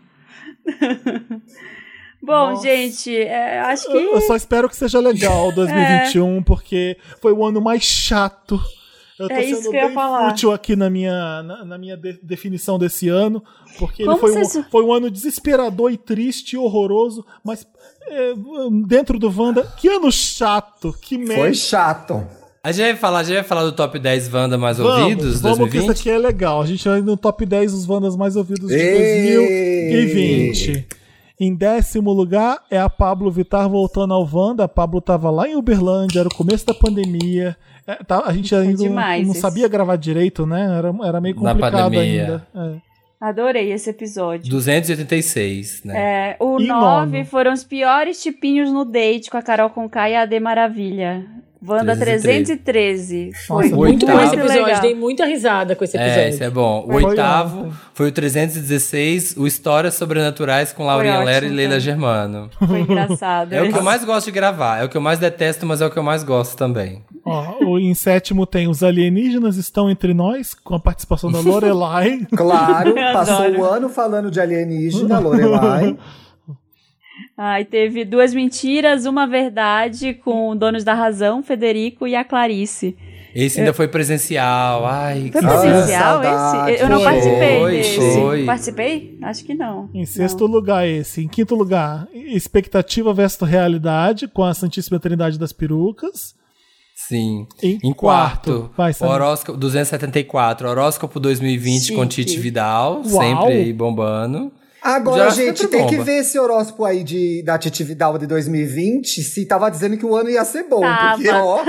Bom, gente, acho que... Eu só espero que seja legal 2021, porque foi o ano mais chato. Eu tô sendo bem fútil aqui na minha definição desse ano, porque ele foi um ano desesperador e triste e horroroso, mas dentro do Wanda, que ano chato, que merda. Foi chato. A gente vai falar do top 10 Wanda mais ouvidos de 2020? Vamos, que isso aqui é legal. A gente vai no top 10 dos Wandas mais ouvidos de 2020. Em 10º lugar é a Pabllo Vittar voltando ao Wanda. A Pabllo tava lá em Uberlândia, era o começo da pandemia. A gente ainda não sabia gravar direito, né? Era meio complicado ainda. Adorei esse episódio. 286, né? O 9 foram os piores tipinhos no date com a Carol Conká e a Ade Maravilha. Wanda 313. Foi muito bom esse episódio. Legal. Dei muita risada com esse episódio. Esse é bom. O oitavo foi o 316, o Histórias Sobrenaturais com Laurinha Lera e Leila Germano. Foi engraçado. É o que eu mais gosto de gravar. É o que eu mais detesto, mas é o que eu mais gosto também. Em 7º tem Os Alienígenas Estão Entre Nós, com a participação da Lorelai. Claro, passou o ano falando de alienígena, Lorelai. E teve 2 mentiras, uma verdade com Donos da Razão, Federico e a Clarice. Esse ainda foi presencial. Ai, foi presencial esse? Eu não participei desse. Foi. Participei? Acho que não. Em 6º lugar esse. Em 5º lugar, Expectativa versus Realidade, com a Santíssima Trindade das Perucas. Sim. Em quarto, horóscopo 274, horóscopo 2020 com Titi Vidal, sempre aí bombando. Agora, gente, tem que ver esse horóscopo aí da Titi Vidal de 2020, se tava dizendo que o ano ia ser bom, porque, ó...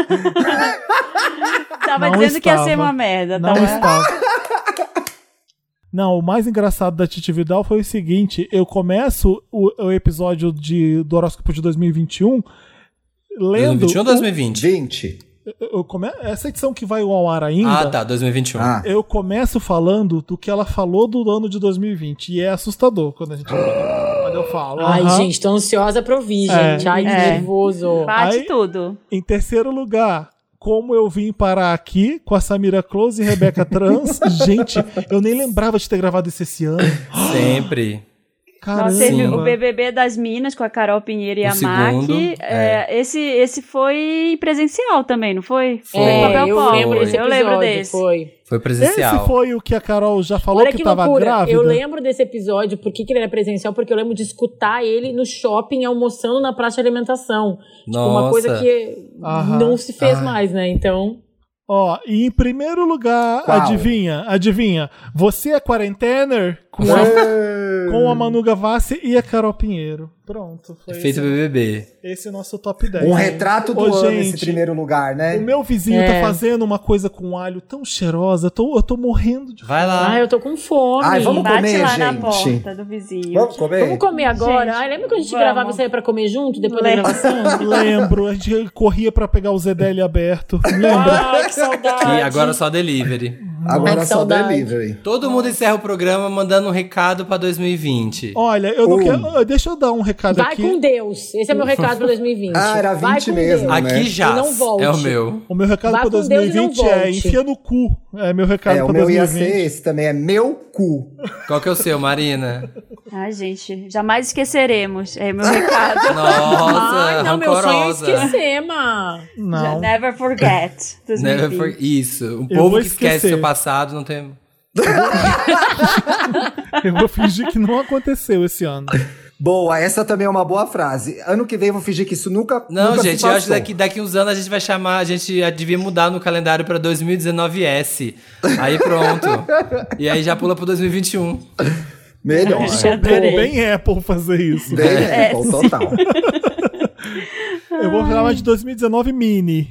Tava dizendo que ia ser uma merda. Não estava. Não, o mais engraçado da Titi Vidal foi o seguinte, eu começo o episódio do horóscopo de 2021 lendo... 2021 ou 2020? 20. Essa edição que vai ao ar ainda... Ah, tá, 2021. Eu começo falando do que ela falou do ano de 2020. E é assustador quando a gente quando eu falo. Ai, gente, tô ansiosa pra ouvir, gente. Ai, que nervoso. Bate tudo. Em terceiro lugar, como eu vim parar aqui com a Samira Close e Rebeca Trans. Gente, eu nem lembrava de ter gravado isso esse ano. Sempre. Caramba. Nós teve o BBB das Minas com a Carol Pinheiro e a Mac. Esse foi presencial também, não foi? Eu lembro desse. Foi presencial. Esse foi o que a Carol já falou que tava grávida? Eu lembro desse episódio, por que ele era presencial? Porque eu lembro de escutar ele no shopping almoçando na praça de alimentação. Tipo, uma coisa que não se fez mais, né? Então... Ó, e em primeiro lugar, adivinha, você é quarentener com a Manu Gavassi e a Carol Pinheiro. Pronto. Foi feito BBB. Esse é o nosso top 10. Um retrato do ano esse primeiro lugar, né? O meu vizinho tá fazendo uma coisa com alho tão cheirosa, eu tô morrendo de fome. Vai lá. Eu tô com fome. Ai, vamos Bate comer, lá gente. na porta do vizinho. Vamos comer? Vamos comer agora? Gente, lembra que a gente gravava isso aí pra comer junto, depois da gravação? Lembro, a gente corria pra pegar o Zedeli aberto. Lembra? Que saudade. E agora só delivery. Agora só delivery. Todo mundo encerra o programa mandando um recado pra 2020. Olha, eu não quero... Deixa eu dar um recado aqui. Vai com Deus. Esse é meu recado pra 2020. Era 20 mesmo, Deus. né? Aqui já é o meu. O meu recado pra 2020 é enfia no cu. É meu recado pra 2020. O meu ia ser esse também, é meu cu. Qual que é o seu, Marina? Ai, gente, jamais esqueceremos. É meu recado. Nossa, não, rancorosa. meu sonho é esquecer, mano. Não. Never forget. Isso. Um povo que esquece seu passado não tem... Eu vou fingir que não aconteceu esse ano. Boa, essa também é uma boa frase. Ano que vem eu vou fingir que isso nunca Não, nunca gente, eu acho que daqui uns anos a gente vai chamar, a gente devia mudar no calendário pra 2019S. Aí pronto. E aí já pula pro 2021. Melhor. Bem Apple fazer isso. Bem Apple, total. Eu vou falar de 2019 Mini.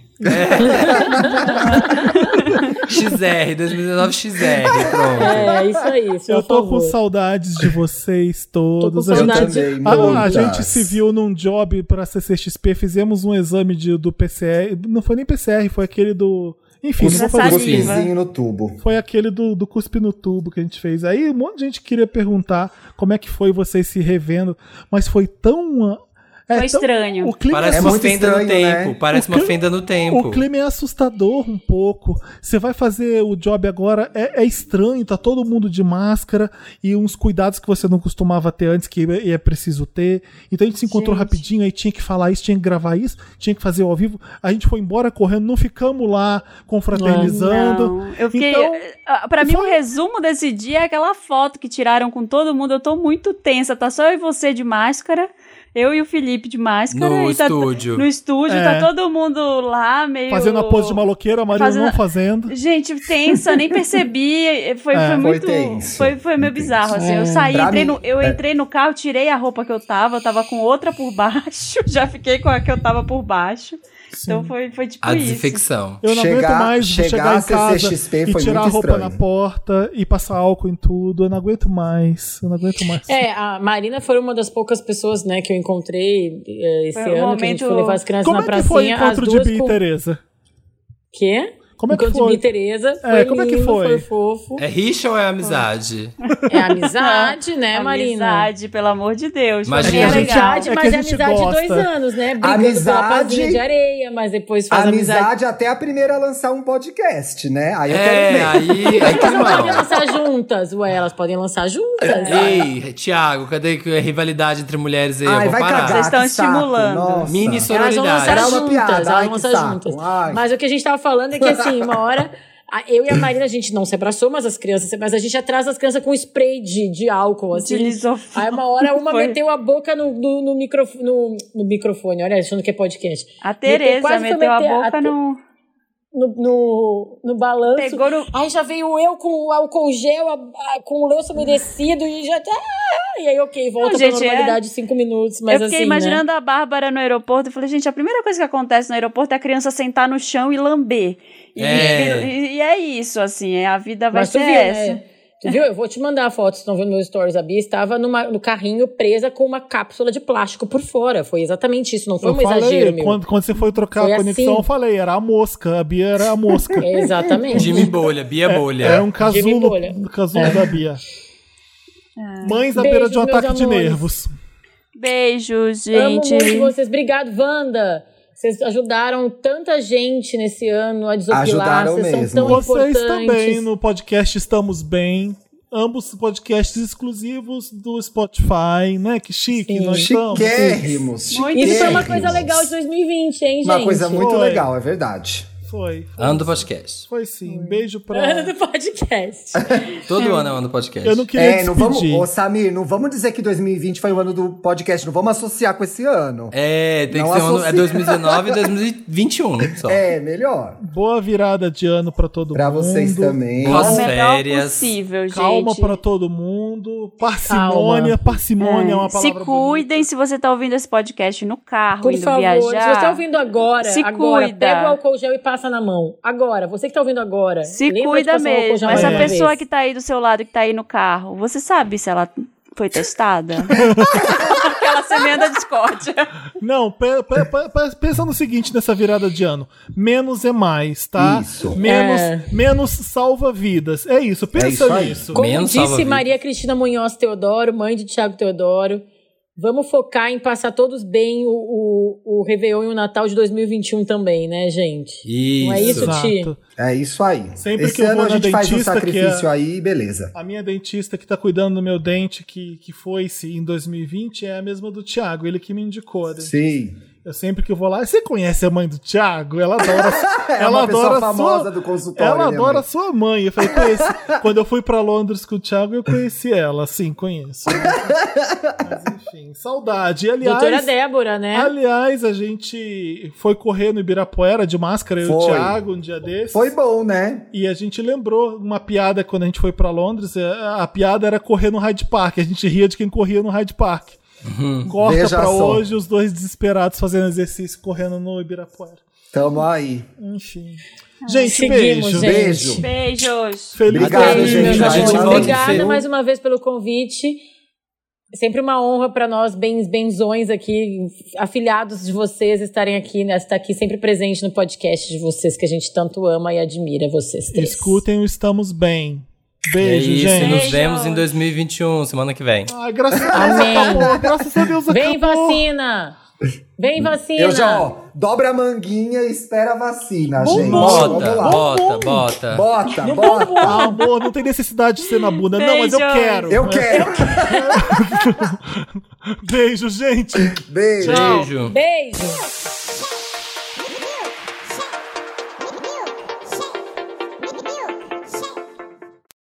XR, 2019 XR, pronto. Isso aí. Eu tô com saudades de vocês todos. Tô com saudades. A gente se viu num job pra CCXP, fizemos um exame do PCR. Não foi nem PCR, foi aquele do... Enfim, não vou fazer cuspizinho no tubo. Foi aquele do cuspe no tubo que a gente fez. Aí um monte de gente queria perguntar como é que foi vocês se revendo, mas foi tão... Foi estranho. O clima parece uma fenda no tempo. Né? Parece uma fenda no tempo. O clima é assustador um pouco. Você vai fazer o job agora, é estranho, tá todo mundo de máscara e uns cuidados que você não costumava ter antes, que é preciso ter. Então a gente se encontrou rapidinho, aí tinha que falar isso, tinha que gravar isso, tinha que fazer ao vivo. A gente foi embora correndo, não ficamos lá confraternizando. Não. Eu fiquei... Pra mim, o resumo desse dia é aquela foto que tiraram com todo mundo. Eu tô muito tensa, tá só eu e você de máscara. Eu e o Felipe de máscara. No estúdio. No estúdio, tá todo mundo lá meio... Fazendo a pose de maloqueira, a Maria não fazendo. Gente, tensa, nem percebi. Foi muito... Foi meio bizarro, assim. Eu saí, entrei no carro, tirei a roupa que eu tava com outra por baixo, já fiquei com a que eu tava por baixo. Sim. Então foi tipo a isso. desinfecção. Eu não aguento mais chegar em casa e tirar a roupa na porta e passar álcool em tudo. Eu não aguento mais. A Marina foi uma das poucas pessoas, né, que eu encontrei esse ano, que a gente foi levar as crianças na pracinha. Como é que foi o encontro de Bia e Tereza? Quê? Como é que foi? De Tereza, foi como lindo, é que foi? Fofo. É rixa ou é amizade? É amizade, né, Marina? Amizade, pelo amor de Deus. Mas é amizade, mas é amizade de 2 anos, né? Brigando pela pazinha de areia, mas depois faz amizade. Até a primeira a lançar um podcast, né? Aí eu quero ver. Aí elas não podem lançar juntas. Ué, elas podem lançar juntas. Ei, Thiago, cadê a rivalidade entre mulheres aí? Eu vou parar. Vocês estão estimulando. Mini sororidade. Elas vão lançar juntas. Mas o que a gente tava falando é que assim, uma hora, eu e a Marina, a gente não se abrachou, mas a gente atrás das crianças com spray de álcool, assim. Aí uma hora uma meteu a boca no microfone, olha, achando que é podcast. A Tereza meteu a boca no balanço. Aí já veio eu com o álcool gel, com o lenço umedecido e já tá. E aí, volta pra normalidade 5 minutos. Mas eu fiquei imaginando a Bárbara no aeroporto e falei, gente, a primeira coisa que acontece no aeroporto é a criança sentar no chão e lamber. E é isso, assim, a vida vai ser essa. Né? Tu viu? Eu vou te mandar a foto, vocês estão vendo meus stories. A Bia estava no carrinho presa com uma cápsula de plástico por fora. Foi exatamente isso, não foi exagero, meu. Quando você foi trocar a conexão, eu falei, era a mosca. A Bia era a mosca. Exatamente. Jimmy Bolha, Bia Bolha. Era um casulo da Bia. Mães à beira de um ataque de nervos. Beijos, gente. Amo muito vocês. Obrigado, Wanda. Vocês ajudaram tanta gente nesse ano a desopilar. Ajudaram vocês mesmo. são tão Vocês importantes. também no podcast Estamos Bem. Ambos podcasts exclusivos do Spotify, né? Que chique, nós estamos. Chiquérrimos. Isso foi uma coisa legal de 2020, hein, gente? Uma coisa muito legal, é verdade. Foi. Ano do podcast. Foi sim. Beijo pra... Ano do podcast. Todo ano é o ano do podcast. Eu não queria despedir. Samir, não vamos dizer que 2020 foi o ano do podcast. Não vamos associar com esse ano. Tem que ser um ano... É 2019 e 2021 só. Melhor. Boa virada de ano pra todo mundo. Pra vocês também. Boas férias. Possível, gente. Calma pra todo mundo. Parcimônia. Parcimônia é uma palavra Se cuidem bonita. Se você tá ouvindo esse podcast no carro, por indo favor, viajar. Se você tá ouvindo agora, cuida. Pega o álcool gel e passa na mão. Agora, você que tá ouvindo agora. Se cuida mesmo. Essa pessoa que tá aí do seu lado, que tá aí no carro, você sabe se ela foi testada? Aquela semente da discórdia. Não, pensa no seguinte nessa virada de ano. Menos é mais, tá? Isso. Menos salva vidas. É isso, pensa nisso. Como disse Maria Cristina Munhoz Teodoro, mãe de Thiago Teodoro, vamos focar em passar todos bem o Réveillon e o Natal de 2021 também, né, gente? Isso. Não é isso, Ti? É isso aí. Sempre esse que eu ano vou a gente faz um dentista, sacrifício aí, beleza. A minha dentista que tá cuidando do meu dente, que foi-se em 2020, é a mesma do Thiago, ele que me indicou. Né? Sim. Eu sempre que eu vou lá, você conhece a mãe do Thiago? Ela adora. Ela adora famosa do consultório. Ela adora a sua mãe. Eu falei, conheço. Quando eu fui pra Londres com o Thiago, eu conheci ela. Sim, conheço. Mas enfim, saudade. E, aliás, doutora Débora, né? Aliás, a gente foi correr no Ibirapuera de máscara, eu e o Thiago, um dia desses. Foi bom, né? E a gente lembrou uma piada quando a gente foi pra Londres. A piada era correr no Hyde Park. A gente ria de quem corria no Hyde Park. Corta Veja pra só. hoje os dois desesperados fazendo exercício correndo no Ibirapuera. Tamo aí. Enfim. Gente, seguimos, beijo. gente. Beijos. Feliz Obrigado, ano, gente. meus A gente amores. volta Obrigada mais uma vez pelo convite. Sempre uma honra para nós, benzões aqui, afilhados de vocês, estarem aqui, né? Estar aqui sempre presente no podcast de vocês, que a gente tanto ama e admira vocês três. Escutem o Estamos Bem. Beijo, é isso, gente. Nos vemos em 2021, semana que vem. Ai, graças a Deus acabou. Graças a Deus acabou. Vem vacina! Vem vacina! Eu já, dobra a manguinha e espera a vacina, gente. Bota. Ah, amor, não tem necessidade de ser na bunda. Não, mas eu quero. Eu quero. Beijo, gente. Beijo. Beijo. Beijo!